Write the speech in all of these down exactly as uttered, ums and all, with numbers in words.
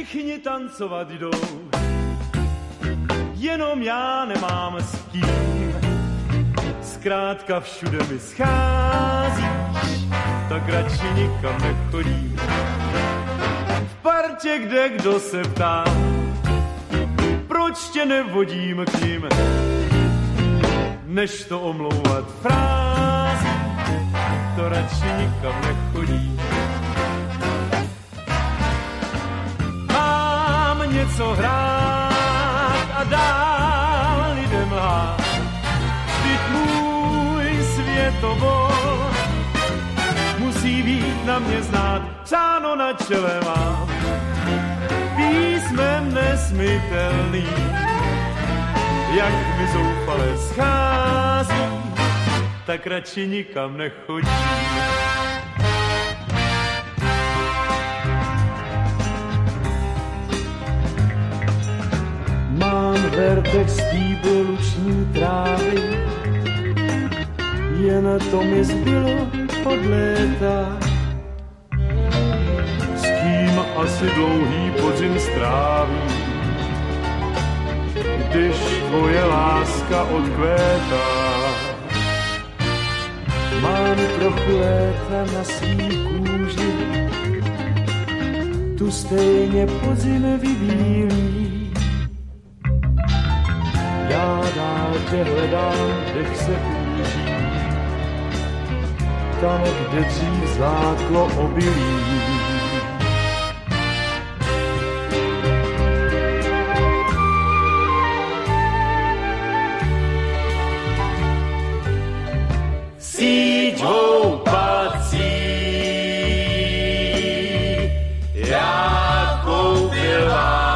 všichni tancovat jdou, jenom já nemám s kým. Zkrátka všude mi scházíš, tak radši nikam nechodím. V partě, kde kdo se ptá, proč tě nevodím k nim, než to omlouvat frází, to radši nikam nechodím. Mám něco hrát a dál lidem lhát, vždyť můj světobol musí být na mě znát, psáno na čele mám písmem nesmytelný, jak mi zoufale schází, tak radši nikam nechodím. Mám vertex stýbl luční trávy, jen to mi zbylo od léta. S kým asi dlouhý podzim strávím, když tvoje láska odkvétá. Mám trochu léta na svý kůži, tu stejně podzim vybílí. Já dál tě hledám, dech se kůží, tam, kde dřív zlátlo obilí. Síť houpací já koupil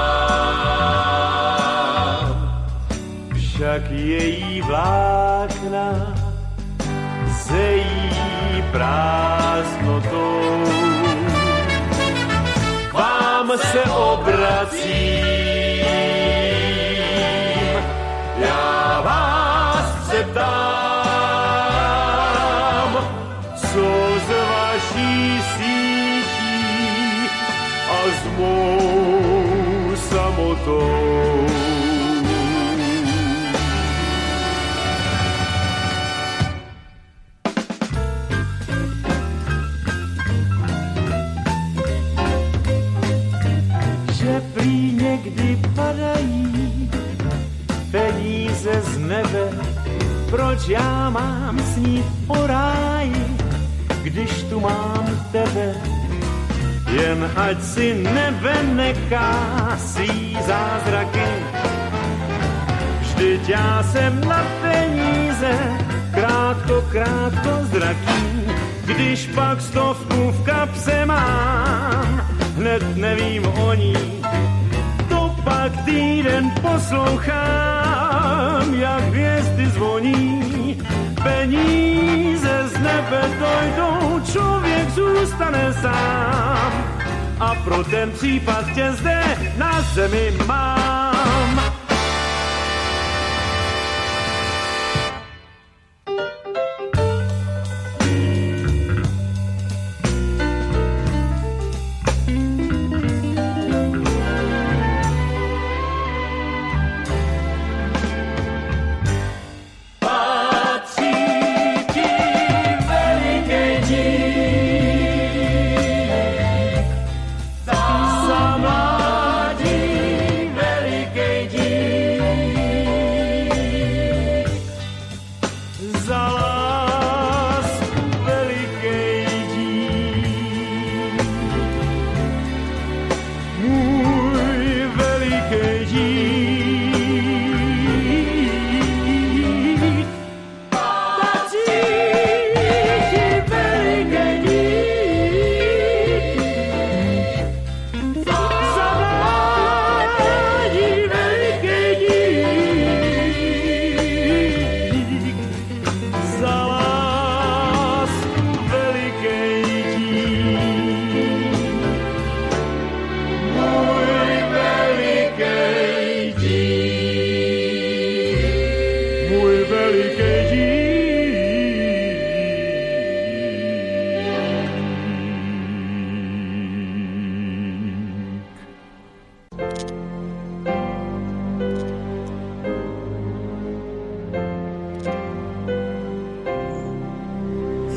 vám, však její vlákna zejí prázdnotou. K vám se obracím, já vás se ptám, co z vaší sítí a s mou samotou. Že prý někdy padají peníze z nebe, proč já mám snít o ráji, když tu mám tebe. Jen ať si nebe neká svý zázraky, vždyť já jsem na peníze krátko, krátko zraký. Když pak stovku v kapse mám, hned nevím o ní, to pak týden poslouchám, jak hvězdy zvoní. Peníze z nebe dojdou, člověk zůstane sám. A pro ten případ tě zde na zemi mám. Za mládí veliký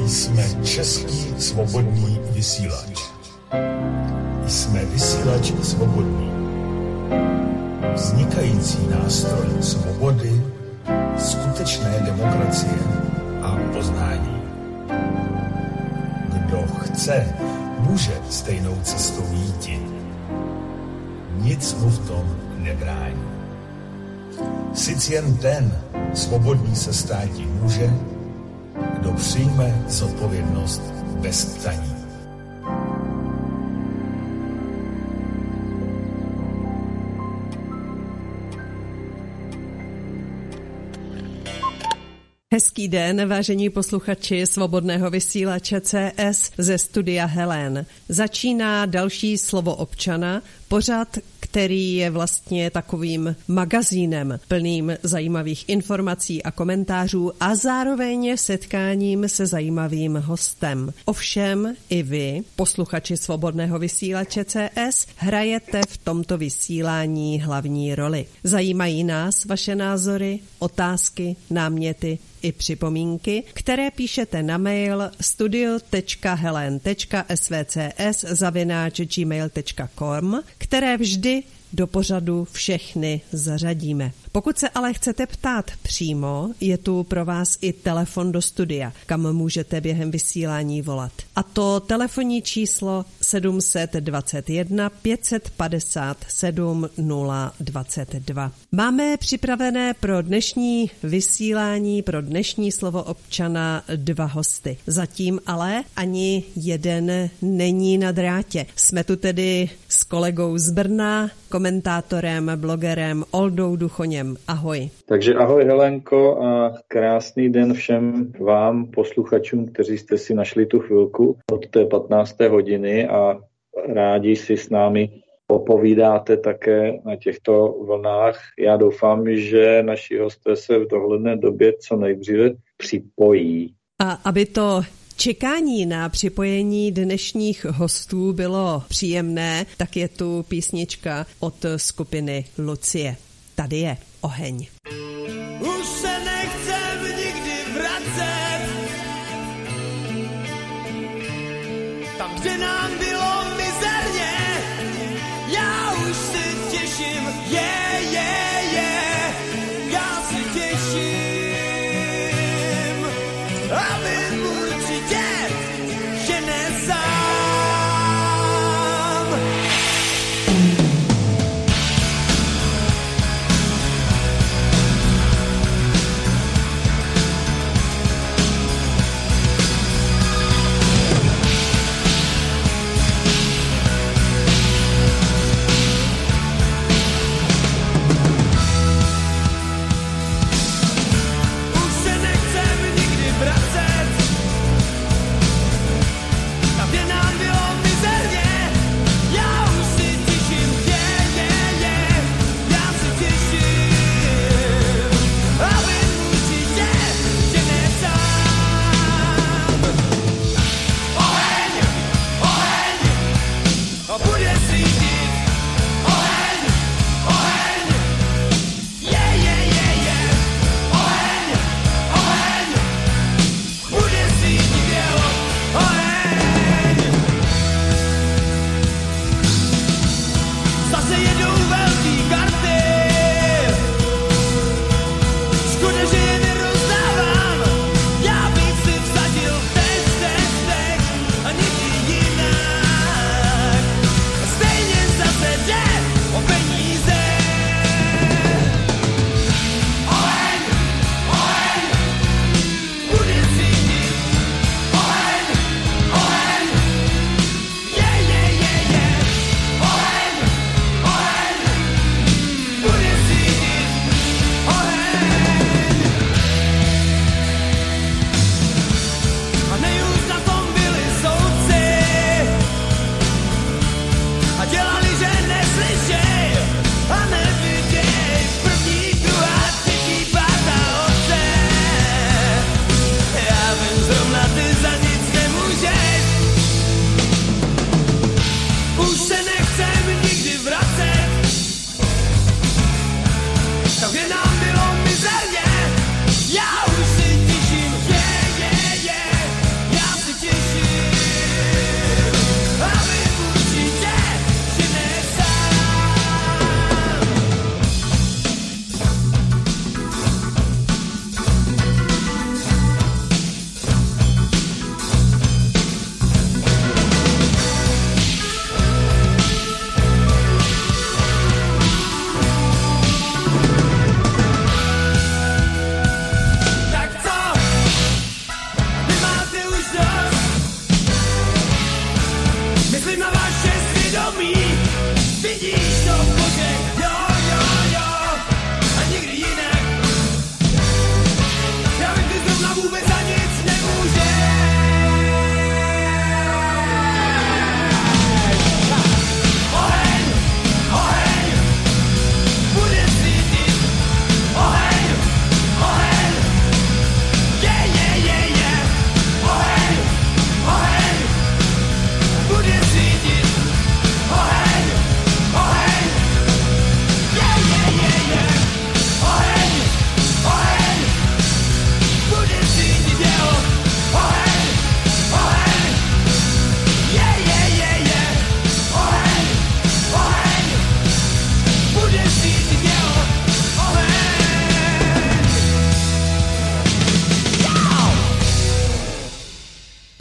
Jsme český svobodný vysílač. Jsme vysílač svobodný. Vznikající nástroj svobody, skutečné demokracie a poznání. Kdo chce, může stejnou cestou jít. Nic mu v tom nebrání. Sic jen ten svobodný se státi může, kdo přijme zodpovědnost bez ptaní. Hezký den, vážení posluchači Svobodného vysílače C S ze studia Helen. Začíná další Slovo občana, pořad, který je vlastně takovým magazínem plným zajímavých informací a komentářů a zároveň setkáním se zajímavým hostem. Ovšem i vy, posluchači Svobodného vysílače C S, hrajete v tomto vysílání hlavní roli. Zajímají nás vaše názory, otázky, náměty i připomínky, které píšete na mail studio tečka helen tečka s v c s zavináč gmail tečka com, které vždy do pořadu všechny zařadíme. Pokud se ale chcete ptát přímo, je tu pro vás i telefon do studia, kam můžete během vysílání volat. A to telefonní číslo sedm dva jedna pět padesát sedm nula dvacet dva. Máme připravené pro dnešní vysílání, pro dnešní Slovo občana dva hosty. Zatím ale ani jeden není na drátě. Jsme tu tedy s kolegou z Brna, komentátorem, blogerem Oldou Duchoněm. Ahoj. Takže ahoj Helenko a krásný den všem vám, posluchačům, kteří jste si našli tu chvilku od té patnácté hodiny a rádi si s námi popovídáte také na těchto vlnách. Já doufám, že naši hosté se v dohledné době co nejdříve připojí. A aby to čekání na připojení dnešních hostů bylo příjemné, tak je tu písnička od skupiny Lucie. Tady je Oheň. Už se nechcem nikdy vracet tam, kde nám bylo mizerně. Já už se těším, je, je, je, já se těším a vím určitě, že nesám.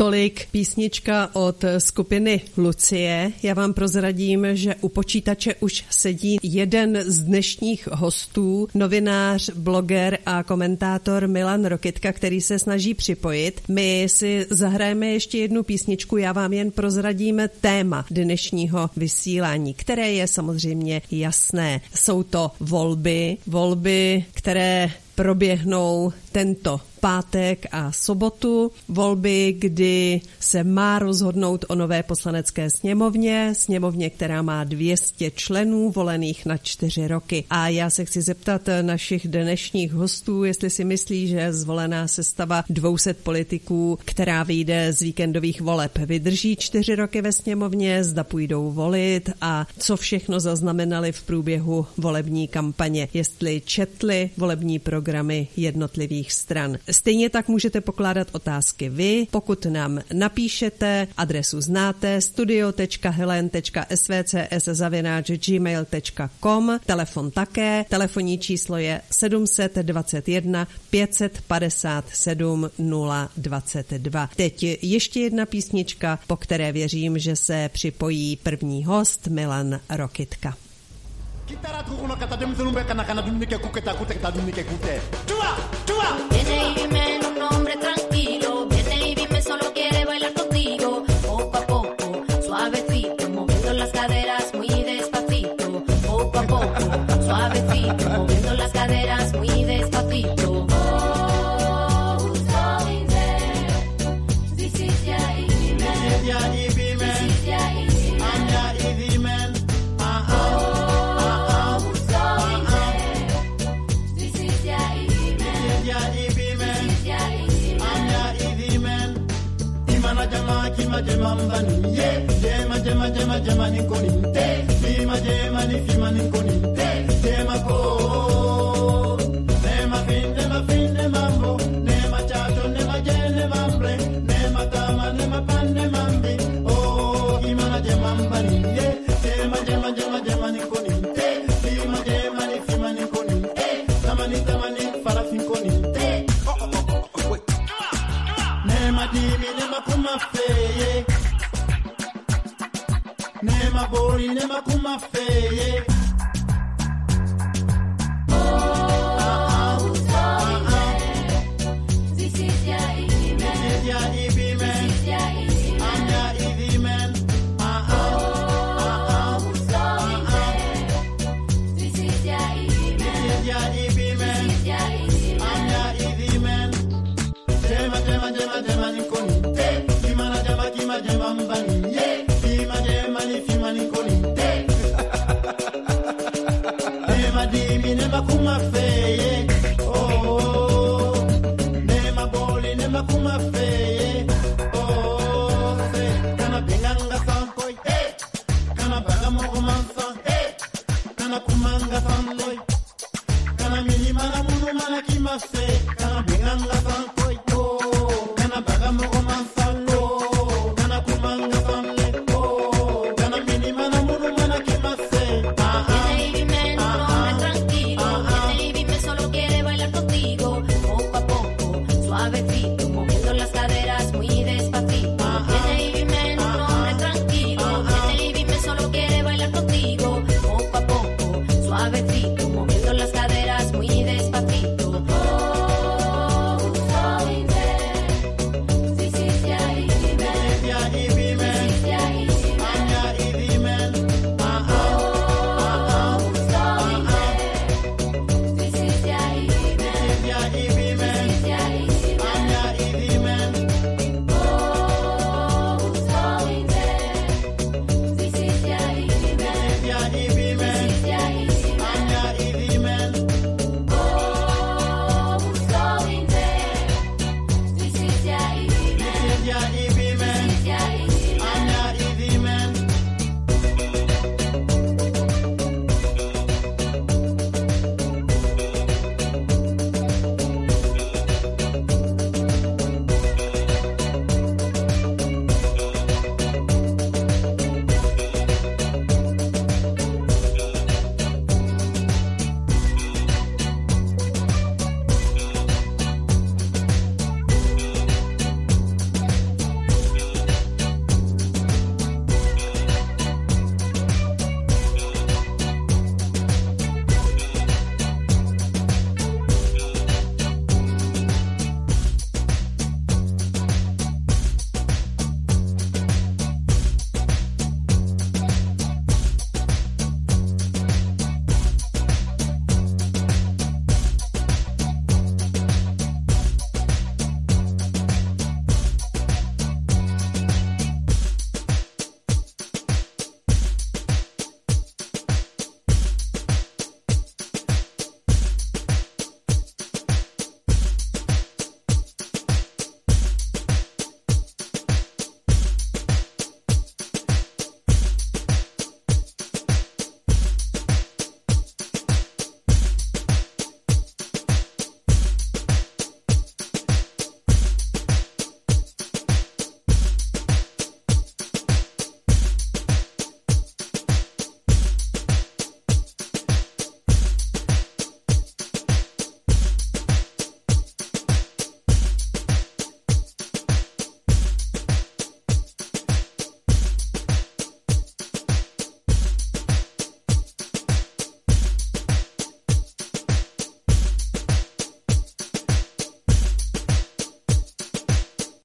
Tolik písnička od skupiny Lucie. Já vám prozradím, že u počítače už sedí jeden z dnešních hostů, novinář, bloger a komentátor Milan Rokytka, který se snaží připojit. My si zahrajeme ještě jednu písničku, já vám jen prozradím téma dnešního vysílání, které je samozřejmě jasné. Jsou to volby, volby, které proběhnou tento pátek a sobotu, volby, kdy se má rozhodnout o nové poslanecké sněmovně, sněmovně, která má dvě stě členů volených na čtyři roky. A já se chci zeptat našich dnešních hostů, jestli si myslí, že zvolená sestava dvě stě politiků, která vyjde z víkendových voleb, vydrží čtyři roky ve sněmovně, zda půjdou volit a co všechno zaznamenali v průběhu volební kampaně, jestli četli volební programy jednotlivých stran. Stejně tak můžete pokládat otázky vy, pokud nám napíšete, adresu znáte, studio tečka helen tečka s v c s zavináč gmail tečka com, telefon také, telefonní číslo je sedm dva jedna pět padesát sedm nula dvacet dva. Teď ještě jedna písnička, po které věřím, že se připojí první host Milan Rokytka. Kitara kukuno kata demselumbe kana kana dunike kuketa kuketa dunike kute. Chua, chua. Viene y dime un nombre tranquilo, viene y dime solo quiere bailar contigo. Poco a poco, suavecito, moviendo las caderas muy despacito. Poco a poco, suavecito, moviendo las caderas muy despacito. Oh, so in there. This is ya y dime. This is ya y dime. This is ya y dime. Anya y dime. Ah ah. Jema jema mbani ye jema jema jema jema ni koninte jema jema ni fima ni koninte jema ko nema fin nema fin nema mambo nema chacho nema jene mambre nema tama nema pan nema mbi oh jema jema mbani ye jema jema jema jema ni koninte jema jema ni fima ni koninte tama ni tama ni fara fin koninte nema dimi nema kuma feye nema bori nema kuma feye Nema kuma feye, oh, nema boli, nema kuma feye.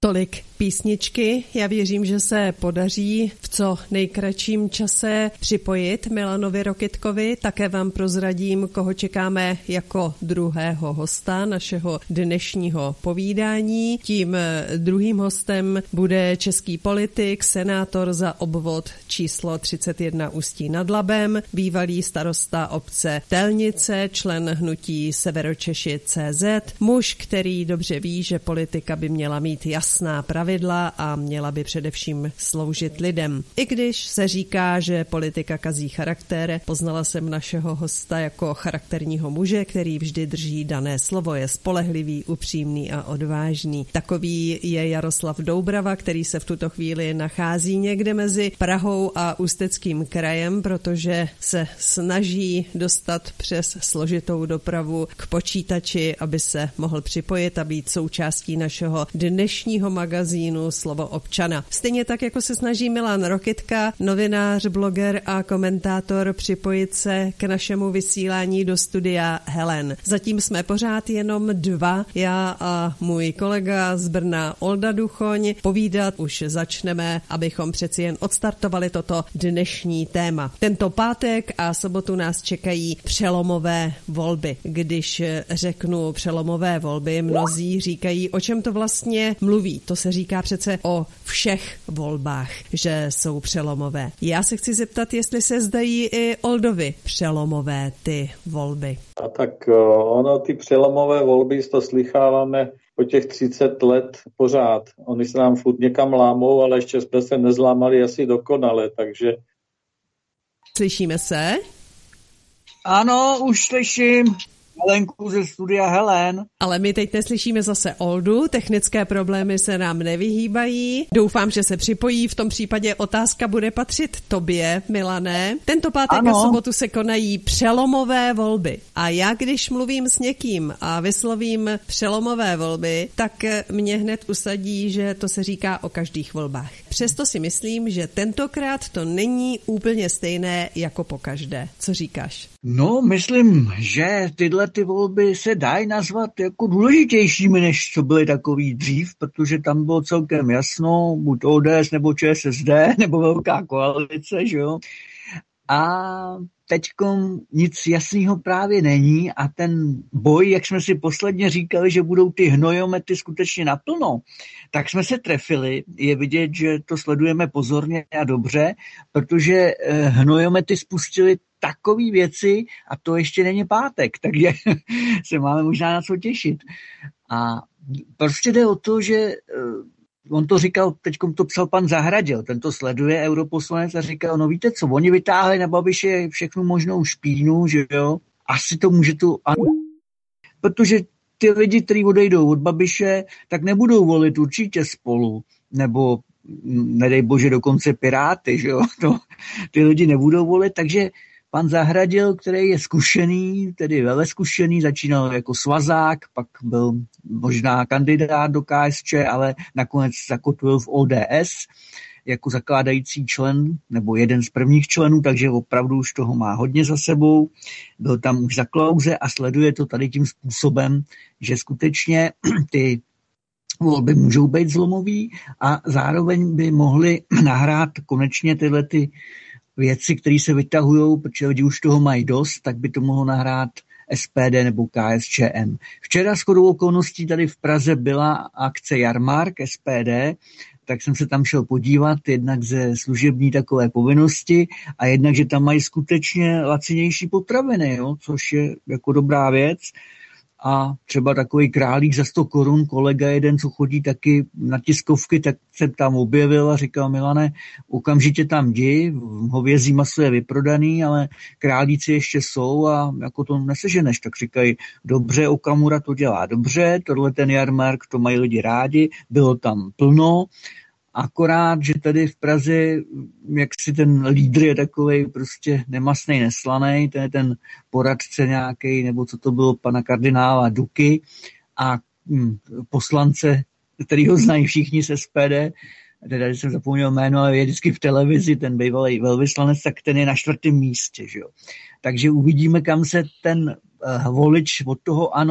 Tolik písničky. Já věřím, že se podaří v co nejkratším čase připojit Milanovi Rokitkovi. Také vám prozradím, koho čekáme jako druhého hosta našeho dnešního povídání. Tím druhým hostem bude český politik, senátor za obvod číslo třicet jedna Ústí nad Labem, bývalý starosta obce Telnice, člen hnutí Severočeši tečka cé zet, muž, který dobře ví, že politika by měla mít jasná pravidla a měla by především sloužit lidem. I když se říká, že politika kazí charakter, poznala jsem našeho hosta jako charakterního muže, který vždy drží dané slovo, je spolehlivý, upřímný a odvážný. Takový je Jaroslav Doubrava, který se v tuto chvíli nachází někde mezi Prahou a Ústeckým krajem, protože se snaží dostat přes složitou dopravu k počítači, aby se mohl připojit a být součástí našeho dnešního magazínu Slovo občana. Stejně tak, jako se snaží Milan Rokitka, novinář, bloger a komentátor, připojit se k našemu vysílání do studia Helen. Zatím jsme pořád jenom dva, já a můj kolega z Brna Olda Duchoň. Povídat už začneme, abychom přeci jen odstartovali toto dnešní téma. Tento pátek a sobotu nás čekají přelomové volby. Když řeknu přelomové volby, mnozí říkají, o čem to vlastně mluví. To se říká přece o všech volbách, že jsou přelomové. Já se chci zeptat, jestli se zdají i Oldovi přelomové ty volby. A tak ono, ty přelomové volby, to slycháváme po těch třicet let pořád. Oni se nám furt někam lámou, ale ještě jsme se nezlámali asi dokonale, takže... Slyšíme se? Ano, už slyším. Helenku ze studia Helen. Ale my teď neslyšíme zase Oldu, technické problémy se nám nevyhýbají. Doufám, že se připojí, v tom případě otázka bude patřit tobě, Milané. Tento pátek ano. A sobotu se konají přelomové volby. A já, když mluvím s někým a vyslovím přelomové volby, tak mě hned usadí, že to se říká o každých volbách. Přesto si myslím, že tentokrát to není úplně stejné jako pokaždé. Co říkáš? No, myslím, že tyhle ty volby se dají nazvat jako důležitějšími, než co byly takový dřív, protože tam bylo celkem jasno, buď O D S nebo Č S S D, nebo velká koalice, že jo. A teďkom nic jasného právě není a ten boj, jak jsme si posledně říkali, že budou ty hnojomety skutečně naplno, tak jsme se trefili. Je vidět, že to sledujeme pozorně a dobře, protože hnojomety spustili takové věci a to ještě není pátek, takže se máme možná na co těšit. A prostě jde o to, že on to říkal, teďkom to psal pan Zahradil, ten to sleduje, europoslanec, a říkal, no víte co, oni vytáhli na Babiše všechnu možnou špínu, že jo, asi to může tu, protože ty lidi, kteří odejdou od Babiše, tak nebudou volit určitě Spolu, nebo nedej bože dokonce Piráty, že jo, to, ty lidi nebudou volit, takže pan Zahradil, který je zkušený, tedy veleskušený, začínal jako svazák, pak byl možná kandidát do K S Č, ale nakonec zakotvil v O D S jako zakládající člen, nebo jeden z prvních členů, takže opravdu už toho má hodně za sebou. Byl tam už za Klause a sleduje to tady tím způsobem, že skutečně ty volby můžou být zlomový a zároveň by mohly nahrát konečně tyhle ty věci, které se vytahují, protože lidi už toho mají dost, tak by to mohlo nahrát S P D nebo K S Č M. Včera shodou okolností tady v Praze byla akce Jarmark S P D, tak jsem se tam šel podívat, jednak ze služební takové povinnosti a jednak, že tam mají skutečně lacinější potraviny, jo, což je jako dobrá věc. A třeba takový králík za sto korun, kolega jeden, co chodí taky na tiskovky, tak se tam objevil a říkal, Milane, okamžitě tam jdi, hovězí maso je vyprodaný, ale králíci ještě jsou a jako to neseženeš. Tak říkají, dobře, Okamura to dělá dobře, tohle ten jarmark, to mají lidi rádi, bylo tam plno, akorát, že tady v Praze, jak si ten lídr je takovej prostě nemastnej, neslanej, to je ten poradce nějaký, nebo co to bylo, pana kardinála Duky a hm, poslance, který ho znají všichni z S P D, teda jsem zapomněl jméno, ale je vždycky v televizi, ten bývalý velvyslanec, tak ten je na čtvrtém místě. Že jo? Takže uvidíme, kam se ten uh, volič od toho ANO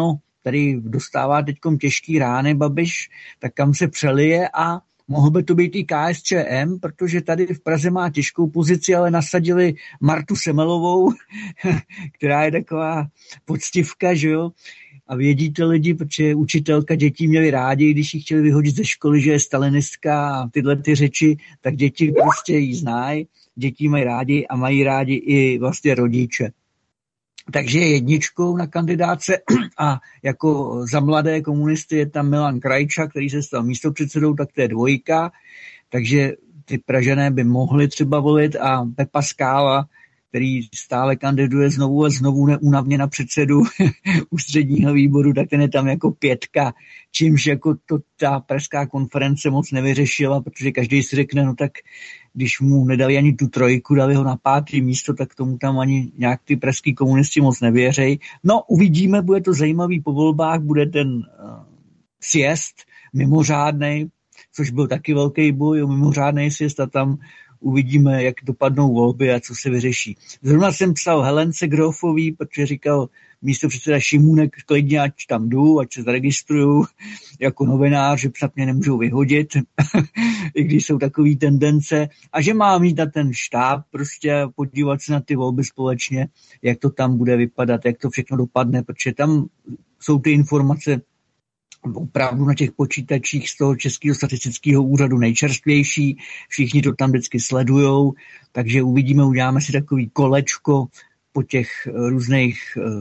tady dostává teďkom těžký rány Babiš, tak kam se přelije a mohl by to být i K S Č M, protože tady v Praze má těžkou pozici, ale nasadili Martu Semelovou, která je taková poctivka, že jo, a vědí to lidi, protože učitelka dětí měli rádi, když ji chtěli vyhodit ze školy, že je stalinistka a tyhle ty řeči, tak děti prostě ji znají, děti mají rádi a mají rádi i vlastně rodiče. Takže je jedničkou na kandidáce a jako za mladé komunisty je tam Milan Krajča, který se stal místopředsedou, tak to je dvojka, takže ty Pražané by mohli třeba volit a Pepa Skála, který stále kandiduje znovu a znovu neúnavně na předsedu ústředního výboru, tak ten je tam jako pětka, čímž jako to ta pražská konference moc nevyřešila, protože každý si řekne, no tak když mu nedali ani tu trojku, dali ho na pátý místo, tak tomu tam ani nějak ty pražský komunisti moc nevěřejí. No uvidíme, bude to zajímavý po volbách, bude ten uh, sjezd mimořádnej, což byl taky velký boj o mimořádnej sjezd a tam uvidíme, jak dopadnou volby a co se vyřeší. Zrovna jsem psal Helence Grofový, protože říkal místopředseda Šimůnek, klidně ať tam jdu, ať se zaregistruju jako novinář, že snad mě nemůžou vyhodit, i když jsou takové tendence, a že má mít na ten štáb prostě podívat se na ty volby společně, jak to tam bude vypadat, jak to všechno dopadne, protože tam jsou ty informace opravdu na těch počítačích z toho Českého statistického úřadu nejčerstvější, všichni to tam vždycky sledujou, takže uvidíme, uděláme si takový kolečko po těch různých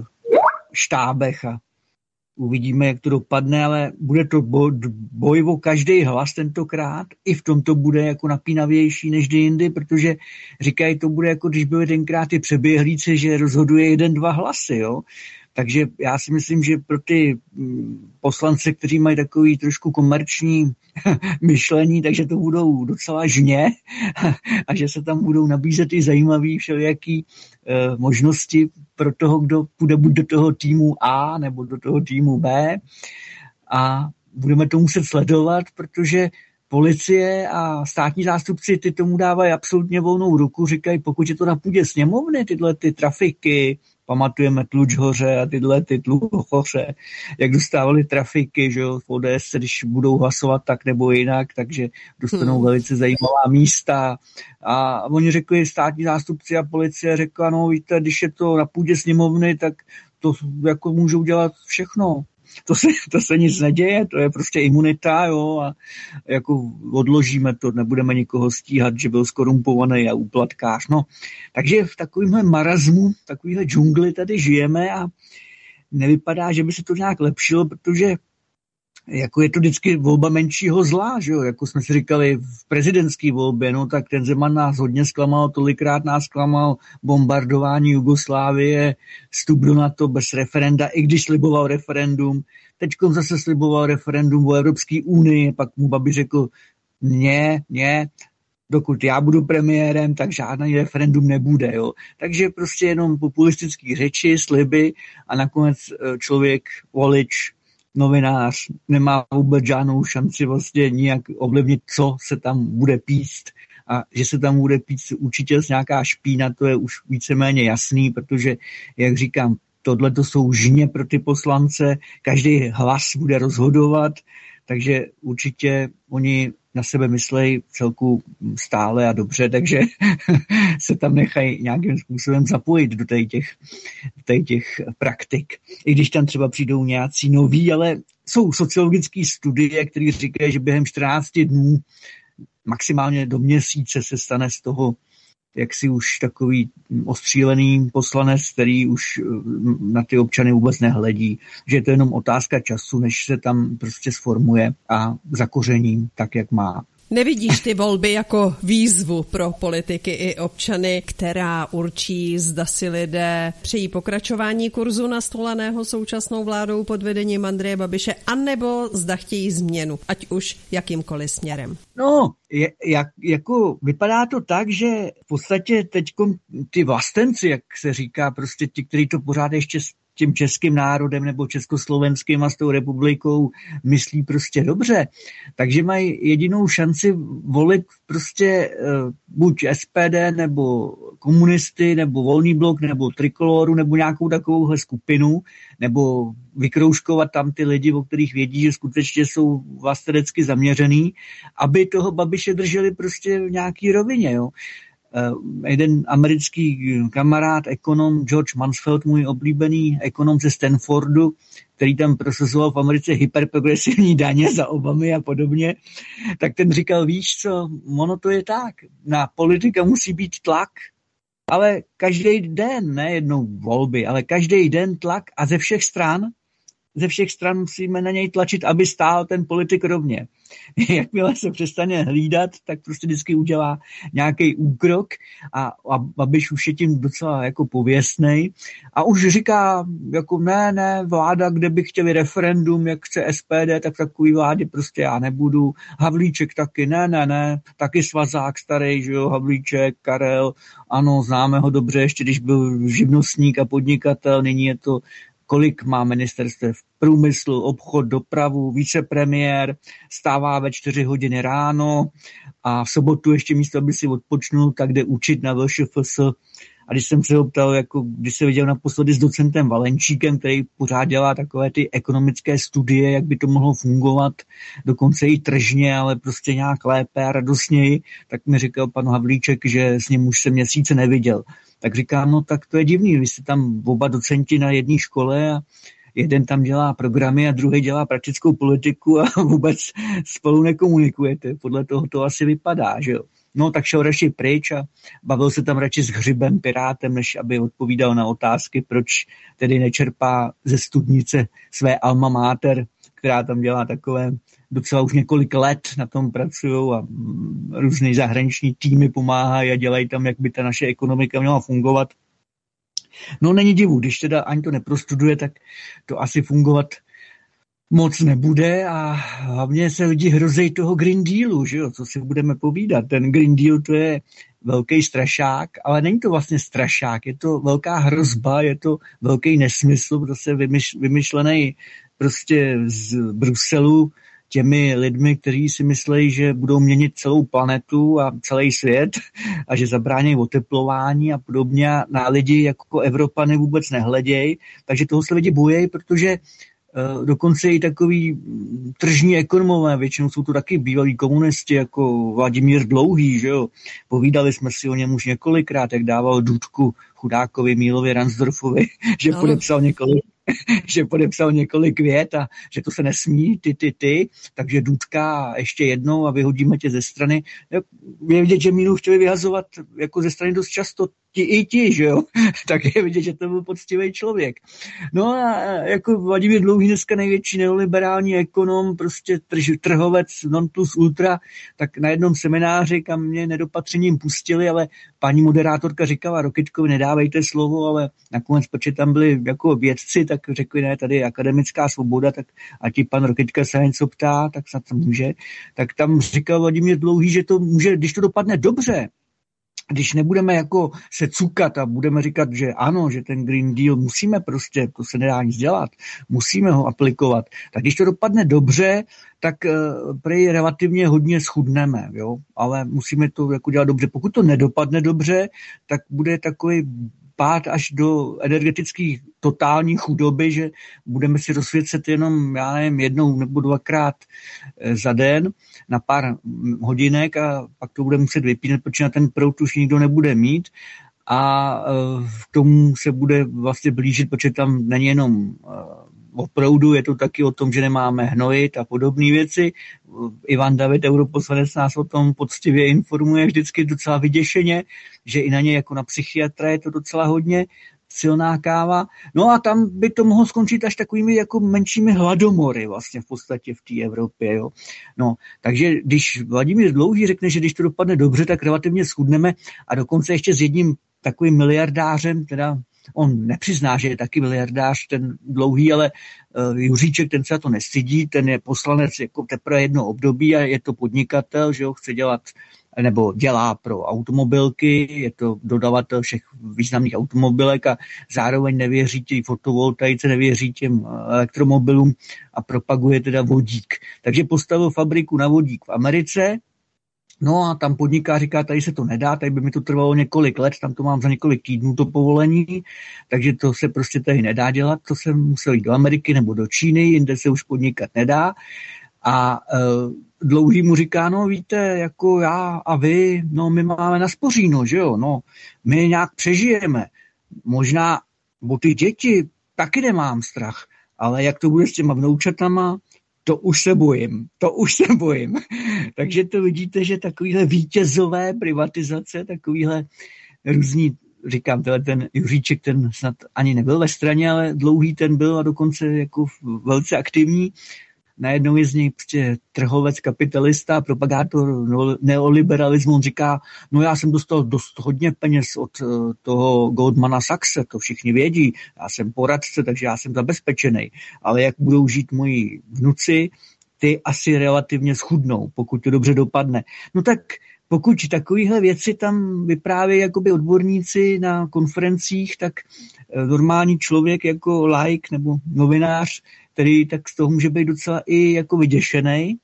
štábech a uvidíme, jak to dopadne, ale bude to boj o každý hlas tentokrát, i v tom to bude jako napínavější než kdy jindy, protože říkají, to bude jako když byly tenkrát ty přeběhlíci, že rozhoduje jeden, dva hlasy, jo. Takže já si myslím, že pro ty poslance, kteří mají takový trošku komerční myšlení, takže to budou docela žně a že se tam budou nabízet i zajímavý všelijaký eh, možnosti pro toho, kdo půjde buď do toho týmu A nebo do toho týmu B a budeme to muset sledovat, protože policie a státní zástupci ty tomu dávají absolutně volnou ruku, říkají, pokud je to na půdě sněmovny, tyhle ty trafiky, pamatujeme Tlučhoře a tyhle ty Tluchoře, jak dostávali trafiky, že jo, v O D S, když budou hlasovat tak nebo jinak, takže dostanou hmm. velice zajímavá místa. A oni řekli, státní zástupci a policie řekla, no víte, když je to na půdě sněmovny, tak to jako můžou dělat všechno. To se, to se nic neděje, to je prostě imunita, jo, a jako odložíme to, nebudeme nikoho stíhat, že byl skorumpovaný a úplatkář, no. Takže v takovémhle marazmu, v takovéhle džungli tady žijeme a nevypadá, že by se to nějak lepšilo, protože jako je to vždycky volba menšího zla, že jo, jako jsme si říkali v prezidentské volbě, no tak ten Zeman nás hodně zklamal, tolikrát nás zklamal, bombardování Jugoslávie, vstup do NATO bez referenda, i když sliboval referendum, teďkom zase sliboval referendum o Evropské unii, pak mu Babiš řekl, ne, ne, dokud já budu premiérem, tak žádný referendum nebude, jo. Takže prostě jenom populistický řeči, sliby a nakonec člověk, volič, novinář nemá vůbec žádnou šanci vlastně nijak ovlivnit, co se tam bude píst a že se tam bude píst určitě nějaká špína, to je už víceméně jasný, protože, jak říkám, tohle to jsou žně pro ty poslance, každý hlas bude rozhodovat, takže určitě oni na sebe myslejí celku stále a dobře, takže se tam nechají nějakým způsobem zapojit do těch, těch praktik. I když tam třeba přijdou nějací noví, ale jsou sociologické studie, které říkají, že během čtrnácti dnů, maximálně do měsíce se stane z toho jaksi už takový ostřílený poslanec, který už na ty občany vůbec nehledí, že je to jenom otázka času, než se tam prostě sformuje a zakoření tak, jak má. Nevidíš ty volby jako výzvu pro politiky i občany, která určí, zda si lidé přejí pokračování kurzu nastoleného současnou vládou pod vedením Andreje Babiše, anebo zda chtějí změnu, ať už jakýmkoliv směrem? No, je, jak, jako vypadá to tak, že v podstatě teďkom ty vlastenci, jak se říká, prostě ti, kteří to pořád ještě tím českým národem nebo československým a s tou republikou myslí prostě dobře. Takže mají jedinou šanci volit prostě uh, buď S P D nebo komunisty, nebo Volný blok, nebo Trikoloru, nebo nějakou takovouhle skupinu, nebo vykroužkovat tam ty lidi, o kterých vědí, že skutečně jsou vlastenecky zaměřený, aby toho Babiše drželi prostě v nějaký rovině, jo. Uh, jeden americký kamarád, ekonom George Mansfield, můj oblíbený ekonom ze Stanfordu, který tam prosazoval v Americe hyperprogresivní daně za Obamy a podobně, tak ten říkal, víš co, ono to je tak, na politika musí být tlak, ale každý den, ne jednou volby, ale každý den tlak a ze všech stran, ze všech stran musíme na něj tlačit, aby stál ten politik rovně. Jakmile se přestane hlídat, tak prostě vždycky udělá nějaký úkrok a, a Babiš už je tím docela jako pověstnej a už říká, jako ne, ne, vláda, kde by chtěli referendum, jak chce S P D, tak takový vlády prostě já nebudu. Havlíček taky, ne, ne, ne, taky svazák starý, že jo, Havlíček, Karel, ano, známe ho dobře, ještě když byl živnostník a podnikatel, nyní je to kolik má ministerstev, průmysl, obchod, dopravu, vicepremiér, stává ve čtyři hodiny ráno a v sobotu ještě místo, aby si odpočnul, tak jde učit na V Š F S. A když jsem se ho ptal, jako když se viděl naposledy s docentem Valenčíkem, který pořád dělá takové ty ekonomické studie, jak by to mohlo fungovat, dokonce i tržně, ale prostě nějak lépe a radostněji, tak mi říkal pan Havlíček, že s ním už se měsíce neviděl. Tak říkám, no tak to je divný, vy jste tam oba docenti na jedné škole a jeden tam dělá programy a druhý dělá praktickou politiku a vůbec spolu nekomunikujete. Podle toho to asi vypadá, že jo. No tak šel radši pryč a bavil se tam radši s Hřibem, Pirátem, než aby odpovídal na otázky, proč tedy nečerpá ze studnice své alma mater, která tam dělá takové docela už několik let na tom pracují a různý zahraniční týmy pomáhají a dělají tam, jak by ta naše ekonomika měla fungovat. No není divu, když teda ani to neprostuduje, tak to asi fungovat moc nebude a hlavně se lidi hrozejí toho Green Dealu, že jo, co si budeme povídat. Ten Green Deal to je velký strašák, ale není to vlastně strašák, je to velká hrozba, je to velký nesmysl, prostě vymyš, vymyšlený prostě z Bruselu těmi lidmi, kteří si myslejí, že budou měnit celou planetu a celý svět a že zabrání oteplování a podobně. Na lidi jako Evropany vůbec nehledějí, takže toho se lidi bojí, protože uh, dokonce i takový tržní ekonomové, většinou jsou to taky bývalí komunisti, jako Vladimír Dlouhý, že jo. Povídali jsme si o něm už několikrát, jak dával důdku chudákovi Mílovi Ransdorfovi, že no. podepsal několik že podepsal několik vět a že to se nesmí, ty, ty, ty, takže důdka ještě jednou a vyhodíme tě ze strany. Je vidět, že Mílu chtěli vyhazovat jako ze strany dost často ti i ti, že jo? Tak je vidět, že to byl poctivý člověk. No a jako Vladimír Dlouhý dneska největší neoliberální ekonom, prostě trž, trhovec non plus ultra, tak na jednom semináři, kam mě nedopatřením pustili, ale paní moderátorka říkala Rokytkovi, nedávejte slovo, ale nakonec, protože tam byli jako vědci, tak řekli, ne, tady je akademická svoboda, tak a ti pan Rokytka se něco ptá, tak snad to může. Tak tam říkal Vladimír Dlouhý, že to může, když to dopadne dobře, když nebudeme jako se cukat a budeme říkat, že ano, že ten Green Deal musíme prostě, to se nedá nic dělat, musíme ho aplikovat, tak když to dopadne dobře, tak uh, prej relativně hodně schudneme, jo, ale musíme to jako dělat dobře. Pokud to nedopadne dobře, tak bude takový pád až do energetických totální chudoby, že budeme si rozsvěcet jenom, já nevím, jednou nebo dvakrát za den na pár hodinek a pak to bude muset vypínat, protože na ten proud už nikdo nebude mít a k tomu se bude vlastně blížit, protože tam není jenom o proudu, je to taky o tom, že nemáme hnojit a podobné věci. Ivan David, europoslanec, nás o tom poctivě informuje vždycky docela vyděšeně, že i na ně jako na psychiatra je to docela hodně silná káva. No a tam by to mohlo skončit až takovými jako menšími hladomory vlastně v podstatě v té Evropě. Jo. No, takže když Vladimír Dlouhý řekne, že když to dopadne dobře, tak relativně schudneme a dokonce ještě s jedním takovým miliardářem, teda on nepřizná, že je taky miliardář ten Dlouhý, ale uh, Juříček, ten se to nestydí, ten je poslanec jako teprve jedno období a je to podnikatel, že ho chce dělat, nebo dělá pro automobilky, je to dodavatel všech významných automobilek a zároveň nevěří těm fotovoltaice, nevěří těm elektromobilům a propaguje teda vodík. Takže postavil fabriku na vodík v Americe. No a tam podniká, říká, tady se to nedá, tady by mi to trvalo několik let, tam to mám za několik týdnů to povolení, takže to se prostě tady nedá dělat, to jsem musel jít do Ameriky nebo do Číny, jinde se už podnikat nedá. A e, dlouhý mu říká, no víte, jako já a vy, no my máme naspoříno, že jo, no my nějak přežijeme. Možná o ty děti taky nemám strach, ale jak to bude s těma vnoučatama, to už se bojím, to už se bojím. Takže to vidíte, že takovýhle vítězové privatizace, takovýhle různý, říkám, ten Juříček, ten snad ani nebyl ve straně, ale dlouhý ten byl a dokonce jako velice aktivní. Najednou je z něj prostě trhovec, kapitalista, propagátor neoliberalismu. On říká, no já jsem dostal dost hodně peněz od toho Goldmana Sachse, to všichni vědí, já jsem poradce, takže já jsem zabezpečený. Ale jak budou žít moji vnuci, ty asi relativně schudnou, pokud to dobře dopadne. No tak pokud takovéhle věci tam vyprávějí jakoby odborníci na konferencích, tak normální člověk jako laik nebo novinář, který tak z toho může být docela i jako vyděšený.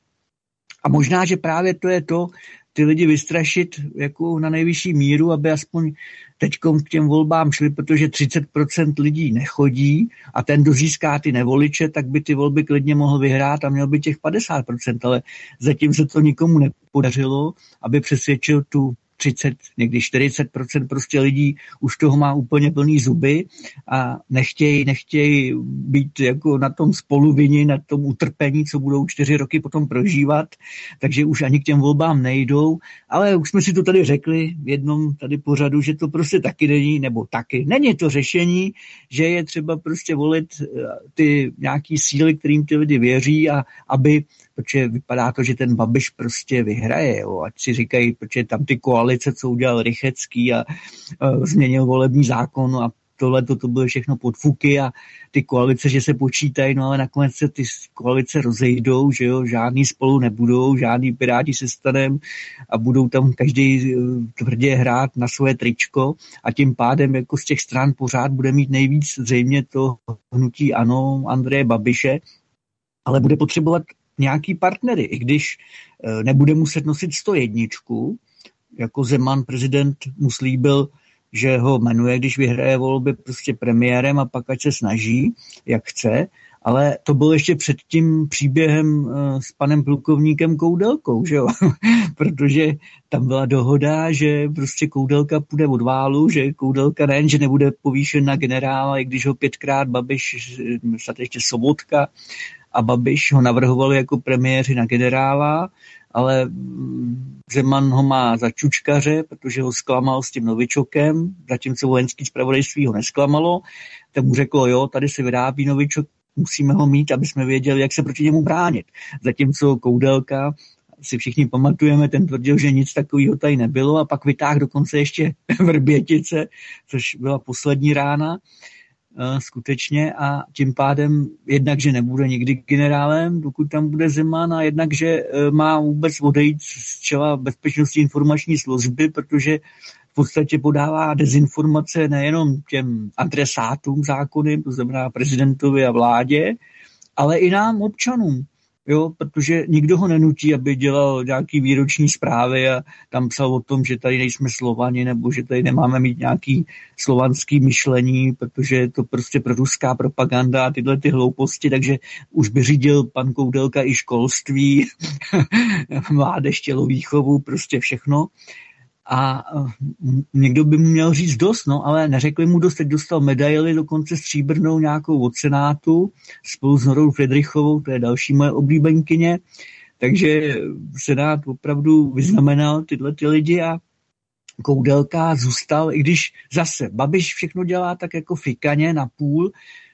A možná, že právě to je to, ty lidi vystrašit jako na nejvyšší míru, aby aspoň teďkom k těm volbám šli, protože třicet procent lidí nechodí a ten, kdo získá ty nevoliče, tak by ty volby klidně mohl vyhrát a měl by těch padesát procent, ale zatím se to nikomu nepodařilo, aby přesvědčil tu třicet, někdy čtyřicet procent prostě lidí už toho má úplně plný zuby a nechtějí, nechtějí být jako na tom spoluvini, na tom utrpení, co budou čtyři roky potom prožívat, takže už ani k těm volbám nejdou, ale už jsme si to tady řekli v jednom tady pořadu, že to prostě taky není, nebo taky není to řešení, že je třeba prostě volit ty nějaký síly, kterým ty lidi věří a aby, protože vypadá to, že ten Babiš prostě vyhraje, jo, ať si říkají, protože tam ty koalice, co udělal Rychecký a, a změnil volební zákon a tohle to bylo všechno podfuky a ty koalice, že se počítají, no ale nakonec se ty koalice rozejdou, že jo, žádný spolu nebudou, žádný Piráti se stanem a budou tam každý tvrdě hrát na svoje tričko a tím pádem jako z těch stran pořád bude mít nejvíc zřejmě to hnutí ANO Andreje Babiše, ale bude potřebovat nějaký partnery, i když nebude muset nosit sto jedna, jako Zeman prezident mu slíbil, že ho jmenuje, když vyhraje volby prostě premiérem a pak ať se snaží, jak chce, ale to bylo ještě před tím příběhem s panem plukovníkem Koudelkou, že jo? Protože tam byla dohoda, že prostě Koudelka půjde od válu, že Koudelka nejen, že nebude povýšen na generála, i když ho pětkrát Babiš, snad ještě Sobotka a Babiš ho navrhovali jako premiéři na generála, ale Zeman ho má za čučkaře, protože ho zklamal s tím novičokem, zatímco vojenský zpravodajství ho nesklamalo, tak mu řeklo, jo, tady se vyrábí novičok, musíme ho mít, aby jsme věděli, jak se proti němu bránit. Zatímco Koudelka, si všichni pamatujeme, ten tvrdil, že nic takového tady nebylo a pak vytáhl dokonce ještě Vrbětice, což byla poslední rána, skutečně a tím pádem jednak, že nebude nikdy generálem, dokud tam bude Zeman a jednak, že má vůbec odejít z čela bezpečnostní informační služby, protože v podstatě podává dezinformace nejenom těm adresátům zákony, to znamená prezidentovi a vládě, ale i nám občanům. Jo, protože nikdo ho nenutí, aby dělal nějaký výroční zprávy a tam psal o tom, že tady nejsme Slovani nebo že tady nemáme mít nějaký slovanský myšlení, protože je to prostě pro ruská propaganda a tyhle ty hlouposti, takže už by řídil pan Koudelka i školství, mládež, tělovýchovu, prostě všechno. A někdo by mu měl říct dost, no, ale neřekli mu dost, teď dostal medaili, dokonce stříbrnou nějakou od Senátu, spolu s Norou Friedrichovou, to je další moje oblíbenkyně, takže Senát opravdu vyznamenal tyhle ty lidi a Koudelka zůstal, i když zase Babiš všechno dělá tak jako fikaně na půl,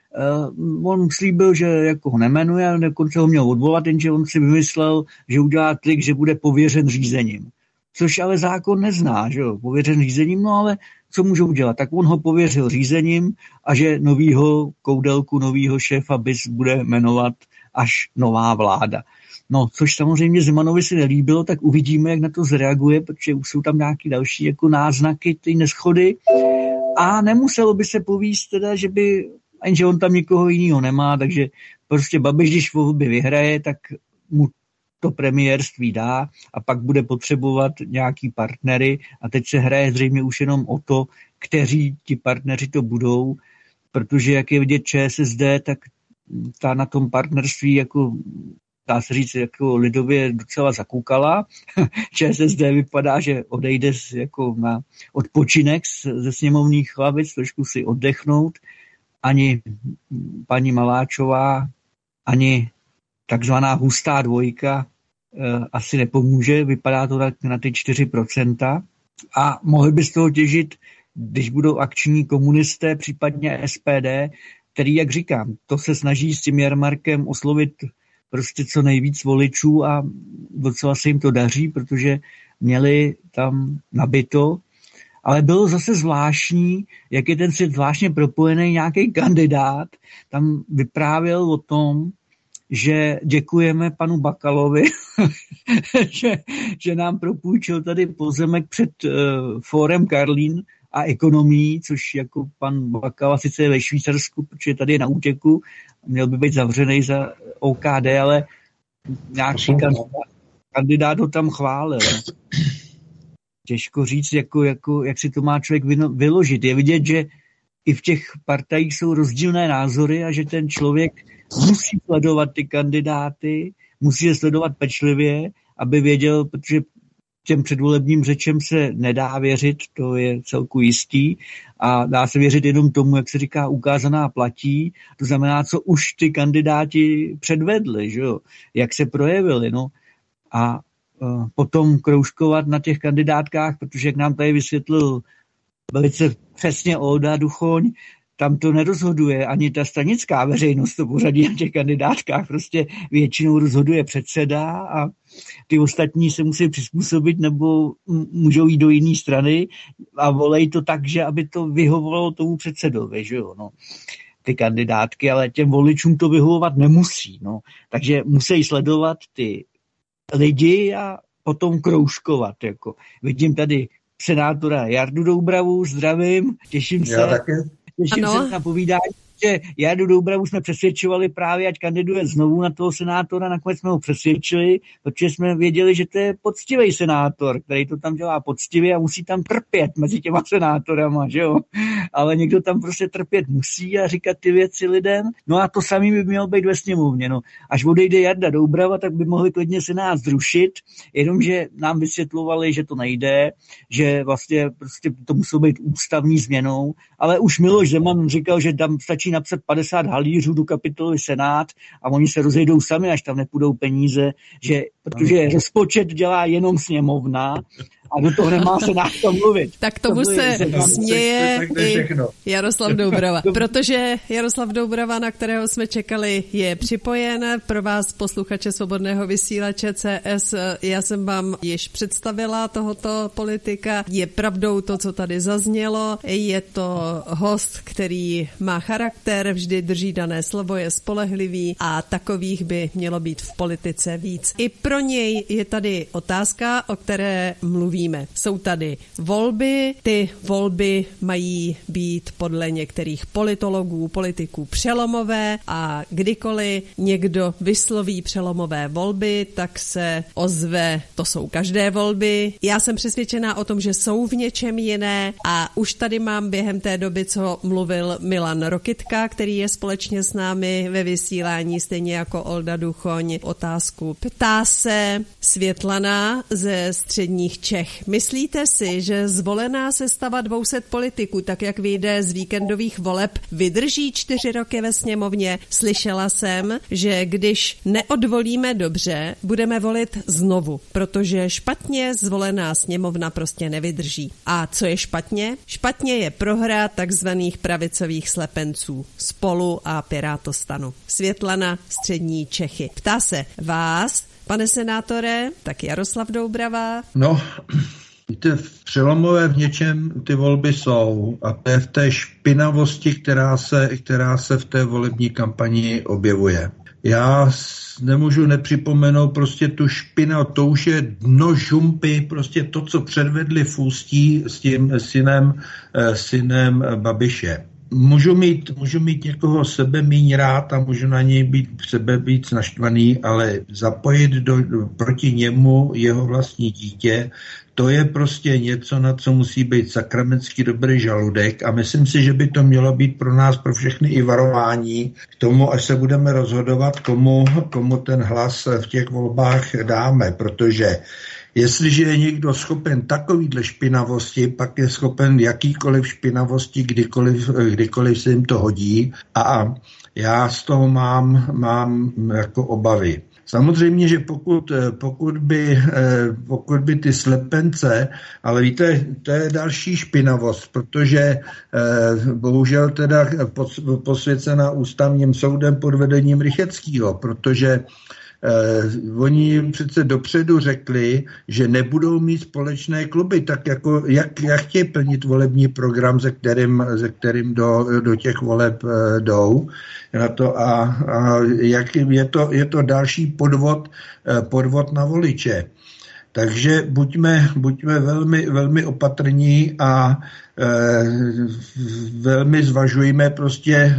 Uh, on slíbil, že jako ho nemenuje, ale dokonce ho měl odvolat, jenže on si vymyslel, že udělá trik, že bude pověřen řízením. Což ale zákon nezná, že jo, pověřen řízením, no ale co můžou dělat? Tak on ho pověřil řízením a že novýho Koudelku, novýho šéfa B I S bude jmenovat až nová vláda. No, což samozřejmě Zemanovi si nelíbilo, tak uvidíme, jak na to zreaguje, protože už jsou tam nějaké další jako náznaky, ty neschody a nemuselo by se povíst teda, že by, jenže on tam nikoho jiného nemá, takže prostě Babiš, když volby vyhraje, tak mu to premiérství dá a pak bude potřebovat nějaký partnery a teď se hraje zřejmě už jenom o to, kteří ti partneři to budou, protože jak je vidět ČSSD, tak ta na tom partnerství jako dá se říct, jako lidově docela zakoukala. ČSSD vypadá, že odejde jako na odpočinek ze sněmovních lavic, trošku si oddechnout. Ani paní Maláčová, ani takzvaná hustá dvojka e, asi nepomůže. Vypadá to tak na ty čtyři procenta. A mohli by z toho těžit, když budou akční komunisté, případně S P D, který, jak říkám, to se snaží s tím Jarmarkem oslovit prostě co nejvíc voličů a docela se jim to daří, protože měli tam nabito. Ale bylo zase zvláštní, jak je ten svět zvláštně propojený, nějaký kandidát tam vyprávěl o tom, že děkujeme panu Bakalovi, že, že nám propůjčil tady pozemek před uh, Fórem Karlín a ekonomií, což jako pan Bakala sice je ve Švýcarsku, protože tady je na útěku, měl by být zavřený za O K D, ale nějaký kandidát, kandidát ho tam chválil. Těžko říct, jako, jako, jak si to má člověk vyložit. Je vidět, že i v těch partajích jsou rozdílné názory a že ten člověk musí sledovat ty kandidáty, musí je sledovat pečlivě, aby věděl, protože těm předvolebním řečem se nedá věřit, to je celku jistý a dá se věřit jenom tomu, jak se říká, ukázaná platí, to znamená, co už ty kandidáti předvedli, že jo? Jak se projevili, no a uh, potom kroužkovat na těch kandidátkách, protože jak nám tady vysvětlil velice přesně Olda Duchoň, tam to nerozhoduje ani ta stranická veřejnost, to pořadí na těch kandidátkách, prostě většinou rozhoduje předseda a ty ostatní se musí přizpůsobit nebo můžou jít do jiné strany a volej to tak, že aby to vyhovovalo tomu předsedovi, že jo, no. Ty kandidátky, ale těm voličům to vyhovovat nemusí, no. Takže musí sledovat ty lidi a potom kroužkovat, jako. Vidím tady senátora Jardu Doubravu, zdravím, těším se. Já taky. Těším ano. se na povídání, že Jardu Doubravu jsme přesvědčovali právě, ať kandiduje znovu na toho senátora, nakonec jsme ho přesvědčili, protože jsme věděli, že to je poctivý senátor, který to tam dělá poctivě a musí tam trpět mezi těma senátorama, že jo. Ale někdo tam prostě trpět musí a říkat ty věci lidem. No a to samý by mělo být ve sněmovně. No. Až odejde Jarda Doubrava, tak by mohli klidně senát zrušit, jenomže nám vysvětlovali, že to nejde, že vlastně prostě to muselo být ústavní změnou, ale už Miloš Zeman říkal, že tam stačí napsat padesát halířů do kapitoly Senát a oni se rozejdou sami, až tam nepůjdou peníze, že, protože rozpočet dělá jenom sněmovna a do toho nemá Senát to mluvit. Tak tomu to se směje i Jaroslav Doubrava, protože Jaroslav Doubrava, na kterého jsme čekali, je připojen. Pro vás, posluchače Svobodného vysílače C S, já jsem vám již představila tohoto politika. Je pravdou to, co tady zaznělo. Je to host, který má charakter, vždy drží dané slovo, je spolehlivý a takových by mělo být v politice víc. I pro něj je tady otázka, o které mluví. Jsou tady volby, ty volby mají být podle některých politologů, politiků přelomové a kdykoliv někdo vysloví přelomové volby, tak se ozve, to jsou každé volby. Já jsem přesvědčená o tom, že jsou v něčem jiné a už tady mám během té doby, co mluvil Milan Rokytka, který je společně s námi ve vysílání, stejně jako Olda Duchoň, otázku. Ptá se Světlana ze středních Čech. Myslíte si, že zvolená sestava dvou set politiků, tak jak vyjde z víkendových voleb, vydrží čtyři roky ve sněmovně? Slyšela jsem, že když neodvolíme dobře, budeme volit znovu, protože špatně zvolená sněmovna prostě nevydrží. A co je špatně? Špatně je prohra takzvaných pravicových slepenců Spolu a Pirátostanu. Světlana, střední Čechy. Ptá se vás, pane senátore, tak Jaroslav Doubrava. No, víte, přelomové v něčem ty volby jsou a to je v té špinavosti, která se, která se v té volební kampani objevuje. Já nemůžu nepřipomenout prostě tu špinavost, to už je dno žumpy, prostě to, co předvedli v Ústí s tím synem, synem Babiše. můžu mít, můžu mít někoho sebe míň rád a můžu na něj být sebe víc naštvaný, ale zapojit do, do, proti němu jeho vlastní dítě, to je prostě něco, na co musí být sakramentský dobrý žaludek a myslím si, že by to mělo být pro nás, pro všechny i varování k tomu, až se budeme rozhodovat, komu, komu ten hlas v těch volbách dáme, protože jestliže je někdo schopen takovýhle špinavosti, pak je schopen jakýkoliv špinavosti, kdykoliv, kdykoliv se jim to hodí a já z toho mám, mám jako obavy. Samozřejmě, že pokud, pokud, by, pokud by ty slepence, ale víte, to je další špinavost, protože bohužel teda posvěcená ústavním soudem pod vedením Rycheckého, protože Uh, oni přece dopředu řekli, že nebudou mít společné kluby, tak jako jak, jak chtějí plnit volební program, se kterým, se kterým do, do těch voleb uh, jdou. Na to a, a jak je to, je to další podvod, uh, podvod na voliče. Takže buďme, buďme velmi, velmi opatrní a e, velmi zvažujme prostě, e,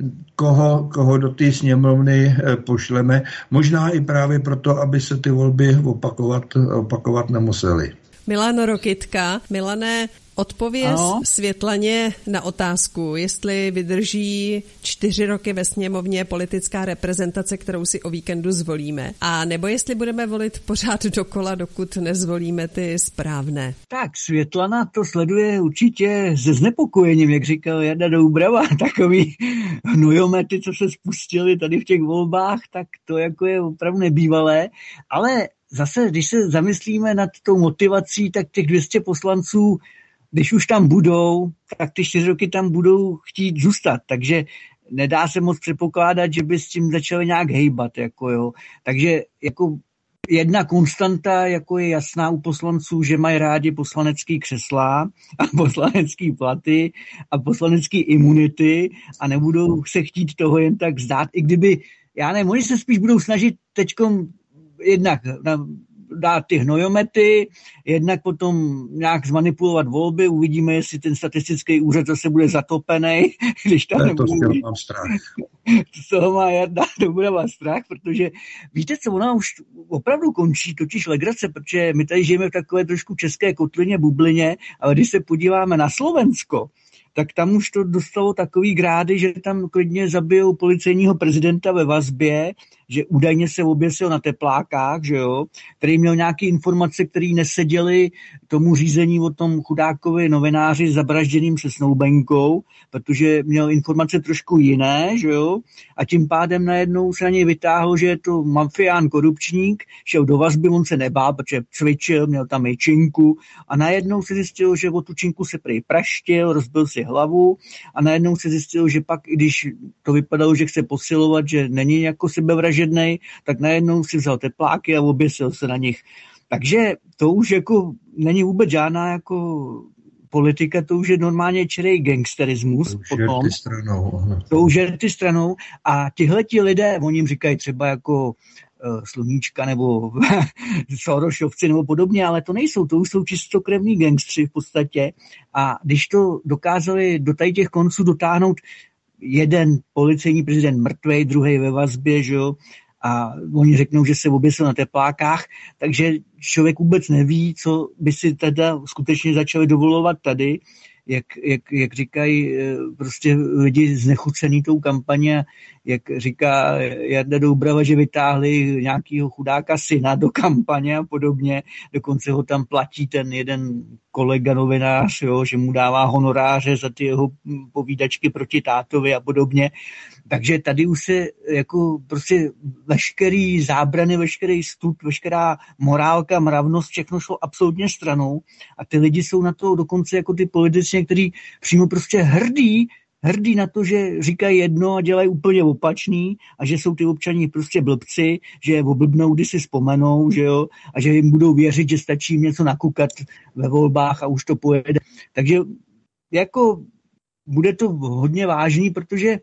koho, koho do té sněmovny e, pošleme. Možná i právě proto, aby se ty volby opakovat, opakovat nemusely. Milan Rokytka. Milané, odpověz ano. Světlaně na otázku, jestli vydrží čtyři roky ve sněmovně politická reprezentace, kterou si o víkendu zvolíme, a nebo jestli budeme volit pořád dokola, dokud nezvolíme ty správné. Tak Světlana to sleduje určitě se znepokojením, jak říkal Jarda Doubrava, takový hnojomety, co se spustili tady v těch volbách, tak to jako je opravdu nebývalé, ale zase, když se zamyslíme nad tou motivací, tak těch dvě stě poslanců, když už tam budou, tak ty čtyři roky tam budou chtít zůstat, takže nedá se moc předpokládat, že by s tím začali nějak hejbat, jako jo. Takže jako jedna konstanta, jako je jasná u poslanců, že mají rádi poslanecký křesla a poslanecký platy a poslanecký imunity a nebudou se chtít toho jen tak vzdát, i kdyby, já nevím, oni se spíš budou snažit teďkom jednak dát ty hnojomety, jednak potom nějak zmanipulovat volby, uvidíme, jestli ten statistický úřad zase bude zatopený, když tam nebude. To mám strach. Z toho má Jarda Doubrava strach, protože víte co, ona už opravdu končí totiž legrace, protože my tady žijeme v takové trošku české kotlině, bublině, ale když se podíváme na Slovensko, tak tam už to dostalo takový grády, že tam klidně zabijou policejního prezidenta ve vazbě, že údajně se oběsil na teplákách, že jo, který měl nějaké informace, které neseděly tomu řízení o tom chudákovi novináři zavražděným se snoubenkou, protože měl informace trošku jiné, že jo, a tím pádem najednou se na něj vytáhlo, že je to mafián, korupčník, šel do vazby, on se nebál, protože cvičil, měl tam i činku a najednou se zjistilo, že o tu činku se prej praštil, rozbil si hlavu a najednou se zjistilo, že pak, i když to vypadalo, že chce posilovat, že není jako sebevražednej, tak najednou si vzal tepláky a oběsil se na nich. Takže to už jako není vůbec žádná jako politika, to už je normálně čirý gangsterismus. To už potom, je ty stranou. To už je ty stranou a tihleti lidé, oni jim říkají třeba jako uh, Sluníčka nebo Sorosovci nebo podobně, ale to nejsou, to už jsou čistokrevní gangstři v podstatě a když to dokázali do tady těch konců dotáhnout jeden policejní prezident mrtvej, druhý ve vazbě, že jo, a oni řeknou, že se oběsil na teplákách, takže člověk vůbec neví, co by si teda skutečně začali dovolovat tady, jak, jak, jak říkají prostě lidi znechucený tou kampaně, jak říká Jarda Doubrava, že vytáhli nějakýho chudáka syna do kampaně a podobně, dokonce ho tam platí ten jeden kolega novinář, jo, že mu dává honoráře za ty jeho povídačky proti tátovi a podobně. Takže tady už se jako prostě veškerý zábrany, veškerý stud, veškerá morálka, mravnost, všechno šlo absolutně stranou a ty lidi jsou na to dokonce jako ty politici, kteří přímo prostě hrdí, hrdí na to, že říkají jedno a dělají úplně opačný a že jsou ty občaní prostě blbci, že je oblbnou, když si vzpomenou, že jo, a že jim budou věřit, že stačí jim něco nakukat ve volbách a už to pojede. Takže jako bude to hodně vážný, protože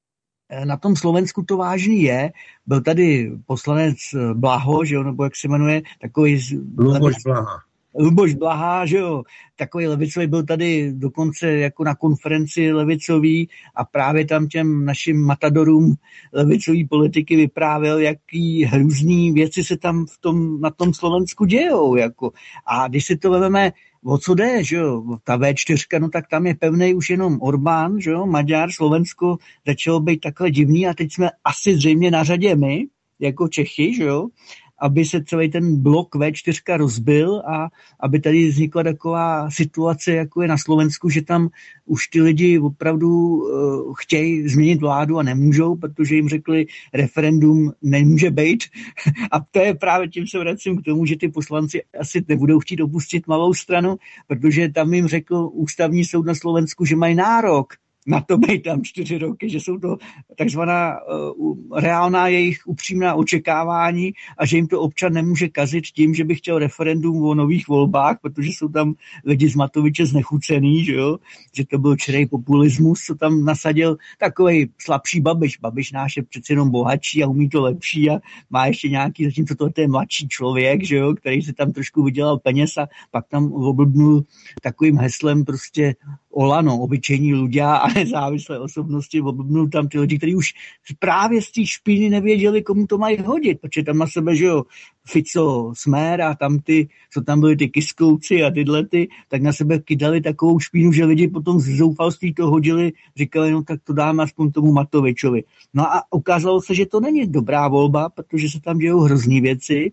na tom Slovensku to vážný je. Byl tady poslanec Blaho, že jo, nebo jak se jmenuje, takový... Luboš Blaha. Luboš Blahá, že jo, takový levicový byl tady dokonce jako na konferenci levicový a právě tam těm našim matadorům levicový politiky vyprávěl, jaký hrůzný věci se tam v tom, na tom Slovensku dějou. Jako. A když si to vezmeme, o co jde, že jo, ta vé čtyři, no tak tam je pevnej už jenom Orbán, že jo, Maďar, Slovensko začalo být takhle divný a teď jsme asi zřejmě na řadě my, jako Čechy, že jo, aby se celý ten blok vé čtyři rozbil a aby tady vznikla taková situace, jako je na Slovensku, že tam už ty lidi opravdu uh, chtějí změnit vládu a nemůžou, protože jim řekli, referendum nemůže být. A to je právě tím se vracím k tomu, že ty poslanci asi nebudou chtít opustit malou stranu, protože tam jim řekl ústavní soud na Slovensku, že mají nárok na to být tam čtyři roky, že jsou to takzvaná uh, reálná jejich upřímná očekávání a že jim to občan nemůže kazit tím, že by chtěl referendum o nových volbách, protože jsou tam lidi z Matoviče znechucený, že jo, že to byl čirý populismus, co tam nasadil takovej slabší Babiš. Babiš náš je přece jenom bohatší a umí to lepší a má ještě nějaký, zatímco to je mladší člověk, že jo, který si tam trošku vydělal peněz a pak tam oblbnul takovým heslem prostě Olano, obyčejní ľudia a nezávislé osobnosti, oblbnul tam ty lidi, kteří už právě z té špíny nevěděli, komu to mají hodit, protože tam na sebe, že jo, Fico, Smer a tam ty, co tam byly ty Kiskouci a tyhle ty, tak na sebe kydali takovou špínu, že lidi potom z zoufalství to hodili, říkali, no tak to dáme aspoň tomu Matovičovi. No a ukázalo se, že to není dobrá volba, protože se tam dějou hrozný věci,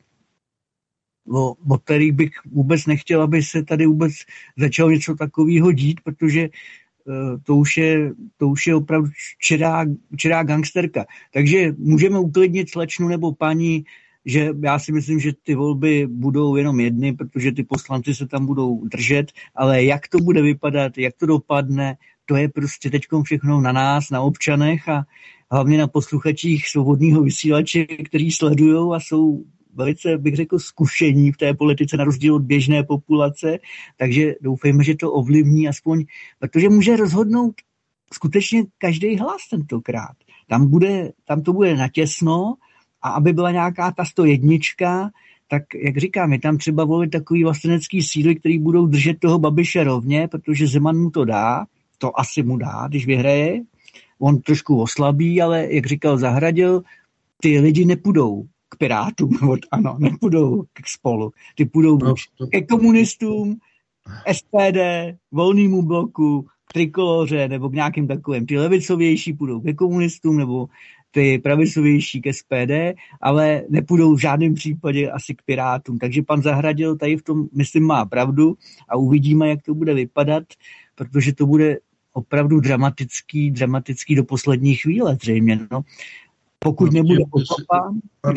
o, o kterých bych vůbec nechtěl, aby se tady vůbec začalo něco takového dít, protože uh, to, už je, to už je opravdu čirá, čirá gangsterka. Takže můžeme uklidnit slečnu nebo paní, že já si myslím, že ty volby budou jenom jedny, protože ty poslanci se tam budou držet, ale jak to bude vypadat, jak to dopadne, to je prostě teďkom všechno na nás, na občanech a hlavně na posluchačích svobodného vysílače, kteří sledujou a jsou velice, bych řekl, zkušení v té politice na rozdíl od běžné populace, takže doufejme, že to ovlivní aspoň, protože může rozhodnout skutečně každý hlas tentokrát. Tam, bude, tam to bude natěsno a aby byla nějaká ta sto jedna, tak jak říkám, je tam třeba volit takový vlastenecký síly, který budou držet toho Babiše rovně, protože Zeman mu to dá, to asi mu dá, když vyhraje, on trošku oslabí, ale jak říkal Zahradil, ty lidi nepůjdou k Pirátům, ano, nepůjdou k Spolu. Ty půjdou no, to... ke komunistům, S P D, Volnému bloku, Trikoloře nebo k nějakým takovým. Ty levicovější půjdou ke komunistům nebo ty pravicovější k S P D, ale nepůjdou v žádném případě asi k Pirátům. Takže pan Zahradil tady v tom, myslím, má pravdu a uvidíme, jak to bude vypadat, protože to bude opravdu dramatický, dramatický do poslední chvíle zřejmě, no. Pokud no, nebude potopa...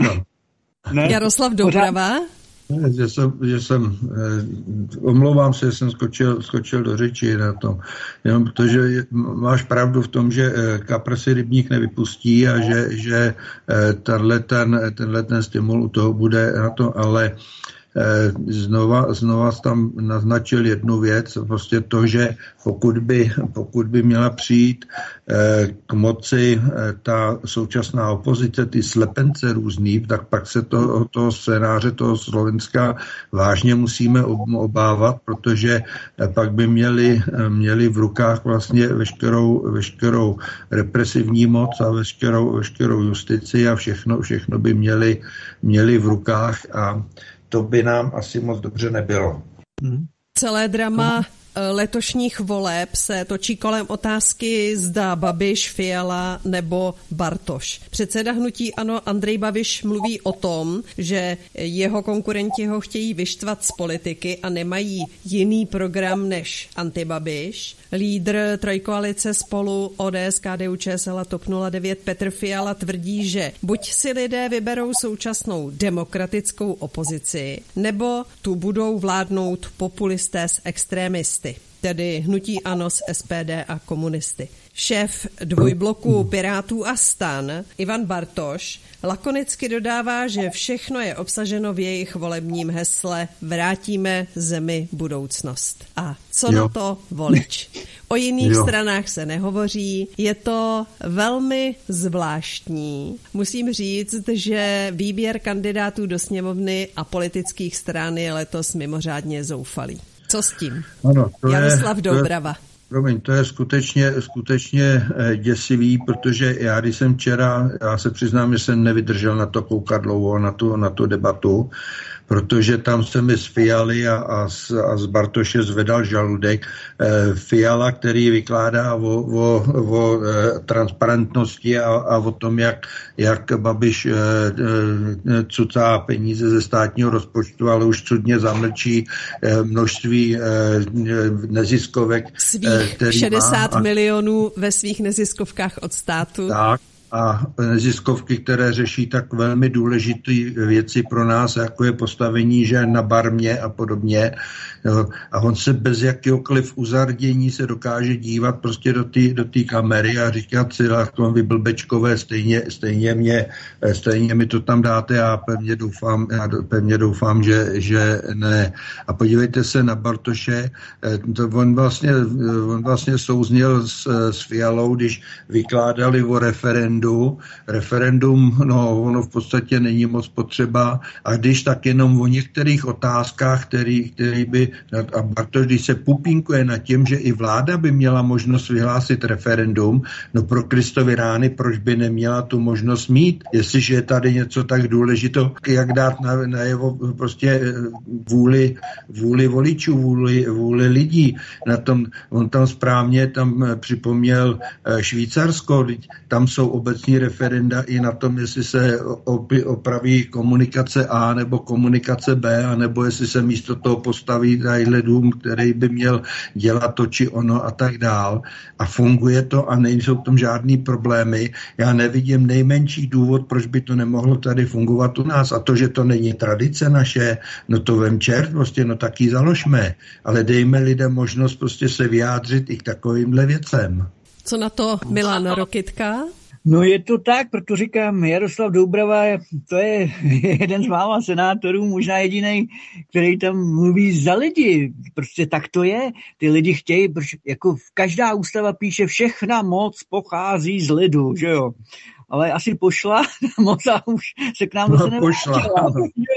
Jaroslav Doubrava? Ne, že jsem, že jsem eh, omlouvám se, že jsem skočil, skočil do řeči na tom. Jenom protože máš pravdu v tom, že eh, kapr si rybník nevypustí a že, že eh, tenhle, ten, tenhle ten stimul u toho bude na to, ale eh, znova, znova tam naznačil jednu věc, prostě to, že pokud by, pokud by měla přijít eh, k moci eh, ta současná opozice, ty slepence různý, tak pak se to, toho scénáře toho Slovenska vážně musíme obávat, protože eh, pak by měli, eh, měli v rukách vlastně veškerou, veškerou represivní moc a veškerou, veškerou justici a všechno, všechno by měli, měli v rukách a to by nám asi moc dobře nebylo. Hmm. Celé drama letošních voleb se točí kolem otázky, zda Babiš, Fiala nebo Bartoš. Předseda hnutí ANO Andrej Babiš mluví o tom, že jeho konkurenti ho chtějí vyštvat z politiky a nemají jiný program než antibabiš. Lídr trojkoalice Spolu O D S, K D U Č S L a T O P nula devět Petr Fiala tvrdí, že buď si lidé vyberou současnou demokratickou opozici, nebo tu budou vládnout populisté s extrémisty, tedy hnutí ANO s S P D a komunisty. Šéf dvojbloku Pirátů a STAN Ivan Bartoš lakonicky dodává, že všechno je obsaženo v jejich volebním hesle Vrátíme zemi budoucnost. A co jo. na to volič? O jiných jo. stranách se nehovoří. Je to velmi zvláštní. Musím říct, že výběr kandidátů do sněmovny a politických stran je letos mimořádně zoufalý. Co s tím? Ano, to Jaroslav je, Doubrava. To je, promiň, to je skutečně, skutečně děsivý, protože já, když jsem včera, já se přiznám, že jsem nevydržel na to koukat dlouho, na tu, na tu debatu, protože tam se mi z Fialy a, a, z, a z Bartoše zvedal žaludek. E, Fiala, který vykládá o, o, o e, transparentnosti a, a o tom, jak, jak Babiš e, e, cucá peníze ze státního rozpočtu, ale už cudně zamlčí e, množství e, neziskovek. Svých e, šedesát má, a, milionů ve svých neziskovkách od státu. Tak. A neziskovky, které řeší tak velmi důležité věci pro nás, jako je postavení žen na barmě a podobně. Jo. A on se bez jakéhokoliv uzardění se dokáže dívat prostě do té do té kamery a říkat si, vy blbečkové, stejně, stejně, mě, stejně mi to tam dáte, já pevně doufám, já pevně doufám, že, že ne. A podívejte se na Bartoše, to on vlastně, on vlastně souzněl s, s Fialou, když vykládali o referendu. Referendum, no, ono v podstatě není moc potřeba, a když tak jenom o některých otázkách, který, který by, a Bartoš, když se pupínkuje nad tím, že i vláda by měla možnost vyhlásit referendum, no pro Kristovy rány, proč by neměla tu možnost mít, jestliže je tady něco tak důležitého, jak dát na, na jeho prostě vůli, vůli voličů, vůli, vůli lidí. Na tom, on tam správně tam připomněl Švýcarsko, tam jsou obecní referenda i na tom, jestli se opraví komunikace A nebo komunikace B, anebo jestli se místo toho postaví tadyhle dům, který by měl dělat to či ono a tak dál. A funguje to a nejsou v tom žádný problémy. Já nevidím nejmenší důvod, proč by to nemohlo tady fungovat u nás. A to, že to není tradice naše, no to vem čert, prostě no tak ji založme. Ale dejme lidem možnost prostě se vyjádřit i k takovýmhle věcem. Co na to Milan Rokytka? No je to tak, proto říkám, Jaroslav Doubrava, to je jeden z mála senátorů, možná jediný, který tam mluví za lidi. Prostě tak to je. Ty lidi chtějí, protože jako každá ústava píše, všechna moc pochází z lidu, že jo. Ale asi pošla moc a už se k nám zase nevrátila.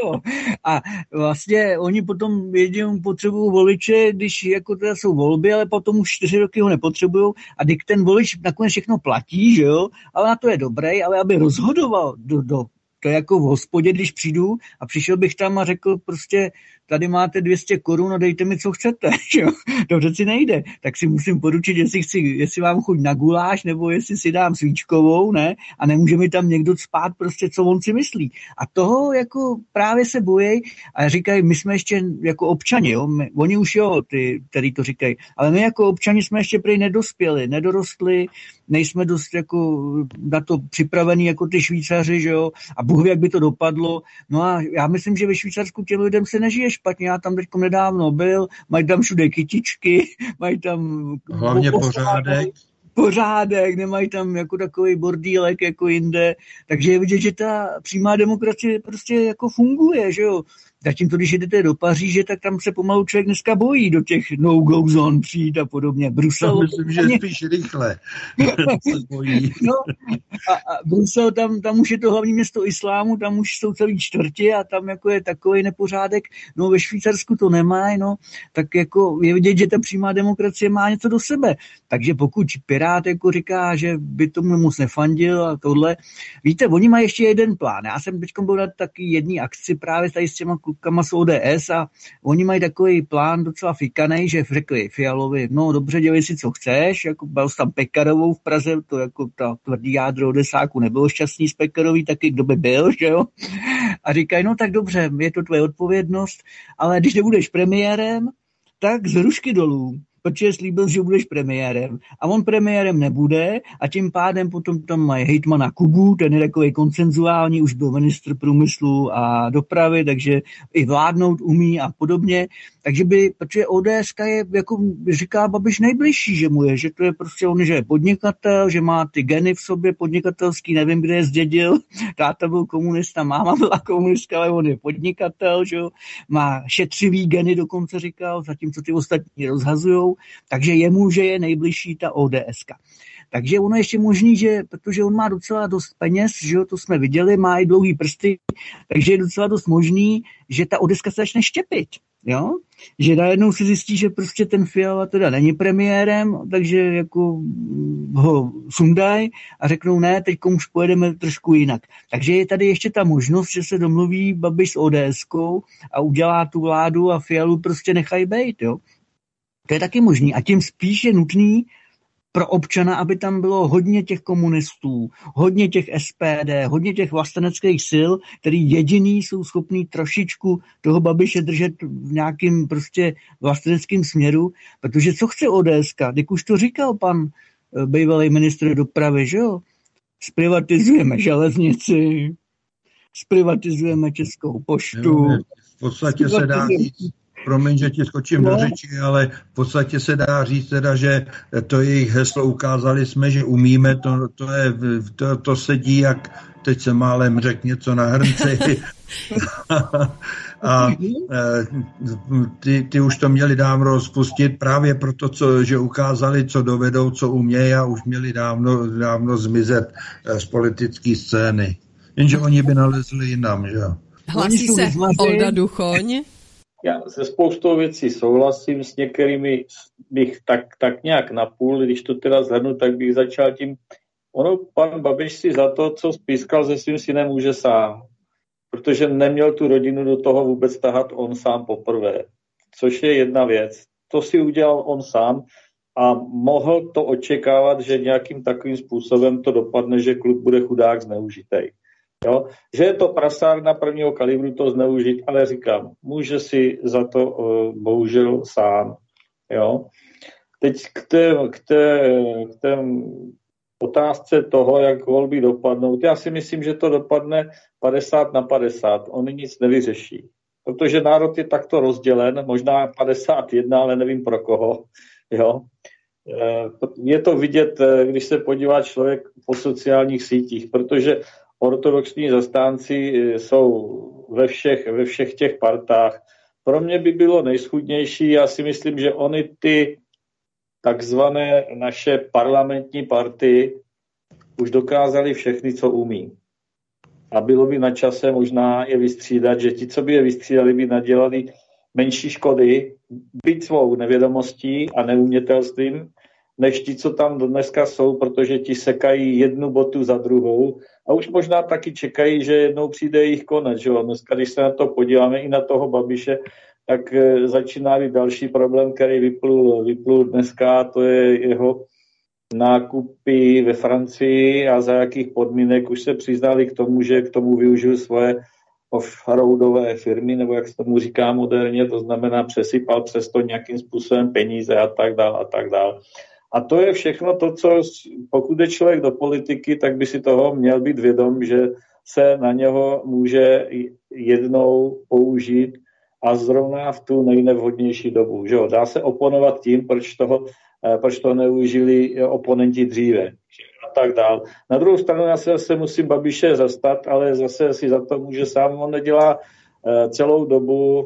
A vlastně oni potom jedinou potřebují voliče, když jako teda jsou volby, ale potom už čtyři roky ho nepotřebují a když ten volič nakonec všechno platí, že jo, ale na to je dobrý, ale aby rozhodoval do, do to je jako v hospodě, když přijdu a přišel bych tam a řekl prostě, tady máte dvě stě korun a dejte mi, co chcete. Jo? To přeci nejde. Tak si musím poručit, jestli, chci, jestli vám chuť na guláš, nebo jestli si dám svíčkovou, ne? A nemůže mi tam někdo spát prostě, co on si myslí. A toho jako právě se bojí a říkají, my jsme ještě jako občani, jo? My, oni už jo, ty, který to říkají, ale my jako občani jsme ještě prý nedospěli, nedorostli, nejsme dost jako na to připravení jako ty Švýcaři, že jo? A Bůh ví, jak by to dopadlo. No a já myslím, že ve Švýcarsku těm lidem se nežije špatně. Já tam teďko nedávno byl, mají tam všude kytičky, mají tam... Hlavně pořádek. Pořádek, nemají tam jako takový bordílek jako jinde. Takže je vidět, že ta přímá demokracie prostě jako funguje, že jo. Zatímco, když jdete do Paříže, tak tam se pomalu člověk dneska bojí do těch no-go zone přijít a podobně. Brusel... Myslím, že mě... spíš rychle se bojí. No, a, a Brusel, tam, tam už je to hlavní město islámu, tam už jsou celý čtvrti a tam jako je takový nepořádek. No ve Švýcarsku to nemá, no, tak jako je vidět, že ta přímá demokracie má něco do sebe. Takže pokud Pirát jako říká, že by tomu moc nefandil a tohle, víte, oni mají ještě jeden plán. Já jsem teď byl na taky jedné akci právě tady s těma klukama z O D S a oni mají takový plán docela fikanej, že řekli Fialovi, no dobře, dělej si, co chceš, jako byl tam Pekarovou v Praze, to jako ta tvrdý jádro odesáku nebylo šťastný z Pekarový, taky kdo by byl, že jo? A říkají, no tak dobře, je to tvoje odpovědnost, ale když nebudeš premiérem, tak z rušky dolů. Protože slíbil, že budeš premiérem. A on premiérem nebude a tím pádem potom tam mají hejtmana Kubu, ten je takový konsenzuální, už byl ministr průmyslu a dopravy, takže i vládnout umí a podobně. Takže by, protože ODSka je, jako říká Babiš, nejbližší, že mu je, že to je prostě on, že je podnikatel, že má ty geny v sobě podnikatelský, nevím, kde je zdědil, táta byl komunista, máma byla komunistka, ale on je podnikatel, že jo, má šetřivý geny, dokonce říkal, zatímco ty ostatní rozhazujou, takže jemu, že je nejbližší ta ODSka. Takže ono ještě možný, že, protože on má docela dost peněz, že jo, to jsme viděli, má i dlouhý prsty, takže je docela dost možný, že ta ODSka se začne štěpit, jo, že najednou si zjistí, že prostě ten Fiala teda není premiérem, takže jako ho sundaj a řeknou ne, teď už pojedeme trošku jinak. Takže je tady ještě ta možnost, že se domluví Babiš s ODSkou a udělá tu vládu a Fialu prostě nechají bejt, jo. To je taky možný a tím spíš je nutný pro občana, aby tam bylo hodně těch komunistů, hodně těch S P D, hodně těch vlasteneckých sil, který jediný jsou schopní trošičku toho Babiše držet v nějakým prostě vlasteneckým směru, protože co chce ODSka? Teď už to říkal pan bývalý ministr dopravy, že jo? Zprivatizujeme železnici, zprivatizujeme Českou poštu. V podstatě se dá říct, promiň, že ti skočím no. do řeči, ale v podstatě se dá říct teda, že to jejich heslo ukázali jsme, že umíme, to, to, je, to, to sedí jak, teď se málem řekl něco na hrnci. A ty, ty už to měli dávno rozpustit právě proto, co, že ukázali, co dovedou, co umějí a už měli dávno, dávno zmizet z politické scény. Jenže oni by nalezli jinam, že jo. Hlasí se Olda Duchoň. Já se spoustou věcí souhlasím, s některými bych tak, tak nějak napůl, když to teda zhrnu, tak bych začal tím, ono pan Babiš si za to, co spískal se svým synem, může sám, protože neměl tu rodinu do toho vůbec tahat on sám poprvé, což je jedna věc. To si udělal on sám a mohl to očekávat, že nějakým takovým způsobem to dopadne, že kluk bude chudák zneužitej. Jo? Že je to prasárna prvního kalibru to zneužít, ale říkám, může si za to uh, bohužel sám. Jo? Teď k té, k, té, k té otázce toho, jak volby dopadnou, já si myslím, že to dopadne padesát na padesát. On nic nevyřeší. Protože národ je takto rozdělen, možná padesát jedna, ale nevím pro koho. Jo? Je to vidět, když se podívá člověk po sociálních sítích, protože ortodoxní zastánci jsou ve všech, ve všech těch partách. Pro mě by bylo nejschudnější, já si myslím, že oni ty takzvané naše parlamentní party už dokázali všechny, co umí. A bylo by na čase možná je vystřídat, že ti, co by je vystřídali, by nadělali menší škody, byť svou nevědomostí a neumětelstvím, než ti, co tam dneska jsou, protože ti sekají jednu botu za druhou a už možná taky čekají, že jednou přijde jejich konec. Že jo? Dneska, když se na to podíváme i na toho Babiše, tak e, začíná být další problém, který vyplul, vyplul dneska, to je jeho nákupy ve Francii a za jakých podmínek už se přiznali k tomu, že k tomu využil svoje off-roadové firmy, nebo jak se tomu říká moderně, to znamená přesypal přes to nějakým způsobem peníze a tak dál a tak dál. A to je všechno to, co pokud je člověk do politiky, tak by si toho měl být vědom, že se na něho může jednou použít a zrovna v tu nejnevhodnější dobu. Že jo? Dá se oponovat tím, proč, toho, proč to neužili oponenti dříve a tak dál. Na druhou stranu já se zase musím Babiše zastat, ale zase si za to může sám. On nedělá celou dobu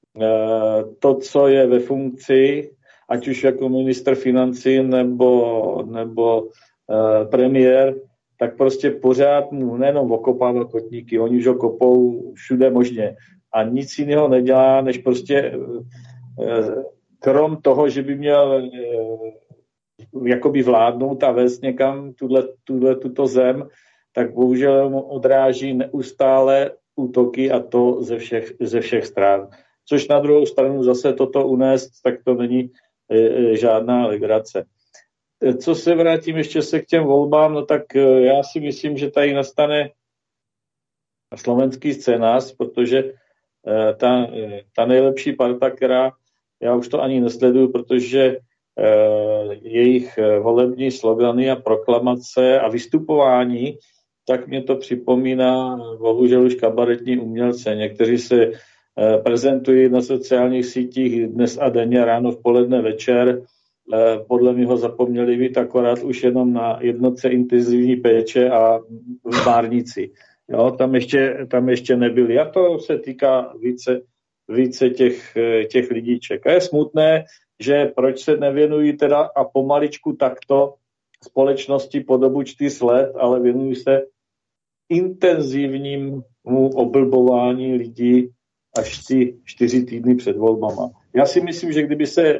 to, co je ve funkci, ať už jako ministr financí nebo, nebo uh, premiér, tak prostě pořád mu nejenom okopává kotníky, oni už ho kopou všude možně. A nic jiného nedělá, než prostě uh, krom toho, že by měl uh, jakoby vládnout a vést někam tuhle, tuhle, tuto zem, tak bohužel mu odráží neustále útoky a to ze všech, ze všech stran. Což na druhou stranu zase toto unést, tak to není žádná legrace. Co se vrátím ještě se k těm volbám, no tak já si myslím, že tady nastane slovenský scénář, protože ta, ta nejlepší parta, která, já už to ani nesleduju, protože jejich volební slogany a proklamace a vystupování, tak mě to připomíná bohužel už kabaretní umělce. Někteří se prezentují na sociálních sítích dnes a denně, ráno, v poledne, večer. Podle mě ho zapomněli být akorát už jenom na jednotce intenzivní péče a v Márnici. Jo, tam ještě, tam ještě nebyli. A to se týká více, více těch, těch lidíček. A je smutné, že proč se nevěnují teda a pomaličku takto společnosti po dobu čtyř let, ale věnují se intenzivnímu oblbování lidí až ty čtyři týdny před volbama. Já si myslím, že kdyby se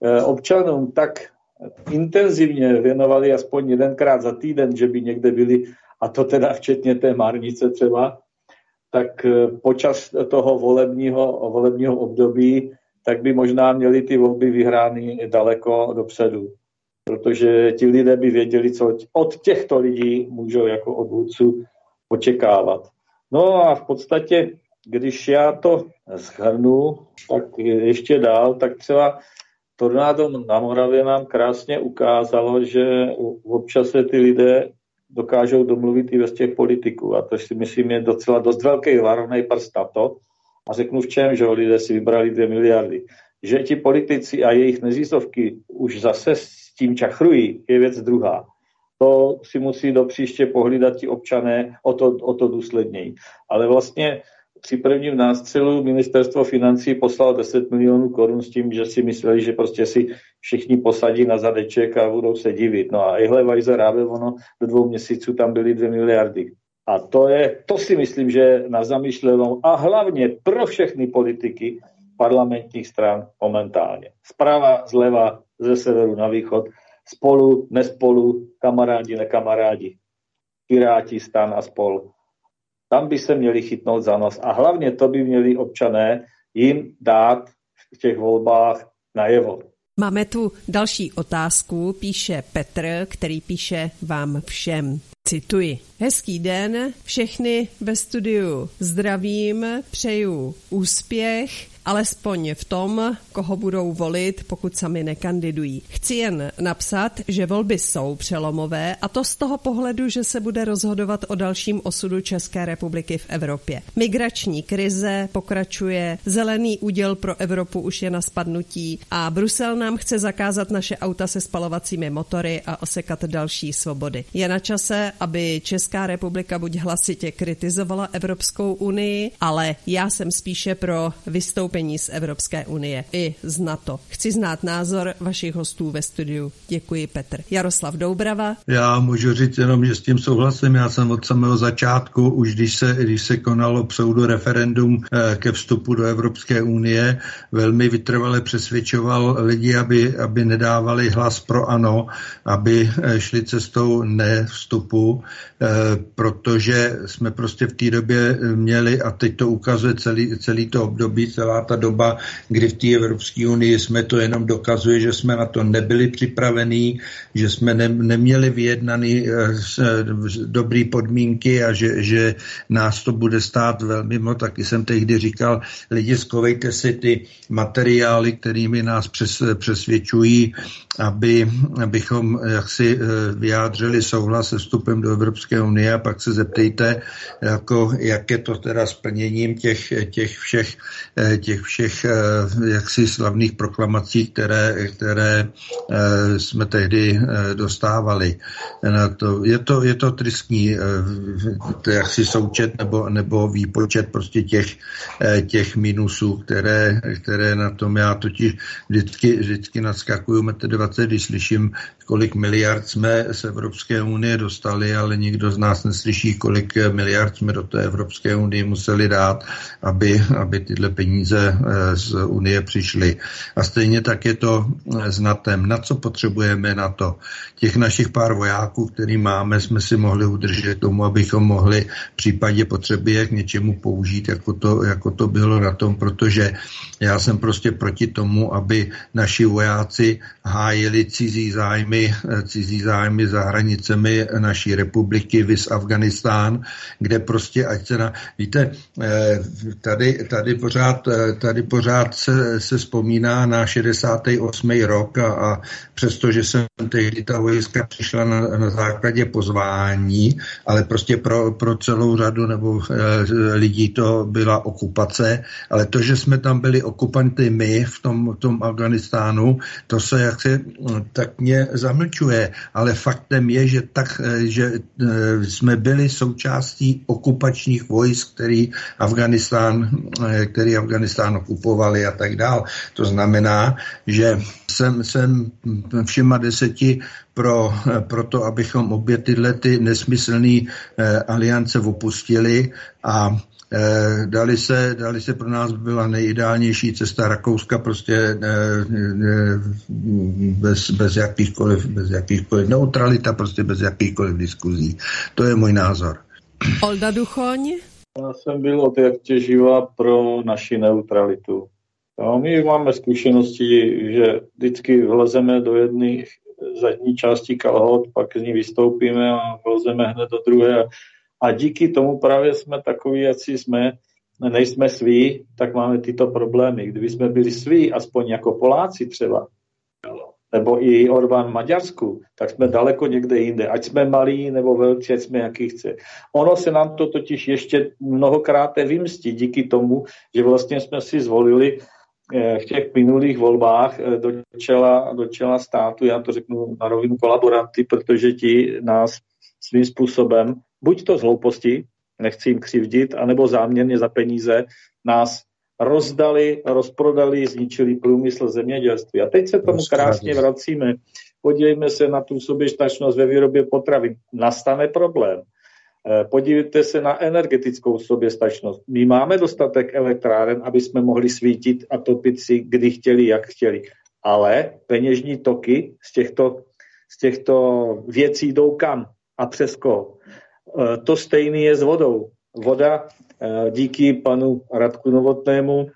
občanům tak intenzivně věnovali aspoň jedenkrát za týden, že by někde byli, a to teda včetně té Márnice třeba, tak počas toho volebního, volebního období, tak by možná měli ty volby vyhrány daleko dopředu. Protože ti lidé by věděli, co od těchto lidí můžou jako od vůdců očekávat. No a v podstatě, když já to shrnu, tak ještě dál, tak třeba tornádo na Moravě nám krásně ukázalo, že občas se ty lidé dokážou domluvit i bez těch politiků. A to si myslím je docela dost velký varovný prst na to. A řeknu v čem, že lidé si vybrali dvě miliardy. Že ti politici a jejich nezisovky už zase s tím čachrují, je věc druhá. To si musí do příště pohlídat ti občané o to, o to důsledněji. Ale vlastně při prvním nástřelu ministerstvo financí poslalo deset milionů korun s tím, že si mysleli, že prostě si všichni posadí na zadeček a budou se divit. No a ihle vajze rábe, ono do dvou měsíců tam byly dvě miliardy. A to je, to si myslím, že na zamýšlenou a hlavně pro všechny politiky parlamentních stran momentálně. Zprava, zleva, ze severu na východ, spolu, nespolu, kamarádi, nekamarádi, Piráti, Stan a spol. Tam by se měli chytnout za nos a hlavně to by měli občané jim dát v těch volbách najevo. Máme tu další otázku, píše Petr, který píše vám všem. Cituji. Hezký den, všechny ve studiu zdravím, přeju úspěch, alespoň v tom, koho budou volit, pokud sami nekandidují. Chci jen napsat, že volby jsou přelomové a to z toho pohledu, že se bude rozhodovat o dalším osudu České republiky v Evropě. Migrační krize pokračuje, zelený úděl pro Evropu už je na spadnutí a Brusel nám chce zakázat naše auta se spalovacími motory a osekat další svobody. Je na čase, aby Česká republika buď hlasitě kritizovala Evropskou unii, ale já jsem spíše pro vystoupení z Evropské unie i z NATO. Chci znát názor vašich hostů ve studiu. Děkuji, Petr. Jaroslav Doubrava. Já můžu říct jenom, že s tím souhlasím. Já jsem od samého začátku, už když se, když se konalo pseudoreferendum ke vstupu do Evropské unie, velmi vytrvale přesvědčoval lidi, aby, aby nedávali hlas pro ano, aby šli cestou nevstupu, protože jsme prostě v té době měli, a teď to ukazuje celý, celý to období, celá ta doba, kdy v té Evropské unii jsme, to jenom dokazuje, že jsme na to nebyli připravení, že jsme ne, neměli vyjednaný dobrý podmínky a že, že nás to bude stát velmi moc. Taky jsem tehdy říkal, lidi, zkovejte si ty materiály, kterými nás přes, přesvědčují, aby, abychom jaksi vyjádřili souhlas se vstupem do Evropské unie, a pak se zeptejte, jako, jak je to teda splněním těch, těch všech, těch všech jaksi slavných proklamací, které, které jsme tehdy dostávali. To, je, to, je to tristní jaksi součet nebo, nebo výpočet prostě těch, těch minusů, které, které na tom já totiž vždycky, vždycky nadskakuju metr dvacet, když slyším, kolik miliard jsme z Evropské unie dostali, ale nikdo z nás neslyší, kolik miliard jsme do té Evropské unie museli dát, aby, aby tyhle peníze z unie přišly. A stejně tak je to s NATem. Na co potřebujeme na to? Těch našich pár vojáků, který máme, jsme si mohli udržet k tomu, abychom mohli v případě potřeby je k něčemu použít, jako to, jako to bylo na tom, protože já jsem prostě proti tomu, aby naši vojáci hájili cizí zájmy, cizí zájmy za hranicemi naší republiky, viz Afganistán, kde prostě, ať se na... Víte, tady, tady pořád tady pořád se, se vzpomíná na šedesátý osmý rok a, a přestože jsem tehdy ta vojska přišla na, na základě pozvání, ale prostě pro, pro celou řadu nebo e, lidí to byla okupace, ale to, že jsme tam byli okupanty my v tom, v tom Afghánistánu, to se jak se tak mě zamlčuje, ale faktem je, že, tak, že e, jsme byli součástí okupačních vojsk, který Afghánistán, který Afghánistán okupovali a tak dál. To znamená, že jsem, jsem všema deseti pro, pro to, abychom obě tyhle ty nesmyslné eh, aliance opustili a eh, dali, se, dali se pro nás byla nejideálnější cesta Rakouska prostě eh, eh, bez, bez jakýchkoliv, bez jakýchkoliv neutralita, prostě bez jakýchkoliv diskuzí. To je můj názor. Olda Duchoň? Já jsem byl od jak těživa pro naši neutralitu. No, my máme zkušenosti, že vždycky vlezeme do jedné zadní části kalhot, pak z ní vystoupíme a vlezeme hned do druhé. A díky tomu právě jsme takoví, jací jsme, nejsme sví, tak máme tyto problémy. Kdyby jsme byli sví, aspoň jako Poláci třeba, nebo i Orbán v Maďarsku, tak jsme daleko někde jinde. Ať jsme malí nebo velcí, ať jsme jaký chce. Ono se nám to totiž ještě mnohokrát vymstí díky tomu, že vlastně jsme si zvolili v těch minulých volbách do čela, do čela státu, já to řeknu na rovinu kolaboranty, protože ti nás svým způsobem, buď to z hlouposti, nechci jim křivdit, anebo záměrně za peníze, nás rozdali, rozprodali, zničili průmysl zemědělství. A teď se tomu krásně vracíme. Podívejme se na tu soběstačnost ve výrobě potravin. Nastane problém. Podívejte se na energetickou soběstačnost. My máme dostatek elektráren, aby jsme mohli svítit a topit si, kdy chtěli, jak chtěli. Ale peněžní toky z těchto, z těchto věcí jdou kam a přes koho. To stejné je s vodou. Voda díky panu Radku Novotnému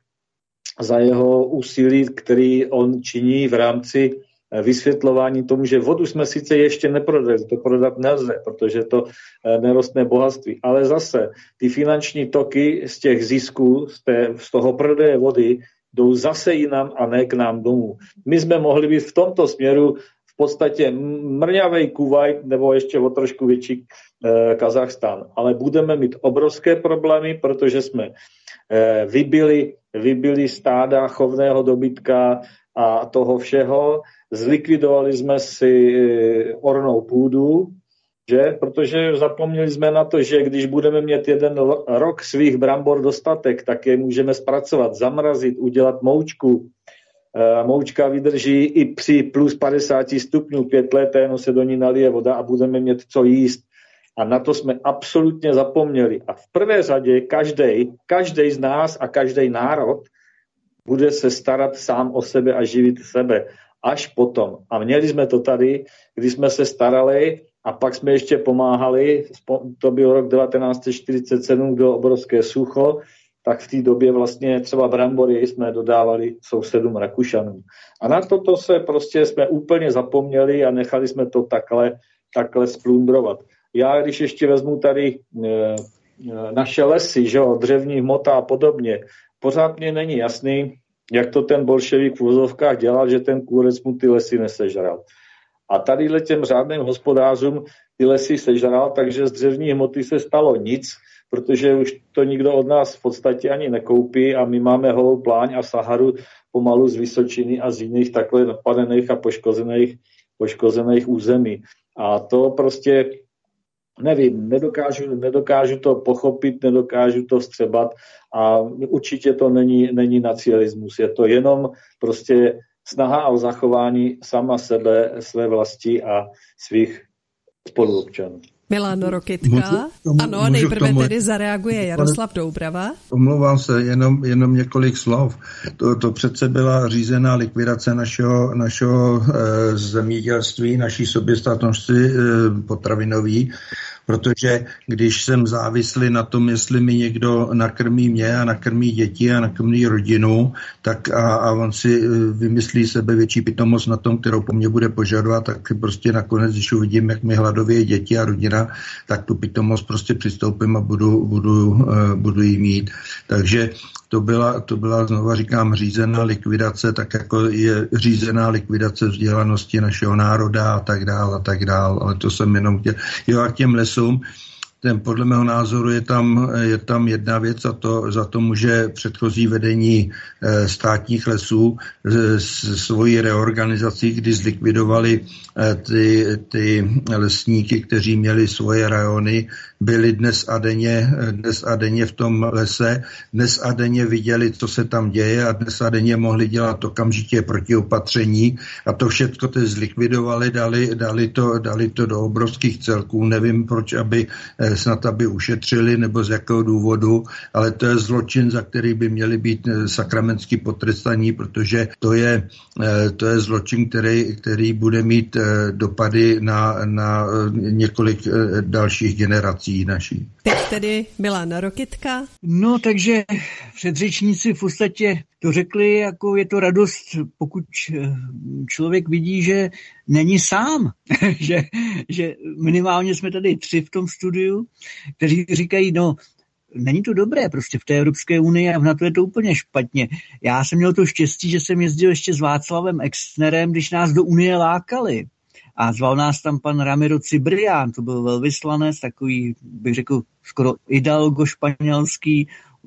za jeho úsilí, který on činí v rámci vysvětlování tomu, že vodu jsme sice ještě neprodali, to prodat nelze, protože to nerostné bohatství, ale zase ty finanční toky z těch zisků, z, té, z toho prodeje vody jdou zase jinam a ne k nám domů. My jsme mohli být v tomto směru v podstatě mrňavej Kuvajt nebo ještě o trošku větší eh, Kazachstán, ale budeme mít obrovské problémy, protože jsme eh, vybili, vybili stáda chovného dobytka a toho všeho, zlikvidovali jsme si ornou půdu, že? Protože zapomněli jsme na to, že když budeme mít jeden rok svých brambor dostatek, tak je můžeme zpracovat, zamrazit, udělat moučku. Moučka vydrží i při plus padesát stupňů pět let, jenom se do ní nalije voda a budeme mít co jíst. A na to jsme absolutně zapomněli. A v prvé řadě každý, každý z nás a každý národ bude se starat sám o sebe a živit sebe. Až potom. A měli jsme to tady, když jsme se starali a pak jsme ještě pomáhali, to byl rok devatenáct set čtyřicet sedm, bylo obrovské sucho, tak v té době vlastně třeba brambory jsme dodávali sousedům Rakušanům. A na toto se prostě jsme úplně zapomněli a nechali jsme to takhle, takhle splundrovat. Já když ještě vezmu tady e, naše lesy, že jo, dřevní hmota a podobně, pořád mě není jasný, jak to ten bolševík v úzovkách dělal, že ten kůrec mu ty lesy nesežral. A tady těm řádným hospodářům ty lesy sežral, takže z dřevní hmoty se stalo nic, protože už to nikdo od nás v podstatě ani nekoupí a my máme holou pláň a Saharu pomalu z Vysočiny a z jiných takhle napadených a poškozených, poškozených území. A to prostě nevím, nedokážu, nedokážu to pochopit, nedokážu to vstřebat a určitě to není, není nacionalismus. Je to jenom prostě snaha o zachování sama sebe, své vlasti a svých spoluobčanů. Milano Rokytka. Tomu, ano, a nejprve tomu, tedy zareaguje Jaroslav Doubrava. Omlouvám se, jenom, jenom několik slov. To, to přece byla řízená likvidace našeho, našeho e, zemědělství, naší soběstačnosti e, potravinový, protože když jsem závislý na tom, jestli mi někdo nakrmí mě a nakrmí děti a nakrmí rodinu, tak a, a on si vymyslí sebe větší pitomost na tom, kterou po mně bude požadovat, tak prostě nakonec, když uvidím, jak mi hladovějí děti a rodina, zítra, tak tu pitomost prostě přistoupím a budu, budu, budu jí mít. Takže to byla, to byla, znova říkám, řízená likvidace, tak jako je řízená likvidace vzdělanosti našeho národa a tak dál a tak dál, ale to jsem jenom chtěl. Jo, a k těm lesům, ten, podle mého názoru je tam, je tam jedna věc a to za to může předchozí vedení e, státních lesů e, s svojí reorganizací, kdy zlikvidovali e, ty, ty lesníky, kteří měli svoje rajony, byli dnes a denně, dnes a denně v tom lese, dnes a denně viděli, co se tam děje a dnes a denně mohli dělat okamžitě protiopatření a to všechno ty zlikvidovali, dali, dali, to, dali to do obrovských celků. Nevím, proč, aby snad aby ušetřili, nebo z jakého důvodu, ale to je zločin, za který by měli být sakramentsky potrestaní, protože to je, to je zločin, který, který bude mít dopady na, na několik dalších generací naší. Teď tedy Milana Rokytka. No, takže předřečníci v podstatě to řekli, jako je to radost, pokud člověk vidí, že není sám, že, že minimálně jsme tady tři v tom studiu, kteří říkají, no, není to dobré prostě v té Evropské unii a v NATO je to úplně špatně. Já jsem měl to štěstí, že jsem jezdil ještě s Václavem Exnerem, když nás do Unie lákali. A zval nás tam pan Ramiro Cibrián, to byl velvyslanec, takový, bych řekl, skoro hidalgo španělský,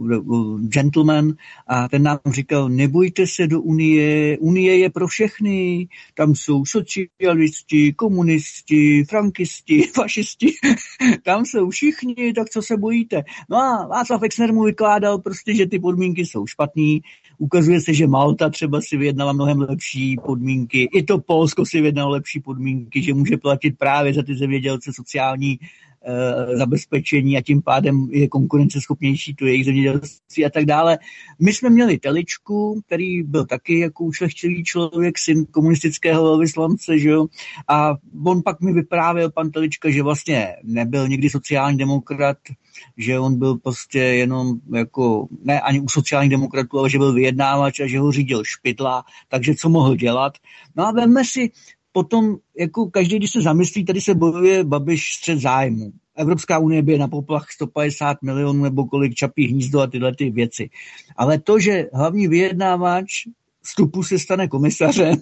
gentleman, a ten nám říkal, nebojte se do Unie, Unie je pro všechny, tam jsou socialisti, komunisti, frankisti, fašisti, tam jsou všichni, tak co se bojíte? No a Václav Exner mu vykládal prostě, že ty podmínky jsou špatný, ukazuje se, že Malta třeba si vyjednala mnohem lepší podmínky, i to Polsko si vyjednalo lepší podmínky, že může platit právě za ty zemědělce sociální zabezpečení a tím pádem je konkurenceschopnější to jejich zemědělství a tak dále. My jsme měli Teličku, který byl taky jako ušlechtilý člověk, syn komunistického velvyslance, že jo, a on pak mi vyprávěl, pan Telička, že vlastně nebyl nikdy sociální demokrat, že on byl prostě jenom jako, ne ani u sociálních demokratů, ale že byl vyjednávač a že ho řídil Špidla, takže co mohl dělat. No a vemme si, potom, jako každý, když se zamyslí, tady se bojuje Babiš střet zájmu. Evropská unie bije na poplach sto padesát milionů nebo kolik Čapí hnízdo a tyhle ty věci. Ale to, že hlavní vyjednávač vstupu se stane komisařem,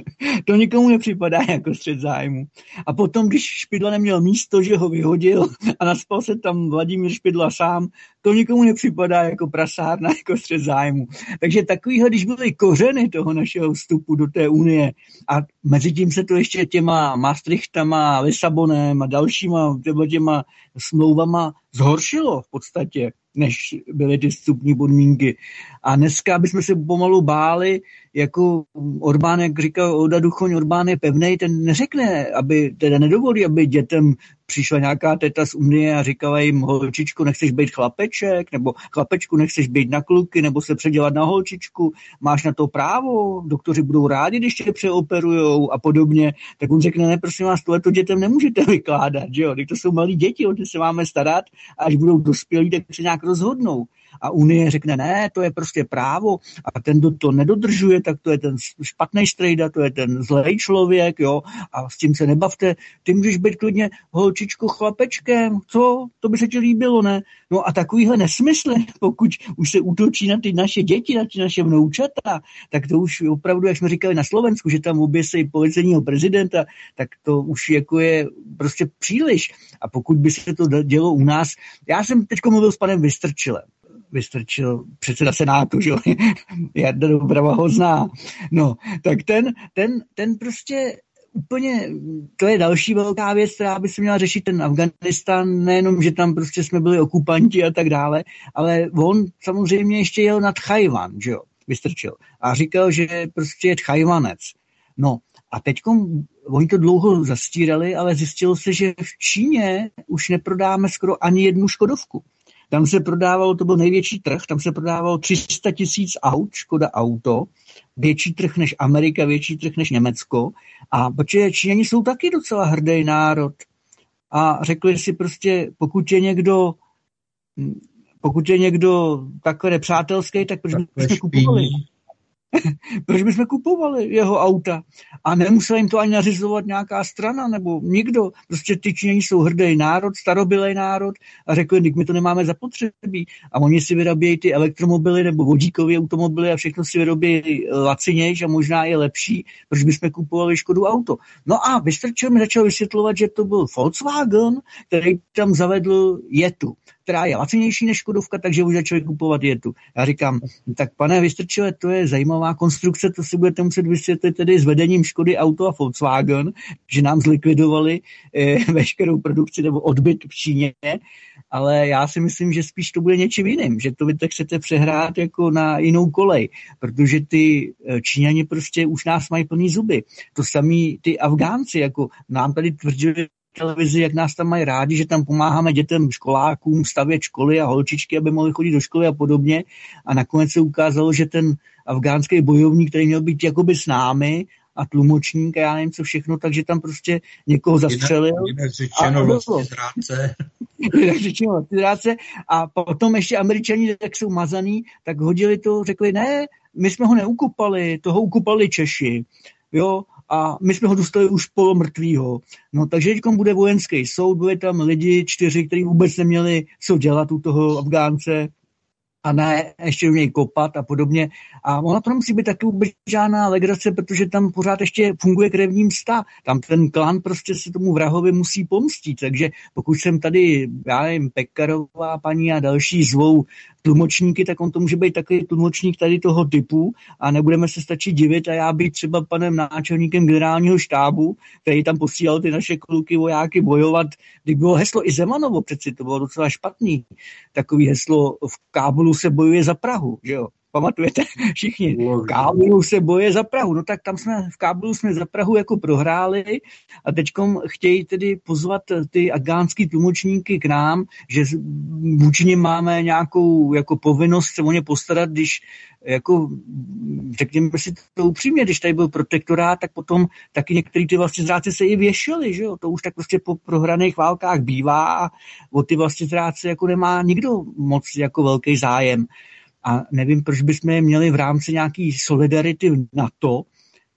to nikomu nepřipadá jako střet zájmu. A potom, když Špidla neměl místo, že ho vyhodil a naspal se tam Vladimír Špidla sám, to nikomu nepřipadá jako prasárna, jako střet zájmu. Takže takovýhle, když byly kořeny toho našeho vstupu do té unie a mezi tím se to ještě těma Maastrichtama, Lisabonem a dalšíma těma smlouvama zhoršilo v podstatě, než byly ty vstupní podmínky. A dneska bychom se pomalu báli, jako Orbán, jak říkal Oda Duchoň, Orbán je pevnej, ten neřekne, aby, teda nedovolí, aby dětem přišla nějaká teta z Unie a říkala jim, holčičku, nechceš být chlapeček, nebo chlapečku, nechceš být na kluky, nebo se předělat na holčičku, máš na to právo, doktoři budou rádi, když tě přeoperujou a podobně, tak on řekne, ne, prosím vás, tohleto dětem nemůžete vykládat, že jo, když to jsou malí děti, o ty se máme starat a až budou dospělí, tak se nějak rozhodnou. A Unie řekne, ne, to je prostě právo a ten, kdo to nedodržuje, tak to je ten špatný štrejda, to je ten zlej člověk, jo, a s tím se nebavte, ty můžeš být klidně holčičko chlapečkem, co, to by se ti líbilo, ne? No a takovýhle nesmysly, pokud už se útočí na ty naše děti, na ty naše vnoučata, tak to už opravdu, jak jsme říkali na Slovensku, že tam oběsejí policejního prezidenta, tak to už jako je prostě příliš. A pokud by se to dělo u nás, já jsem teď mluvil s panem Vystrčilem, Vystrčil předseda Senátu, že jo, Jarda Doubrava ho zná. No, tak ten, ten, ten prostě úplně, to je další velká věc, která by se měla řešit ten Afganistán, nejenom, že tam prostě jsme byli okupanti a tak dále, ale on samozřejmě ještě jel nad Chajvan, že jo, Vystrčil. A říkal, že prostě je Chajvanec. No, a teďkom oni to dlouho zastírali, ale zjistilo se, že v Číně už neprodáme skoro ani jednu Škodovku. Tam se prodávalo, to byl největší trh, tam se prodávalo tři sta tisíc aut, Škoda Auto, větší trh než Amerika, větší trh než Německo. A protože Číňani jsou taky docela hrdý národ. A řekli si prostě, pokud je někdo, pokud je někdo takhle nepřátelský, tak proč bychom kupovali? Proč bychom kupovali jeho auta? A nemusela jim to ani nařizovat nějaká strana nebo nikdo. Prostě ty Číňani jsou hrdý národ, starobylej národ a řekli, my to nemáme zapotřebí. A oni si vyrobějí ty elektromobily nebo vodíkové automobily a všechno si vyrobí lacinějš a možná je lepší, proč bychom kupovali Škodu auto. No a Vystrčil mi začal vysvětlovat, že to byl Volkswagen, který tam zavedl Jetu, která je lacinější než Škodovka, takže už začali kupovat Jetu. Já říkám, tak pane Vystrčile, to je zajímavá konstrukce, to si budete muset vysvětlit tedy s vedením Škody auto a Volkswagen, že nám zlikvidovali eh, veškerou produkci nebo odbyt v Číně, ale já si myslím, že spíš to bude něčím jiným, že to vy tak chcete přehrát jako na jinou kolej, protože ty Číňani prostě už nás mají plný zuby. To samý ty Afgánci, jako nám tady tvrdili televizi, jak nás tam mají rádi, že tam pomáháme dětem, školákům stavět školy a holčičky, aby mohly chodit do školy a podobně. A nakonec se ukázalo, že ten afgánský bojovník, který měl být jakoby s námi a tlumočník a já nevím co všechno, takže tam prostě někoho zastřelil. Jinak řečeno vlastně zrádce. Jinak řečeno zrádce. A potom ještě Američani, tak jsou mazaný, tak hodili to, řekli, ne, my jsme ho neukupali, toho ukupali Češi. Jo, a my jsme ho dostali už polomrtvýho. No takže teďkom bude vojenský soud, bude tam lidi, čtyři, kteří vůbec neměli co dělat u toho Afgánce a ne ještě do něj kopat a podobně. A ona to nemusí být taky vůbec žádná legrace, protože tam pořád ještě funguje krevní msta. Tam ten klan prostě se tomu vrahovi musí pomstit. Takže pokud jsem tady, já nevím, Pekarová paní a další zvou tlumočníky, tak on to může být takový tlumočník tady toho typu a nebudeme se stačit divit a já být třeba panem náčelníkem generálního štábu, který tam posílal ty naše kluky vojáky bojovat. Když bylo heslo i Zemanovo, přeci to bylo docela špatný. Takový heslo v Kábulu se bojuje za Prahu, že jo? Pamatujete všichni? V Kábulu se boje za Prahu. No tak tam jsme, v Kábulu jsme za Prahu jako prohráli a teďkom chtějí tedy pozvat ty afgánský tlumočníky k nám, že vůči nim máme nějakou jako povinnost se o ně postarat, když jako, řekněme si to upřímně, když tady byl protektorát, tak potom taky některý ty vlastizrádci se i věšeli, že jo? To už tak prostě po prohraných válkách bývá a o ty vlastizrádce jako nemá nikdo moc jako velký zájem. A nevím, proč bychom je měli v rámci nějaký solidarity v NATO uh,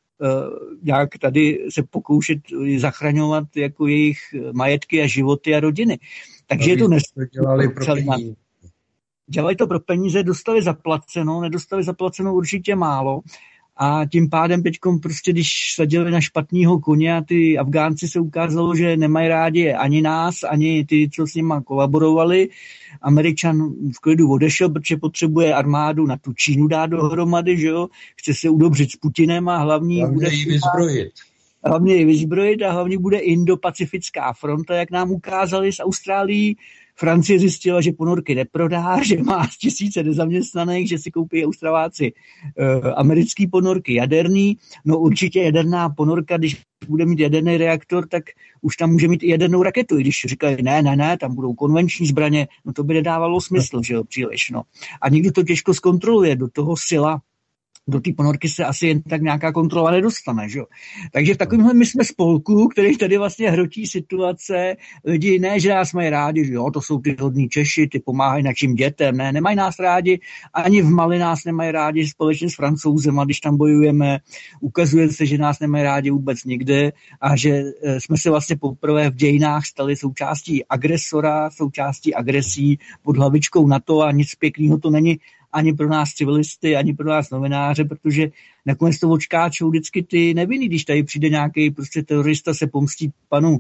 nějak tady se pokoušet zachraňovat jako jejich majetky a životy a rodiny. Takže je to nesmysl. Dělali pro peníze. Dělali to pro peníze, dostali zaplaceno, nedostali zaplaceno určitě málo. A tím pádem teďkom prostě, když sadili na špatného koně a ty Afgánci se ukázalo, že nemají rádi ani nás, ani ty, co s nima kolaborovali. Američan v klidu odešel, protože potřebuje armádu na tu Čínu dát dohromady, že jo? Chce se udobřit s Putinem a hlavní hlavně bude... ji vyzbrojit. Hlavně ji vyzbrojit a hlavně bude Indo-Pacifická fronta, jak nám ukázali z Austrálií. Francie zjistila, že ponorky neprodá, že má tisíce nezaměstnaných, že si koupí Australáci e, americký ponorky jaderný. No určitě jaderná ponorka, když bude mít jaderný reaktor, tak už tam může mít i jadernou raketu. I když říkají, ne, ne, ne, tam budou konvenční zbraně, no to by nedávalo smysl, že jo, příliš. No. A nikdo to těžko zkontroluje, do toho sila. Do té ponorky se asi jen tak nějaká kontrola nedostane, že jo. Takže v takovémhle my jsme spolku, který tady vlastně hrotí situace, lidi ne, že nás mají rádi, že jo, to jsou ty hodní Češi, ty pomáhají našim dětem, ne, nemají nás rádi, ani v Mali nás nemají rádi společně s Francouzem, a když tam bojujeme, ukazuje se, že nás nemají rádi vůbec nikde a že jsme se vlastně poprvé v dějinách stali součástí agresora, součástí agresí pod hlavičkou NATO a nic pěkného to není ani pro nás civilisty, ani pro nás novináře, protože nakonec to očkáčou vždycky ty nevinný, když tady přijde nějaký prostě terorista se pomstí panu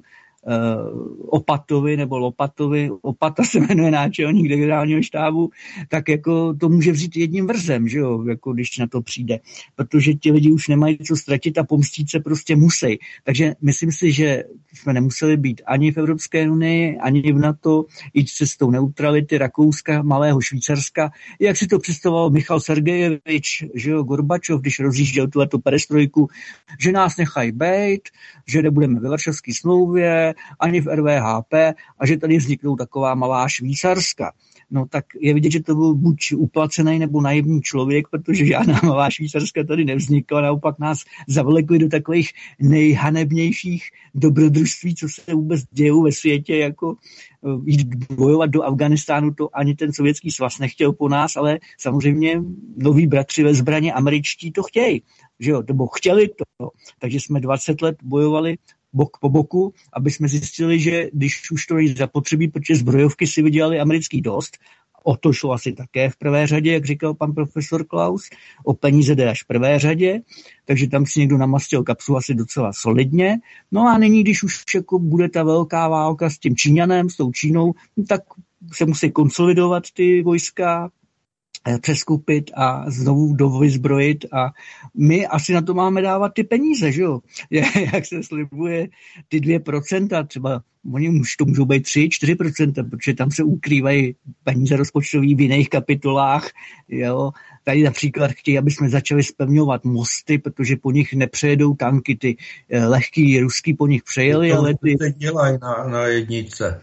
uh, Opatovi nebo Lopatovi, Opata se jmenuje náčelník generálního štábu, tak jako to může vzít jedním vrzem, že jo, jako když na to přijde, protože ti lidi už nemají co ztratit a pomstít se prostě musí. Takže myslím si, že jsme nemuseli být ani v Evropské unii, ani v NATO, jít cestou neutrality Rakouska, malého Švýcarska, jak si to představoval Michal Sergejevič, že jo, Gorbačov, když rozjížděl tuhletu perestrojku, že nás nechají bejt, že nebudeme ve Varšavské smlouvě, nebude ani v R V H P a že tady vzniknou taková malá Švýcarska. No tak je vidět, že to byl buď uplacený nebo naivní člověk, protože žádná malá Švýcarska tady nevznikla, naopak nás zavlekli do takových nejhanebnějších dobrodružství, co se vůbec dějou ve světě, jako jít bojovat do Afganistánu, to ani ten sovětský svaz nechtěl po nás, ale samozřejmě noví bratři ve zbraně američtí to chtějí, že jo, nebo chtěli to, takže jsme dvacet let bojovali bok po boku, aby jsme zjistili, že když už to není zapotřebí, protože zbrojovky si vydělali americký dost, o to šlo asi také v prvé řadě, jak říkal pan profesor Klaus, o peníze jde až v prvé řadě, takže tam si někdo namastil kapsu asi docela solidně. No a nyní, když už jako bude ta velká válka s tím Číňanem, s tou Čínou, tak se musí konsolidovat ty vojska, přeskupit a znovu dovyzbrojit a my asi na to máme dávat ty peníze, že jo? Jak se slibuje ty dvě procenta, třeba oni už to můžou být tři, čtyři procenta, protože tam se ukrývají peníze rozpočtový v jiných kapitolách, jo? Tady například chtějí, aby jsme začali zpevňovat mosty, protože po nich nepřejedou tanky, ty lehký ruský po nich přejeli, to ale ty... To dělají na, na jednice.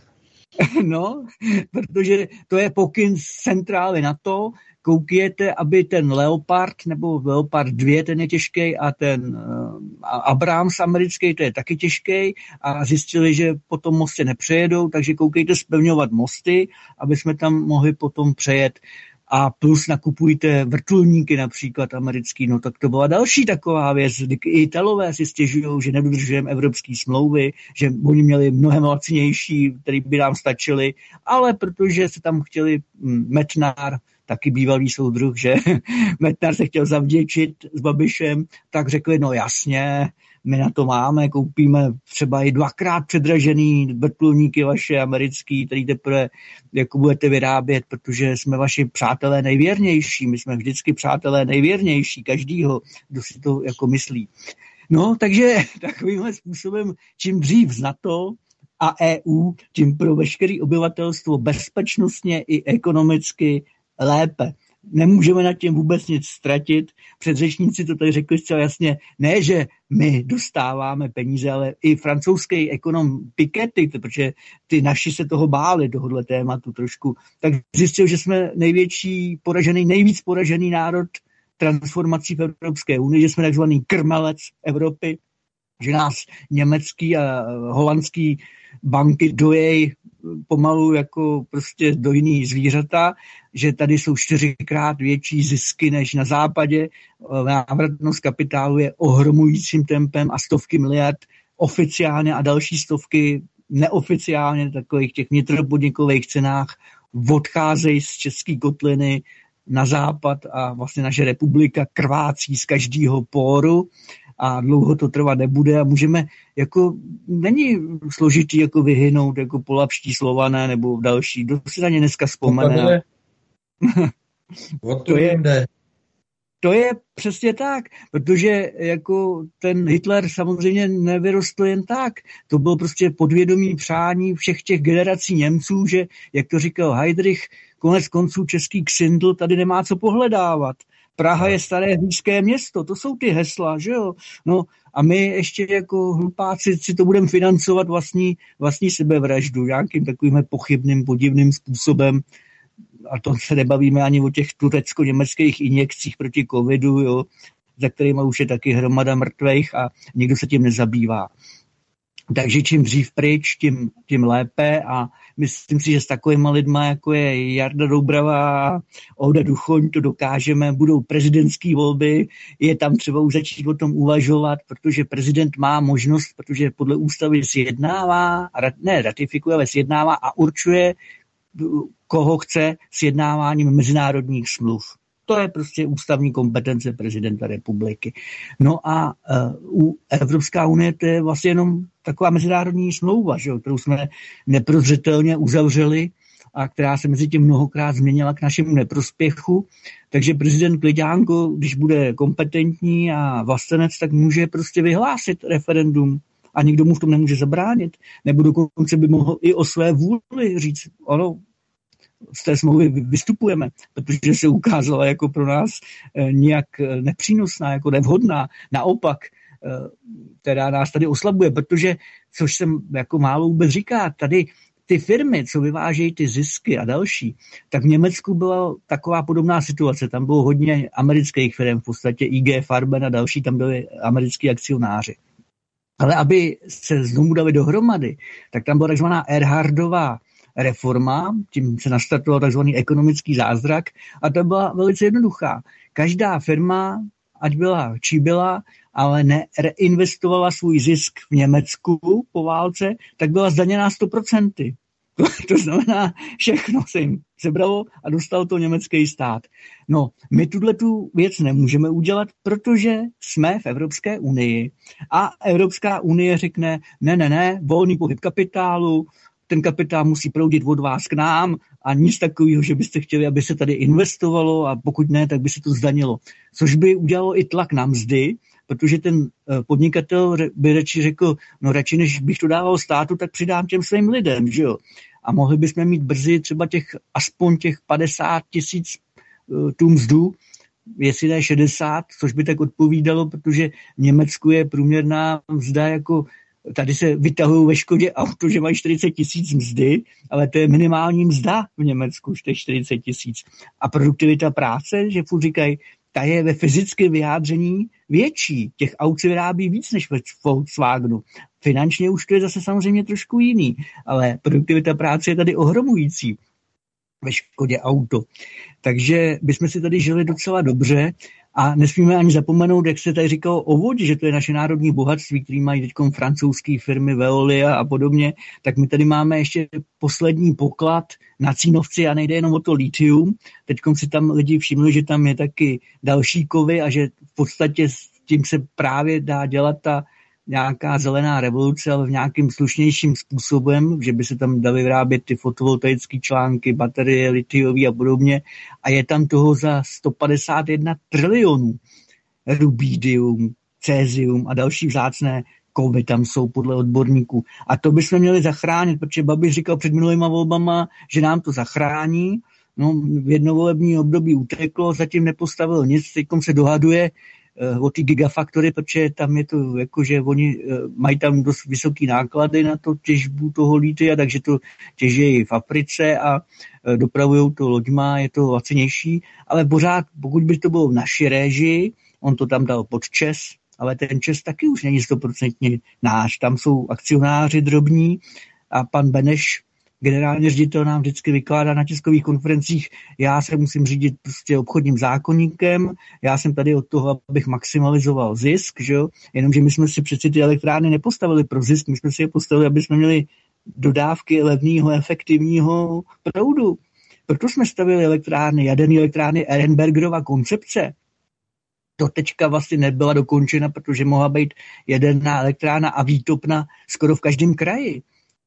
No, protože to je pokyn z centrály NATO, koukněte, aby ten Leopard, nebo Leopard dva, ten je těžký, a ten uh, Abrams americký, to je taky těžký, a zjistili, že po tom mostě nepřejedou, takže koukejte zpevňovat mosty, aby jsme tam mohli potom přejet. A plus nakupujte vrtulníky například americký, no tak to byla další taková věc. I Italové si stěžují, že nedodržujeme evropské smlouvy, že oni měli mnohem lacnější, které by nám stačily, ale protože se tam chtěli Metnar, taky bývalý soudruh, že Metnar se chtěl zavděčit s Babišem, tak řekli, no jasně, my na to máme, koupíme třeba i dvakrát předražený vrtulníky vaše americký, který teprve jako budete vyrábět, protože jsme vaši přátelé nejvěrnější, my jsme vždycky přátelé nejvěrnější, každýho, kdo si to jako myslí. No, takže takovýmhle způsobem, čím dřív z NATO a E U, tím pro veškeré obyvatelstvo bezpečnostně i ekonomicky lépe. Nemůžeme nad tím vůbec nic ztratit. Předřečníci to tady řekli zcela jasně, ne, že my dostáváme peníze, ale i francouzský ekonom Piketty, protože ty naši se toho báli, tohohle tématu trošku, tak zjistil, že jsme největší poražený, nejvíc poražený národ transformací v Evropské unii, že jsme takzvaný krmelec Evropy, že nás německý a holandský banky dojejí pomalu jako prostě dojný zvířata, že tady jsou čtyřikrát větší zisky než na západě. Návratnost kapitálu je ohromujícím tempem a stovky miliard oficiálně a další stovky neoficiálně takových těch vnitropodnikových cenách odcházejí z české kotliny na západ a vlastně naše republika krvácí z každého póru a dlouho to trvat nebude a můžeme, jako není složitý jako vyhynout jako polapští Slované nebo další, kdo si na ně dneska vzpomene. to, je, to je přesně tak, protože jako ten Hitler samozřejmě nevyrostl jen tak, to bylo prostě podvědomí přání všech těch generací Němců, že, jak to říkal Heydrich, konec konců český Ksindl tady nemá co pohledávat. Praha je staré hříšské město, to jsou ty hesla, že jo? No a my ještě jako hlupáci si to budeme financovat vlastní, vlastní sebevraždu nějakým takovým pochybným, podivným způsobem. A to se nebavíme ani o těch turecko-německých injekcích proti covidu, jo, za kterými už je taky hromada mrtvejch a nikdo se tím nezabývá. Takže čím dřív pryč, tím, tím lépe a myslím si, že s takovýma lidma, jako je Jarda Doubrava a Ouda Duchoň, to dokážeme, budou prezidentské volby, je tam třeba už začít o tom uvažovat, protože prezident má možnost, protože podle ústavy sjednává, ne ratifikuje, ale sjednává a určuje, koho chce sjednáváním mezinárodních smluv. To je prostě ústavní kompetence prezidenta republiky. No a uh, Evropská unie to je vlastně jenom taková mezinárodní smlouva, že, kterou jsme neprozřetelně uzavřeli a která se mezi tím mnohokrát změnila k našemu neprospěchu. Takže prezident Klidňánko, když bude kompetentní a vlastenec, tak může prostě vyhlásit referendum a nikdo mu v tom nemůže zabránit. Nebo dokonce by mohl i o své vůli říct, ono, z té smlouvy vystupujeme, protože se ukázala jako pro nás nijak nepřínosná, jako nevhodná. Naopak která nás tady oslabuje, protože, což jsem jako málo vůbec říká, tady ty firmy, co vyvážejí ty zisky a další, tak v Německu byla taková podobná situace. Tam bylo hodně amerických firm, v podstatě I G Farben a další, tam byli americký akcionáři. Ale aby se znovu dali dohromady, tak tam byla takzvaná Erhardová reforma, tím se nastartoval takzvaný ekonomický zázrak a to byla velice jednoduchá. Každá firma, ať byla či byla, ale nereinvestovala svůj zisk v Německu po válce, tak byla zdaněná sto procent. To, to znamená, všechno se jim sebralo a dostal to německý stát. No, my tuto věc nemůžeme udělat, protože jsme v Evropské unii a Evropská unie řekne, ne, ne, ne, volný pohyb kapitálu, ten kapitál musí proudit od vás k nám a nic takového, že byste chtěli, aby se tady investovalo a pokud ne, tak by se to zdanilo. Což by udělalo i tlak na mzdy, protože ten podnikatel by radši řekl, no radši než bych to dával státu, tak přidám těm svým lidem, že jo. A mohli bychom mít brzy třeba těch, aspoň těch padesát tisíc tu mzdu, jestli ne šedesát, což by tak odpovídalo, protože v Německu je průměrná mzda jako, tady se vytahují ve Škodě auto, že mají čtyřicet tisíc mzdy, ale to je minimální mzda v Německu, těch čtyřicet tisíc. A produktivita práce, že furt říkají, ta je ve fyzickém vyjádření větší. Těch aut se vyrábí víc než ve Volkswagenu. Finančně už to je zase samozřejmě trošku jiný, ale produktivita práce je tady ohromující ve Škodě auto. Takže bychom si tady žili docela dobře a nesmíme ani zapomenout, jak se tady říkalo o vodě, že to je naše národní bohatství, který mají teď francouzské firmy Veolia a podobně, tak my tady máme ještě poslední poklad na Cínovci a nejde jenom o to litium. Teď si tam lidi všimli, že tam je taky další kovy a že v podstatě s tím se právě dá dělat ta nějaká zelená revoluce, ale v nějakým slušnějším způsobem, že by se tam dali vyrábět ty fotovoltaické články, baterie litiové a podobně. A je tam toho za sto padesát jedna trilionů. Rubidium, cézium a další vzácné kovy tam jsou podle odborníků. A to bychom měli zachránit, protože Babiš říkal před minulýma volbama, že nám to zachrání. No, v jednovolební období uteklo, zatím nepostavil nic, teďkom se dohaduje o ty gigafaktory, protože tam je to jako, že oni mají tam dost vysoký náklady na to těžbu toho litia, takže to těžejí v Africe a dopravujou to loďma, je to lacinější, ale pořád, pokud by to bylo v naší réžii, on to tam dal pod ČEZ, ale ten ČEZ taky už není stoprocentně náš, tam jsou akcionáři drobní a pan Beneš, generální ředitel, nám vždycky vykládá na tiskových konferencích, já se musím řídit prostě obchodním zákoníkem, já jsem tady od toho, abych maximalizoval zisk, že jo? Jenomže my jsme si přeci ty elektrárny nepostavili pro zisk, my jsme si je postavili, aby jsme měli dodávky levného, efektivního proudu. Proto jsme stavili elektrárny, jaderné elektrárny, Ehrenbergerova koncepce. To teďka vlastně nebyla dokončena, protože mohla být jaderná elektrárna a výtopna skoro v každém kraji.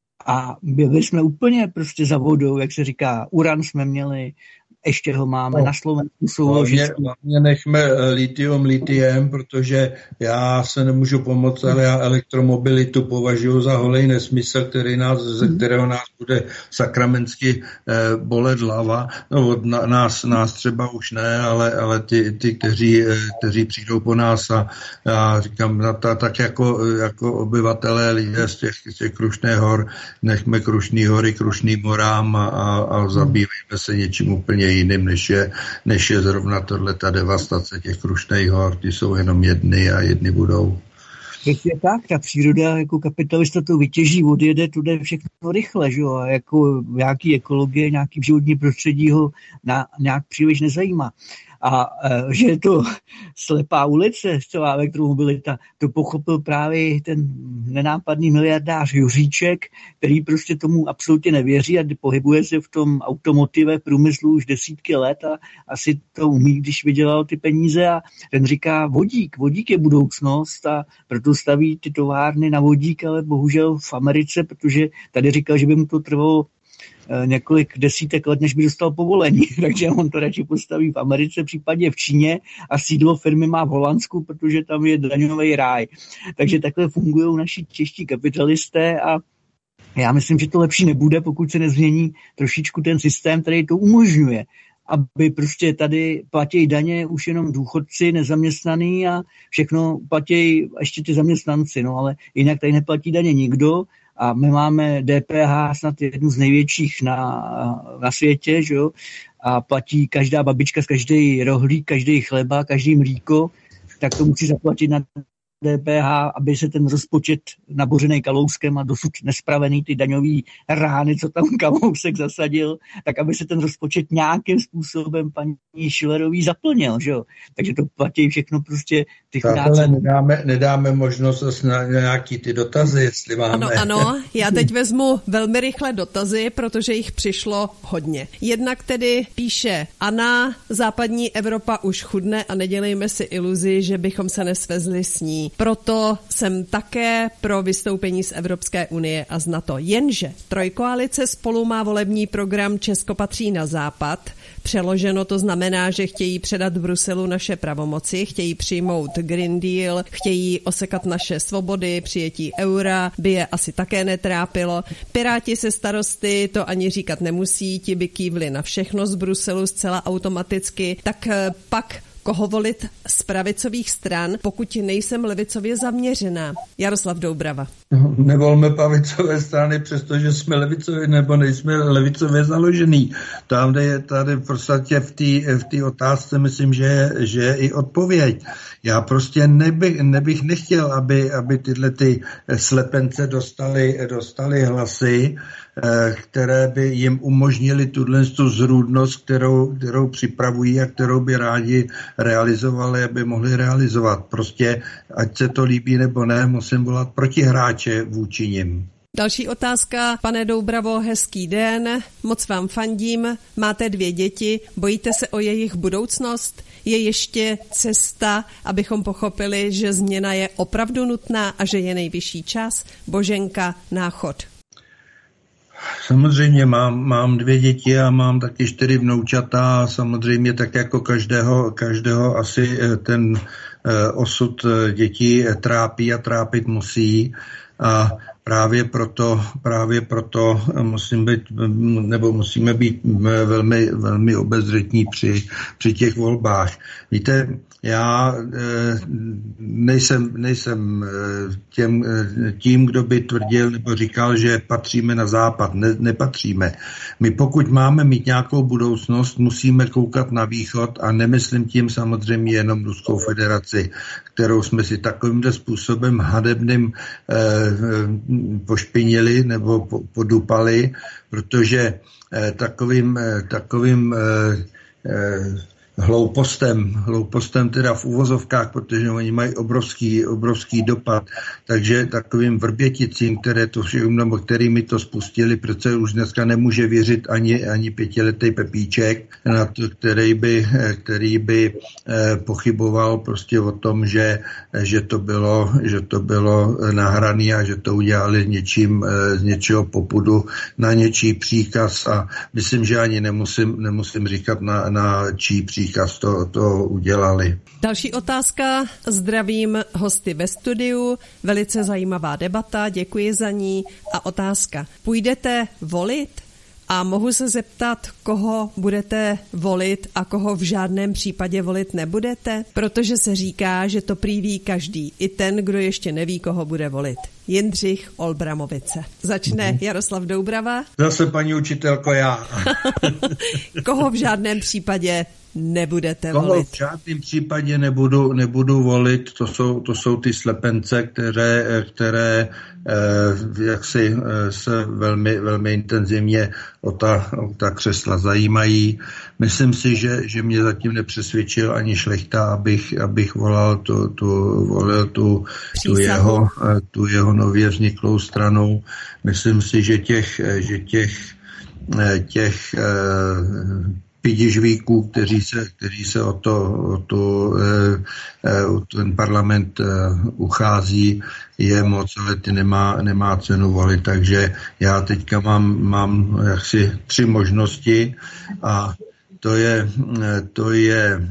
A byli jsme úplně prostě za vodou, jak se říká, uran jsme měli, ještě ho máme no, na Slovensku souložit. Hlavně nechme litium litiem, protože já se nemůžu pomoct, ale já elektromobilitu považuji za holej nesmysl, který nás, ze kterého nás bude sakramensky eh, bolet hlava. No, od na, nás, nás třeba už ne, ale, ale ty, ty kteří, eh, kteří přijdou po nás a já říkám, na ta, tak jako, jako obyvatelé lidé z těch, z těch Krušných hor, nechme Krušný hory Krušným horám a, a, a zabývejme se něčím úplně jiným, než je, než je zrovna tohleta devastace těch Krušných hor. Ty jsou jenom jedny a jedny budou. Přesně tak, ta příroda jako kapitalista to vytěží, odjede, to jde všechno rychle, že jo, a jako nějaký ekologie, nějaký životní prostředí ho na, nějak příliš nezajímá. A e, že je to slepá ulice, celá elektromobilita, to pochopil právě ten nenápadný miliardář Juříček, který prostě tomu absolutně nevěří a pohybuje se v tom automotive průmyslu už desítky let a asi to umí, když vydělal ty peníze a ten říká vodík, vodík je budoucnost a proto staví ty továrny na vodík, ale bohužel v Americe, protože tady říkal, že by mu to trvalo několik desítek let, než by dostal povolení. Takže on to radši postaví v Americe, případně v Číně a sídlo firmy má v Holandsku, protože tam je daňový ráj. Takže takhle fungují naši čeští kapitalisté a já myslím, že to lepší nebude, pokud se nezmění trošičku ten systém, který to umožňuje. aby prostě tady platí daně už jenom důchodci, nezaměstnaný a všechno platí ještě ty zaměstnanci, no ale jinak tady neplatí daně nikdo a my máme D P H snad jednu z největších na, na světě, že jo, a platí každá babička z každý rohlík, každý chleba, každý mlíko, tak to musí zaplatit na D P H, aby se ten rozpočet nabořený Kalouskem a dosud nespravený ty daňový rány, co tam Kalousek zasadil, tak aby se ten rozpočet nějakým způsobem paní Schillerový zaplnil, že jo. Takže to platí všechno prostě ty chudáci. Nedáme, nedáme možnost na nějaký ty dotazy, jestli máme. Ano, ano, já teď vezmu velmi rychle dotazy, protože jich přišlo hodně. Jednak tedy píše Anna, západní Evropa už chudne a nedělejme si iluzi, že bychom se nesvezli s ní. Proto jsem také pro vystoupení z Evropské unie a z NATO. Jenže trojkoalice Spolu má volební program Česko patří na západ. Přeloženo to znamená, že chtějí předat Bruselu naše pravomoci, chtějí přijmout Green Deal, chtějí osekat naše svobody, přijetí eura, by je asi také netrápilo. Piráti se Starosty to ani říkat nemusí, ti by kývli na všechno z Bruselu zcela automaticky, tak pak koho volit z pravicových stran, pokud nejsem levicově zaměřená? Jaroslav Doubrava. No, nevolme pravicové strany, přestože jsme levicově nebo nejsme levicově založený. Tam je tady v podstatě v té v té otázce, myslím, že je, že je i odpověď. Já prostě nebych, nebych nechtěl, aby, aby tyhle ty slepence dostali, dostali hlasy, které by jim umožnili tuhle tu zrůdnost, kterou, kterou připravují a kterou by rádi realizovali, aby mohli realizovat. Prostě, ať se to líbí nebo ne, musím volat protihráče vůči nim. Další otázka, pane Doubravo, hezký den, moc vám fandím, máte dvě děti, bojíte se o jejich budoucnost? Je ještě cesta, abychom pochopili, že změna je opravdu nutná a že je nejvyšší čas? Boženka Náchod. Samozřejmě mám, mám dvě děti a mám taky čtyři vnoučata a samozřejmě tak jako každého, každého asi ten osud dětí trápí a trápit musí a právě proto, právě proto musím být, nebo musíme být velmi, velmi obezřetní při, při těch volbách. Víte, já nejsem, nejsem těm, tím, kdo by tvrdil nebo říkal, že patříme na západ. Ne, nepatříme. My pokud máme mít nějakou budoucnost, musíme koukat na východ a nemyslím tím samozřejmě jenom Ruskou federaci, kterou jsme si takovýmto způsobem hadebným eh, pošpinili nebo po, podupali, protože eh, takovým, eh, takovým eh, eh, hloupostem, hloupostem teda v uvozovkách, protože oni mají obrovský, obrovský dopad, takže takovým vrběticím, které to všechno, kterými to spustili, protože už dneska nemůže věřit ani, ani pětiletý Pepíček, na to, který by, který by eh, pochyboval prostě o tom, že, že, to bylo, že to bylo nahraný a že to udělali něčím, eh, z něčeho popudu na něčí příkaz a myslím, že ani nemusím, nemusím říkat na, na čí příkaz To, to udělali. Další otázka. Zdravím hosty ve studiu. Velice zajímavá debata, děkuji za ní. A otázka. Půjdete volit? A mohu se zeptat, koho budete volit a koho v žádném případě volit nebudete? Protože se říká, že to prý ví každý. I ten, kdo ještě neví, koho bude volit. Jindřich Olbramovice. Začne Jaroslav Doubrava. Zase paní učitelko já. Koho v žádném případě nebudete Koho volit? v žádném případě nebudu, nebudu volit, to jsou, to jsou ty slepence, které, které eh, jaksi eh, se velmi, velmi intenzivně o ta, o ta křesla zajímají. Myslím si, že, že mě zatím nepřesvědčil ani Šlechta, abych, abych volal tu, tu, volil tu, tu, jeho, tu jeho nově vzniklou stranu. Myslím si, že těch, že těch, těch eh, pidižvíků, kteří se, kteří se o, to, o, to, e, o ten parlament e, uchází, je moc, ale ty nemá, nemá cenu volit. Takže já teďka mám, mám jaksi tři možnosti a to je, to je e,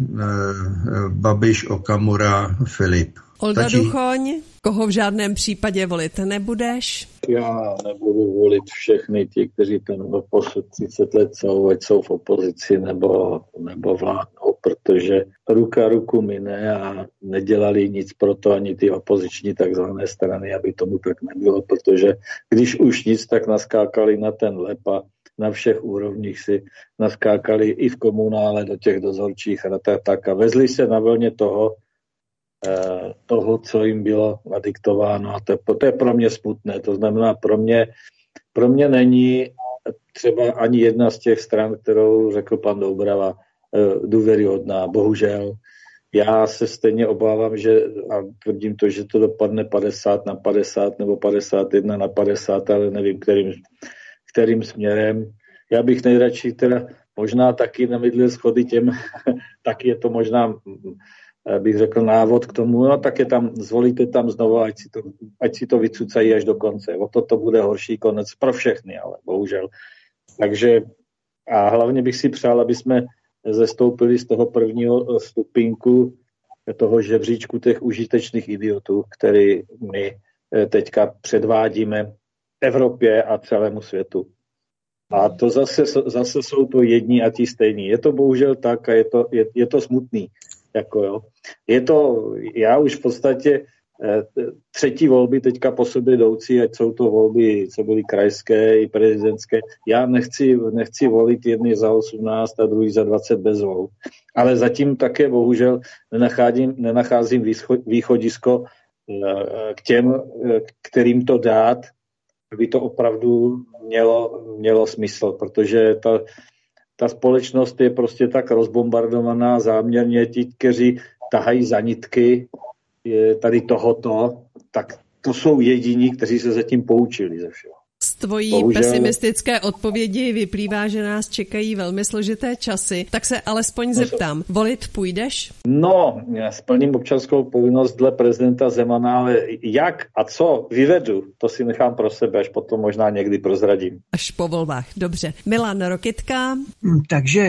Babiš, Okamura, Filip. Olga Duchoň, koho v žádném případě volit nebudeš? Já nebudu volit všechny ti, kteří ten posud třicet let jsou, ať jsou v opozici nebo, nebo vládnou, protože ruka ruku mine a nedělali nic pro to ani ty opoziční takzvané strany, aby tomu tak nebylo, protože když už nic, tak naskákali na ten lep a na všech úrovních si naskákali i v komunále do těch dozorčích rad a tak a vezli se na vlně toho, toho, co jim bylo nadiktováno. A to, to je pro mě smutné. To znamená, pro mě, pro mě není třeba ani jedna z těch stran, kterou řekl pan Doubrava, důvěryhodná. Bohužel. Já se stejně obávám, že, a tvrdím to, že to dopadne padesát na padesát nebo padesát jedna na padesát, ale nevím, kterým, kterým směrem. Já bych nejradši teda možná taky namydlil schody těm, tak je to možná bych řekl návod k tomu, no tak je tam, zvolíte tam znovu, ať si to, ať si to vycucají až do konce. O to to bude horší konec pro všechny, ale bohužel. Takže a hlavně bych si přál, aby jsme zestoupili z toho prvního stupínku toho žebříčku těch užitečných idiotů, který my teďka předvádíme Evropě a celému světu. A to zase, zase jsou to jedni a ti stejní. Je to bohužel tak a je to, je, je to smutný. Jako jo. Je to, já už v podstatě eh, třetí volby teďka po sobě jdoucí, ať jsou to volby, co byly krajské i prezidentské, já nechci, nechci volit jedny za osmnáct a druhý za dvacet bez volb. Ale zatím také bohužel nenacházím, nenacházím východisko eh, k těm, eh, kterým to dát, aby to opravdu mělo, mělo smysl, protože ta Ta společnost je prostě tak rozbombardovaná záměrně, ti, kteří tahají za nitky je tady tohoto, tak to jsou jediní, kteří se zatím poučili ze všeho. Z tvojí Bohužel... pesimistické odpovědi vyplývá, že nás čekají velmi složité časy, tak se alespoň zeptám, volit půjdeš? No, já splním občanskou povinnost dle prezidenta Zemana, ale jak a co vyvedu, to si nechám pro sebe, až potom možná někdy prozradím. Až po volbách, dobře. Milan Rokytka? Takže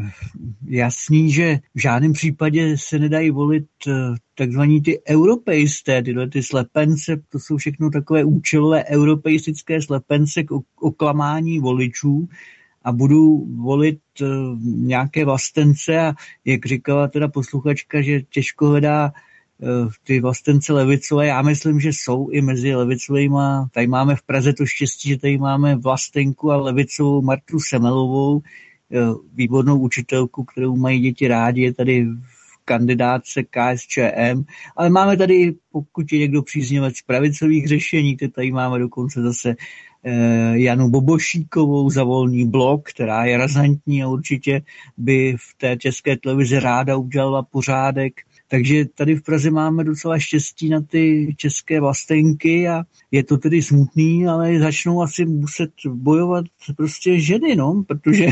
jasný, že v žádném případě se nedají volit takzvaní ty europejisté, tyhle ty slepence, to jsou všechno takové účelové europeistické slepence k oklamání voličů a budu volit uh, nějaké vlastence a jak říkala teda posluchačka, že těžko hledá uh, ty vlastence levicové, já myslím, že jsou i mezi levicovejma, tady máme v Praze to štěstí, že tady máme vlastenku a levicovou Martu Semelovou, uh, výbornou učitelku, kterou mají děti rádi, je tady kandidátce K S Č M, ale máme tady, pokud je někdo příznivec pravicových řešení, teď tady máme dokonce zase eh, Janu Bobošíkovou za Volný blok, která je razantní a určitě by v té České televizi ráda udělala pořádek. Takže tady v Praze máme docela štěstí na ty české vlastenky a je to tedy smutný, ale začnou asi muset bojovat prostě ženy, no, protože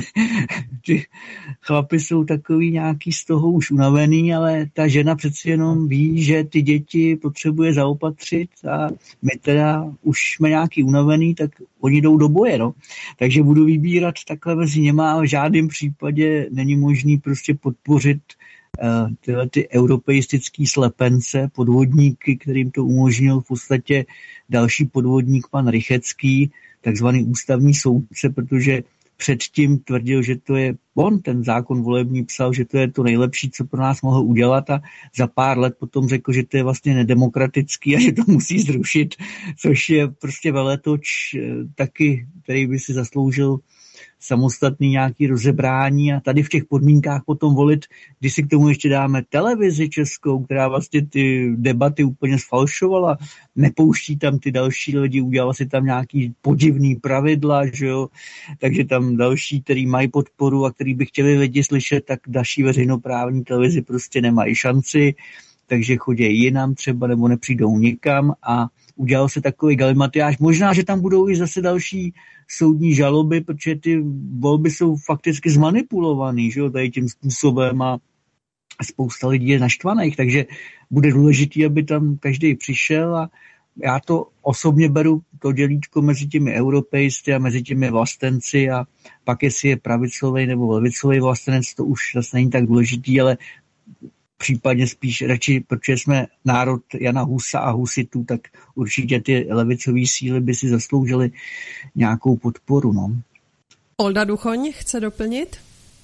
ty chlapi jsou takový nějaký z toho už unavený, ale ta žena přeci jenom ví, že ty děti potřebuje zaopatřit a my teda už jsme nějaký unavený, tak oni jdou do boje, no. Takže budu vybírat takhle mezi něma a v žádném případě není možný prostě podpořit tyhle ty europeistický slepence, podvodníky, kterým to umožnil v podstatě další podvodník pan Rychecký, takzvaný ústavní soudce, protože předtím tvrdil, že to je on, ten zákon volební psal, že to je to nejlepší, co pro nás mohl udělat a za pár let potom řekl, že to je vlastně nedemokratický a že to musí zrušit, což je prostě veletoč taky, který by si zasloužil samostatný nějaký rozebrání a tady v těch podmínkách potom volit, když si k tomu ještě dáme televizi českou, která vlastně ty debaty úplně sfalšovala, nepouští tam ty další lidi, udělala si tam nějaký podivný pravidla, že jo, takže tam další, který mají podporu a který by chtěli lidi slyšet, tak další veřejnoprávní televizi prostě nemají šanci, takže chodí jinam třeba nebo nepřijdou nikam a udělal se takový galimatiáž. Možná, že tam budou i zase další soudní žaloby, protože ty volby jsou fakticky zmanipulovaný, že jo, tady tím způsobem a spousta lidí je naštvaných, takže bude důležitý, aby tam každý přišel a já to osobně beru to dělítko mezi těmi europejsty a mezi těmi vlastenci a pak jestli je pravicový nebo levicový vlastenec, to už zase není tak důležitý, ale případně spíš radši, protože jsme národ Jana Husa a husitů, tak určitě ty levicové síly by si zasloužily nějakou podporu. No. Olda Duchoň chce doplnit?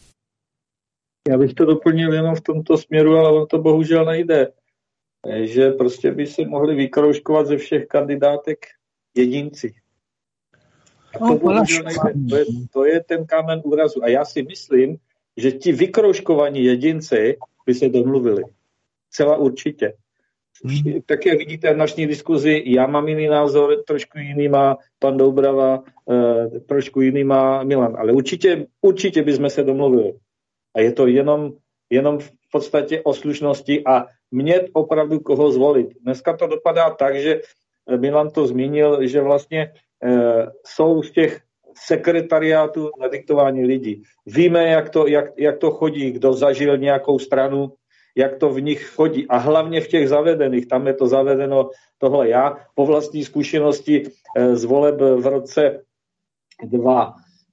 Já bych to doplnil jenom v tomto směru, ale on to bohužel nejde. Že prostě by se mohli vykroužkovat ze všech kandidátek jedinci. A to no, bohužel nejde. To je, to je ten kámen úrazu. A já si myslím, že ti vykroužkovaní jedinci by se domluvili. Celá určitě. Hmm. Tak jak vidíte v naší diskuzi, já mám jiný názor, trošku jiný má pan Doubrava, eh, trošku jiný má Milan, ale určitě, určitě bychom se domluvili. A je to jenom, jenom v podstatě o slušnosti a mít opravdu koho zvolit. Dneska to dopadá tak, že Milan to zmínil, že vlastně e, jsou z těch sekretariátů nadiktováni lidi. Víme, jak to, jak, jak to chodí, kdo zažil nějakou stranu, jak to v nich chodí. A hlavně v těch zavedených, tam je to zavedeno tohle. Já po vlastní zkušenosti e, z voleb v roce dva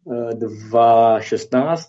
šestnáct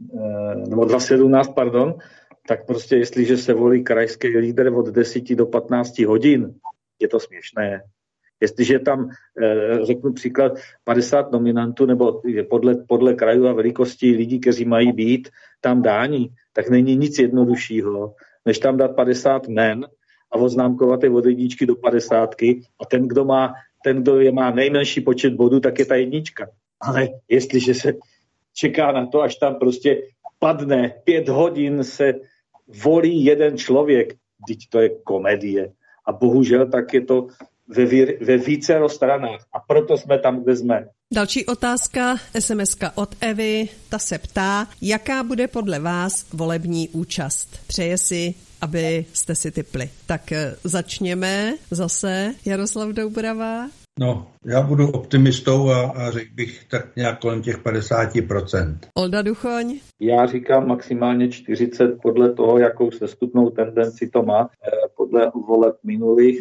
nebo dva sedmnáct, pardon, tak prostě jestliže se volí krajský lídr od deseti do patnácti hodin, je to směšné. Jestliže tam, řeknu příklad, padesát nominantů, nebo podle, podle krajů a velikosti lidí, kteří mají být tam dáni, tak není nic jednoduššího, než tam dát padesát men a oznámkovat je od jedničky do padesátky a ten, kdo má, ten, kdo je má nejmenší počet bodů, tak je ta jednička. Ale jestliže se čeká na to, až tam prostě padne pět hodin, se volí jeden člověk, teď to je komedie. A bohužel tak je to ve, vý, ve více stranách. A proto jsme tam, kde jsme. Další otázka, es em eska od Evy, ta se ptá, jaká bude podle vás volební účast? Přeje si, abyste si tipli. Tak začněme zase, Jaroslav Doubrava. No, já budu optimistou a, a řekl bych tak nějak kolem těch padesát procent. Olda Duchoň? Já říkám maximálně čtyřicet podle toho, jakou sestupnou tendenci to má, podle voleb minulých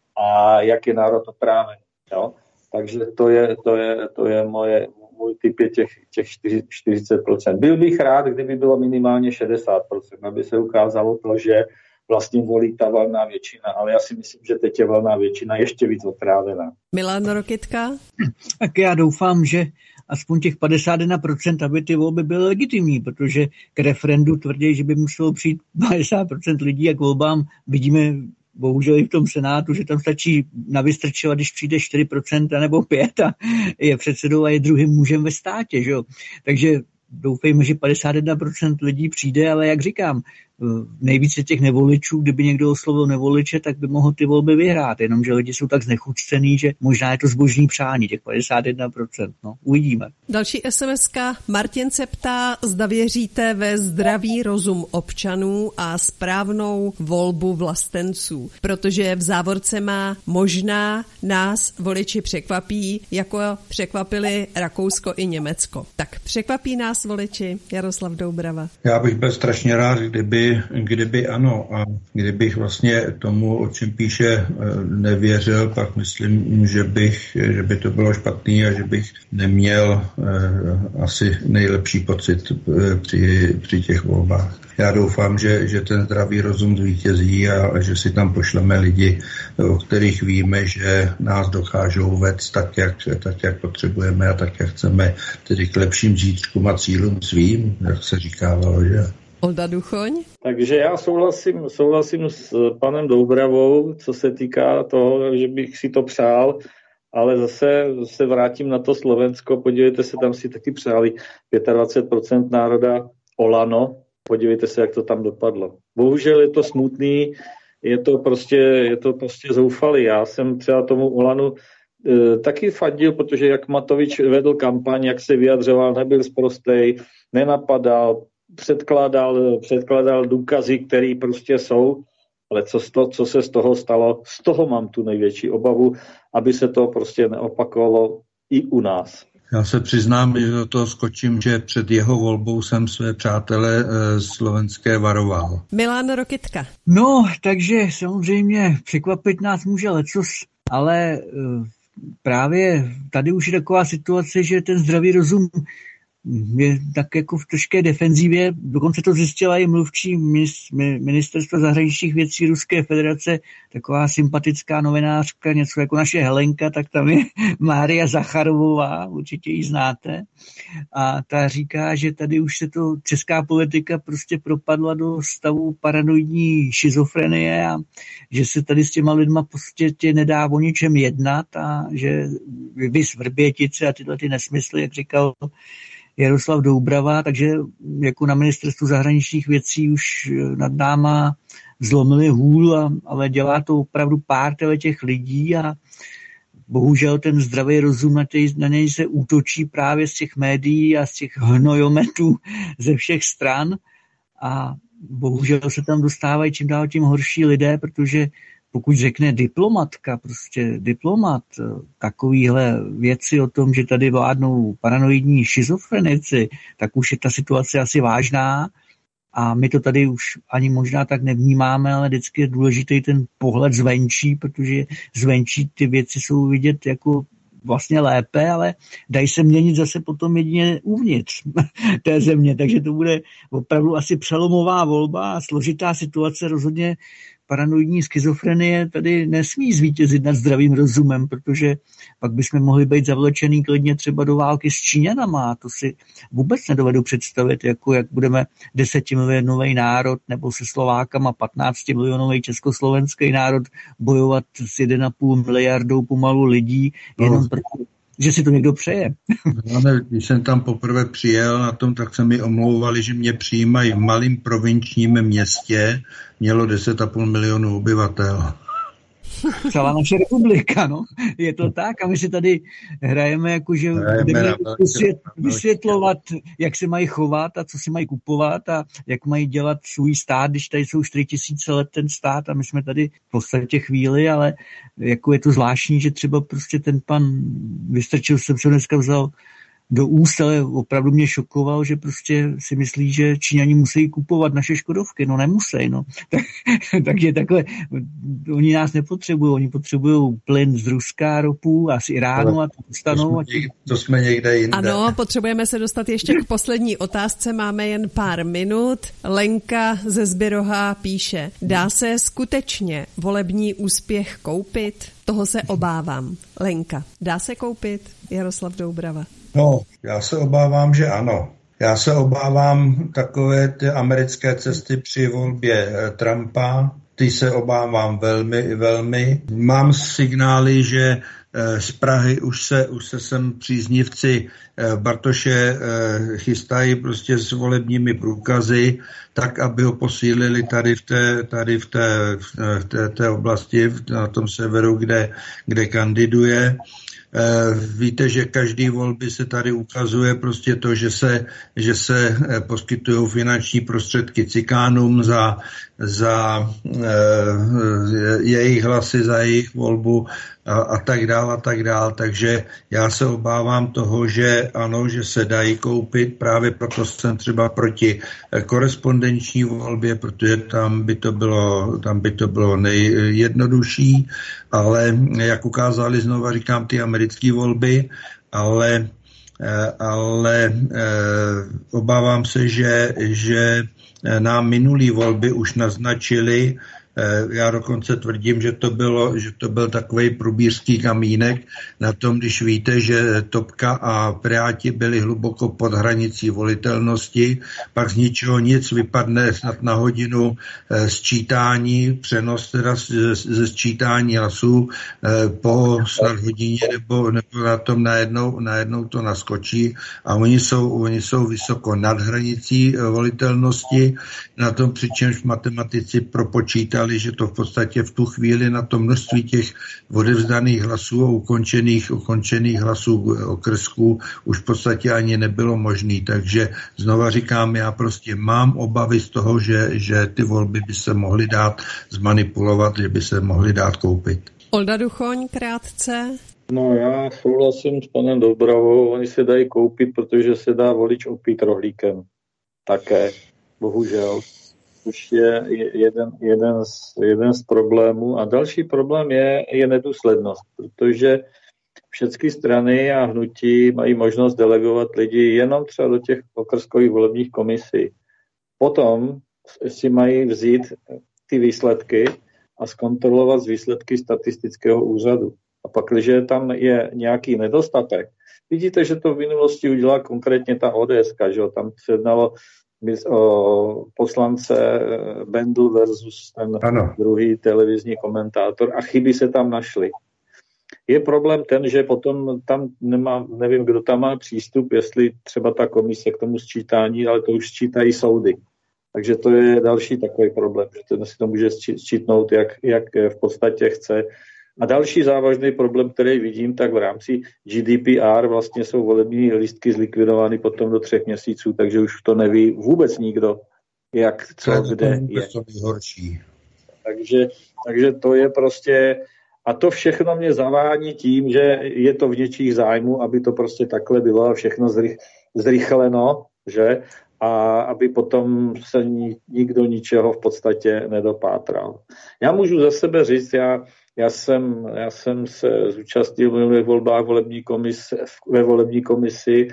a jak je národ otrávený. Jo? Takže to je, to je, to je moje, můj typ je těch, těch čtyřicet procent. Byl bych rád, kdyby bylo minimálně šedesát procent, aby se ukázalo to, že vlastně volí ta valná většina, ale já si myslím, že teď je valná většina ještě víc otrávená. Milan Rokytka? Tak já doufám, že aspoň těch padesát jedna procent, aby ty volby byly legitimní, protože k referendu tvrdí, že by muselo přijít padesát procent lidí a k volbám vidíme bohužel i v tom Senátu, že tam stačí navystrčovat, když přijde čtyři procenta nebo pět a je předsedou a je druhým mužem ve státě. Že jo? Takže doufejme, že padesát jedna procent lidí přijde, ale jak říkám, nejvíce těch nevoličů, kdyby někdo oslovil nevoliče, tak by mohl ty volby vyhrát, jenomže lidi jsou tak znechucený, že možná je to zbožný přání, těch padesát jedna procent, no, uvidíme. Další es em eska, Martin se ptá, zda věříte ve zdravý rozum občanů a správnou volbu vlastenců, protože v závorce má možná nás voliči překvapí, jako překvapili Rakousko i Německo. Tak překvapí nás voliči, Jaroslav Doubrava? Já bych byl strašně rád, kdyby Kdyby ano a kdybych vlastně tomu, o čem píše, nevěřil, pak myslím, že bych, že by to bylo špatný a že bych neměl eh, asi nejlepší pocit při, při těch volbách. Já doufám, že, že ten zdravý rozum zvítězí a, a že si tam pošleme lidi, o kterých víme, že nás dokážou vést tak, jak, tak, jak potřebujeme a tak, jak chceme, tedy k lepším zítřkům a cílům svým, jak se říkávalo, že? Olda Duchoň? Takže já souhlasím, souhlasím s panem Doubravou, co se týká toho, že bych si to přál, ale zase se vrátím na to Slovensko, podívejte se, tam si taky přáli dvacet pět procent národa Olano, podívejte se, jak to tam dopadlo. Bohužel je to smutný, je to prostě, je to prostě zoufalý. Já jsem třeba tomu Olanu e, taky fandil, protože jak Matovič vedl kampaň, jak se vyjadřoval, nebyl sprostej, nenapadal, předkládal, předkládal důkazy, které prostě jsou, ale co, to, co se z toho stalo, z toho mám tu největší obavu, aby se to prostě neopakovalo i u nás. Já se přiznám, že do toho skočím, že před jeho volbou jsem své přátele e, slovenské varoval. Milan Rokytka. No, takže samozřejmě překvapit nás může lecos, ale e, právě tady už je taková situace, že ten zdravý rozum je tak jako v trošké defenzívě, dokonce to zjistila i mluvčí ministerstva zahraničních věcí Ruské federace, taková sympatická novinářka, něco jako naše Helenka, tak tam je Mária Zacharovová, určitě ji znáte, a ta říká, že tady už se to česká politika prostě propadla do stavu paranoidní schizofrenie a že se tady s těma lidma prostě nedá o ničem jednat a že vys Vrbětice a tyhle ty nesmysly, jak říkal Jaroslav Doubrava, takže jako na ministerstvu zahraničních věcí už nad náma zlomili hůl, a, ale dělá to opravdu pár těch lidí a bohužel ten zdravý rozum na, tej, na něj se útočí právě z těch médií a z těch hnojometů ze všech stran a bohužel se tam dostávají čím dál tím horší lidé, protože pokud řekne diplomatka, prostě diplomat, takovýhle věci o tom, že tady vládnou paranoidní schizofrenici, tak už je ta situace asi vážná a my to tady už ani možná tak nevnímáme, ale vždycky je důležitý ten pohled zvenčí, protože zvenčí ty věci jsou vidět jako vlastně lépe, ale dají se měnit zase potom jedině uvnitř té země, takže to bude opravdu asi přelomová volba a složitá situace. Rozhodně paranoidní schizofrenie tady nesmí zvítězit nad zdravým rozumem, protože pak bychom mohli být zavlečený klidně třeba do války s Číňanama a to si vůbec nedovedu představit, jako jak budeme desetimilionový národ nebo se Slovákama patnáctimilionový československý národ bojovat s jedna a půl miliardou pomalu lidí, jenom no. proto, že si to někdo přeje. No, když jsem tam poprvé přijel na tom, tak se mi omlouvali, že mě přijímají v malým provinčním městě, mělo deset a půl milionů obyvatel. Celá naše republika, no. Je to tak a my si tady hrajeme, jakože budeme vysvět, vysvětlovat, jak se mají chovat a co si mají kupovat a jak mají dělat svůj stát, když tady jsou čtyři tisíce let ten stát a my jsme tady v podstatě chvíli, ale jako je to zvláštní, že třeba prostě ten pan Vystrčil, jsem se dneska vzal do úst, ale opravdu mě šokoval, že prostě si myslí, že Číňani musí kupovat naše Škodovky. No nemusí, no. Tak, takže takhle, oni nás nepotřebují, oni potřebují plyn z Ruska, ropu a z Iránu a to dostanou. To jsme, někde, to jsme někde jinde. Ano, potřebujeme se dostat ještě k poslední otázce, máme jen pár minut. Lenka ze Zbiroha píše, dá se skutečně volební úspěch koupit? Toho se obávám. Lenka, dá se koupit? Jaroslav Doubrava. No, já se obávám, že ano. Já se obávám takové ty americké cesty při volbě Trumpa, ty se obávám velmi, velmi. Mám signály, že z Prahy už se, už se sem příznivci Bartoše chystají prostě s volebními průkazy, tak, aby ho posílili tady v té, tady v té, v té, té oblasti, na tom severu, kde, kde kandiduje. Víte, že každý volby se tady ukazuje prostě to, že se, že se poskytují finanční prostředky cikánům za, za e, jejich hlasy, za jejich volbu a, a tak dál a tak dál. Takže já se obávám toho, že ano, že se dají koupit, právě proto jsem třeba proti korespondenční volbě, protože tam by to bylo, tam by to bylo nejjednodušší, ale jak ukázali, znova říkám, ty americké volby, ale, ale obávám se, že, že nám minulý volby už naznačili, já dokonce tvrdím, že to bylo, že to byl takovej průbířský kamínek na tom, když víte, že Topka a Piráti byli hluboko pod hranicí volitelnosti, pak z ničeho nic vypadne snad na hodinu sčítání, přenos teda ze sčítání hlasů po snad hodině nebo, nebo na tom najednou, najednou to naskočí a oni jsou, oni jsou vysoko nad hranicí volitelnosti, na tom přičemž matematici propočítali, že to v podstatě v tu chvíli na to množství těch odevzdaných hlasů a ukončených, ukončených hlasů okrsků už v podstatě ani nebylo možný. Takže znova říkám, já prostě mám obavy z toho, že, že ty volby by se mohly dát zmanipulovat, že by se mohly dát koupit. Olda Duchoň, krátce. No já souhlasím s panem Doubravou, oni se dají koupit, protože se dá volič opít rohlíkem. Také, bohužel. Už je jeden, jeden, z, jeden z problémů. A další problém je, je nedůslednost, protože všechny strany a hnutí mají možnost delegovat lidi jenom třeba do těch okrskových volebních komisí. Potom si mají vzít ty výsledky a zkontrolovat z výsledky statistického úřadu. A pak, když tam je nějaký nedostatek, vidíte, že to v minulosti udělala konkrétně ta O D S ka, že jo? Tam se jednalo o poslance Bendl versus ten ano. druhý televizní komentátor a chyby se tam našly. Je problém ten, že potom tam nemá, nevím, kdo tam má přístup, jestli třeba ta komise k tomu sčítání, ale to už sčítají soudy. Takže to je další takový problém, že ten si to může sčítnout, jak, jak v podstatě chce. A další závažný problém, který vidím, tak v rámci G D P R vlastně jsou volební lístky zlikvidovány potom do třech měsíců, takže už to neví vůbec nikdo, jak, co, to kde je. To horší. Takže, takže to je prostě, a to všechno mě zavání tím, že je to v něčích zájmu, aby to prostě takhle bylo a všechno zrych, zrychleno, že? A aby potom se nikdo ničeho v podstatě nedopátral. Já můžu za sebe říct, já Já jsem, já jsem se zúčastnil v minulých volbách volební komise, ve volební komisi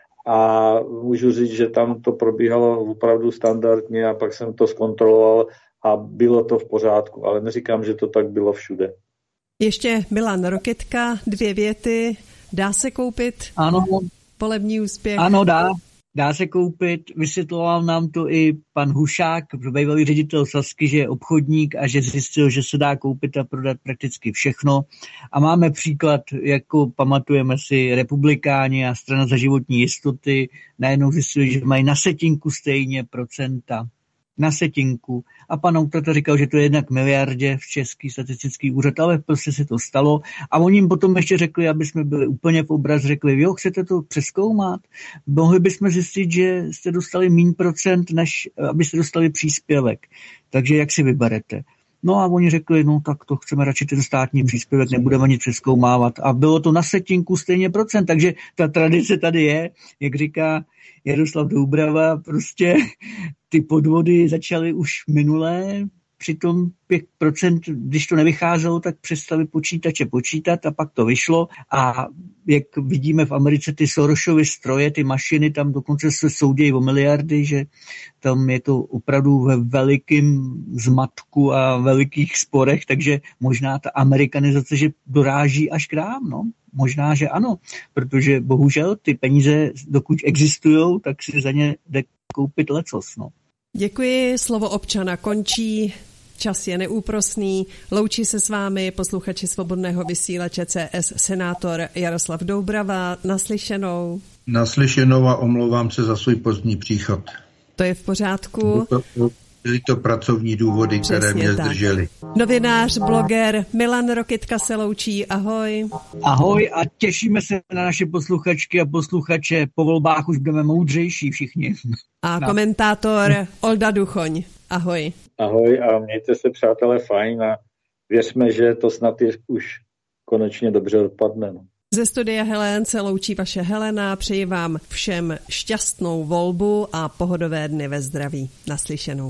a můžu říct, že tam to probíhalo opravdu standardně a pak jsem to zkontroloval a bylo to v pořádku, ale neříkám, že to tak bylo všude. Ještě Milan Roketka, dvě věty. Dá se koupit ano. volební úspěch? Ano, dá. Dá se koupit, vysvětloval nám to i pan Hušák, bývalý ředitel Sazky, že je obchodník a že zjistil, že se dá koupit a prodat prakticky všechno. A máme příklad, jako pamatujeme si Republikáni a Strana za životní jistoty, najednou zjistili, že mají na setinku stejně procenta. Na setinku. A pan Outata říkal, že to je jedna k miliardě v Český statistický úřad, ale prostě se to stalo. A oni jim potom ještě řekli, aby jsme byli úplně v obraz, řekli, jo, chcete to přezkoumat? Mohli bychom zjistit, že jste dostali míň procent, než abyste dostali příspěvek. Takže jak si vyberete? No a oni řekli, no tak to chceme radši ten státní příspěvek, nebudeme nic přezkoumávat. A bylo to na setinku stejně procent, takže ta tradice tady je, jak říká Jaroslav Doubrava, prostě ty podvody začaly už minulé, přitom pět procent, když to nevycházelo, tak přestali počítače počítat a pak to vyšlo a jak vidíme v Americe ty Sorosovy stroje, ty mašiny, tam dokonce se soudějí o miliardy, že tam je to opravdu ve velikém zmatku a velikých sporech, takže možná ta amerikanizace, že doráží až k nám, no. Možná, že ano, protože bohužel ty peníze, dokud existují, tak si za ně jde koupit lecos, no. Děkuji, slovo občana končí, čas je neúprosný, loučí se s vámi posluchači Svobodného vysílače C S senátor Jaroslav Doubrava, naslyšenou. Naslyšenou a omlouvám se za svůj pozdní příchod. To je v pořádku. Byly to pracovní důvody, přesně, které mě tak zdržely. Novinář, bloger Milan Roketka se loučí, ahoj. Ahoj a těšíme se na naše posluchačky a posluchače, po volbách už budeme moudřejší všichni. A no. Komentátor Olda Duchoň, ahoj. Ahoj a mějte se, přátelé, fajn a věřme, že to snad je už konečně dobře dopadne. No. Ze studia Helen se loučí vaše Helena, přeji vám všem šťastnou volbu a pohodové dny ve zdraví. Naslyšenou.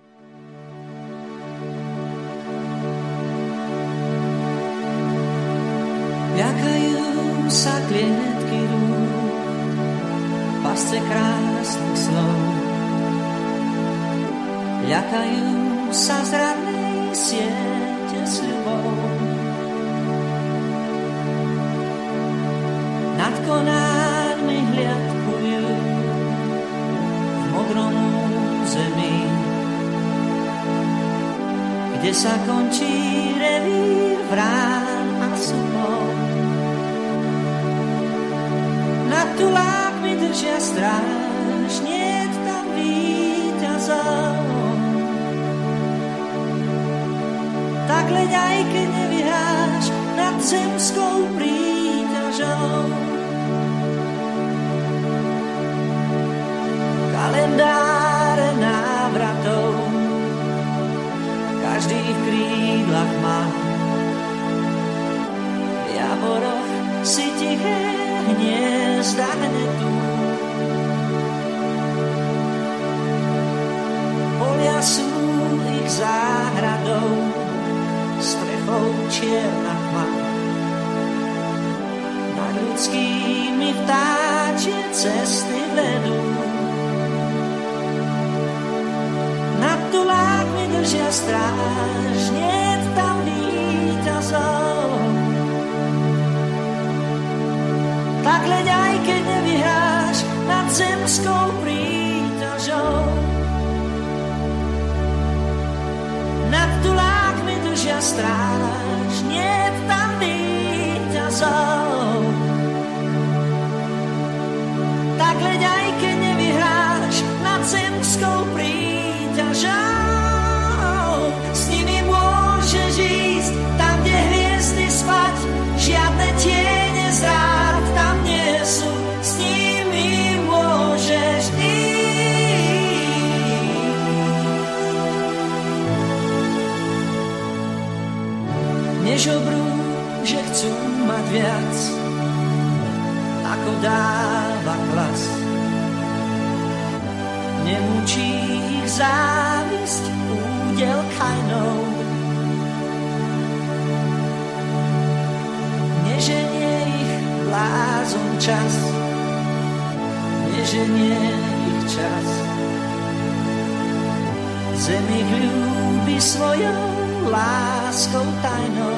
Ľakajú sa klietky rúk, pasce krásnych slov. Ľakajú sa zradnej siete sľubov. Nad konármi hliadkujú v modrom zemi, kde sa končí revír vrán a supov. Nad tulákmi držia stráž, niet tam víťazov. Tak leď aj keď nevyhráš nad zemskou príťažou. Kalendáre návratov každý v krídlach má. V javoroch si tiché hniezda hnetú. Polia sú ich záhradou, strechou čierna tma. V ľudskými vtáčie cesty vedú. Nad tulákmi držia stráž, niet tam víťazov. Tak leď aj keď nevyhráš nad zemskou príťažou. Nad tulákmi držia stráž, niet tam víťazov. Tak leď aj keď nevyhráš nad zemskou príťažou. S nimi môžeš ísť tam, kde hviezdy spať, žiadne tiene zrád tam nie sú. S nimi môžeš ísť. Nežobrú, že chcú mať viac, ako dáva klas. Nemúči ich závisť údel kajnou. Neženie ich blázon čas, neženie ich čas. Zem ich ľúbi svojou láskou tajnou.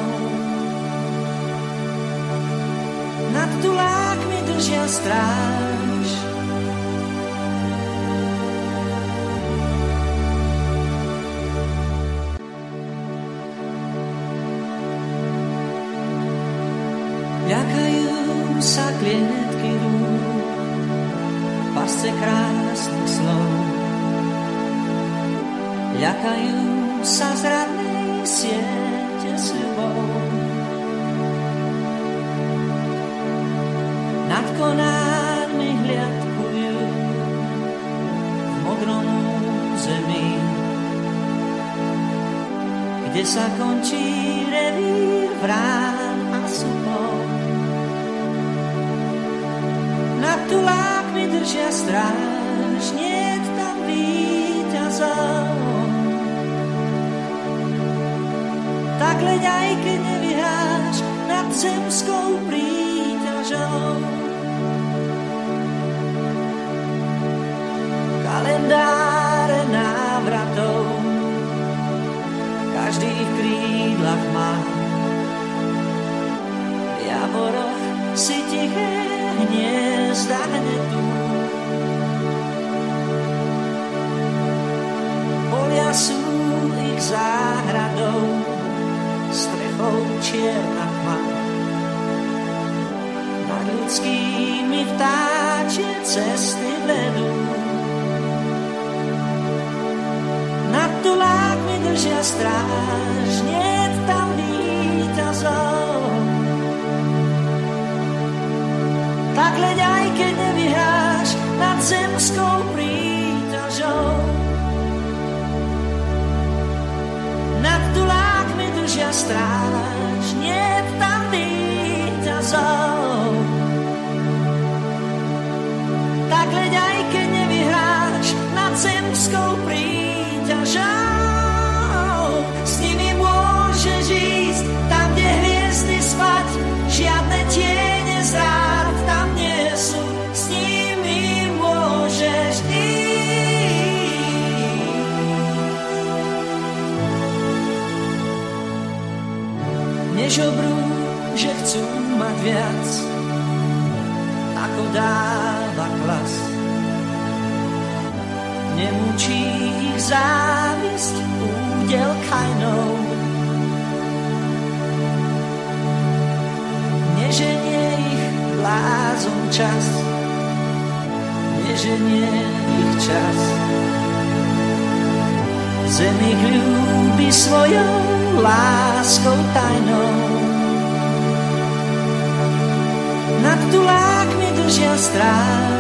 Nad tulákmi držia stráž. Ľakajú sa klietky rúk, pasce krásnych slov. Ľakajú sa zradnej siete sľubov. Nad konármi hliadkujú v modrom zemi, kde sa končí revír vrán a supov. Nad tulákmi držia stráž, niet tam víťazov. Tak leď aj keď nevyhráš nad zemskou príťažou. Kalendáre návratov každý v krídlach má. V javoroch si tiché hniezda hnetú. Polia sú ich záhradou, strechou čierna tma. Nad ľudskými vtáčie cesty vedú. Nad tulákmi držia stráž, niet tam víťazov. Tak leď aj keď nevyhráš nad zemskou príťažou. Nad tulákmi držia stráž, niet tam víťazov. Tak leď aj keď nevyhráš nad zemskou príťažou. S nimi môžeš ísť tam, kde hviezdy spať, žiadne tiene zrád tam nie sú. S nimi môžeš ísť. Nežobrú, že chcú mať viac, ako dáva klas. Nemúči ich závisť údel kajnou. Neženie ich blázon čas, neženie ich čas. Zem ich ľúbi svojou láskou tajnou. Nad tulákmi držia stráž,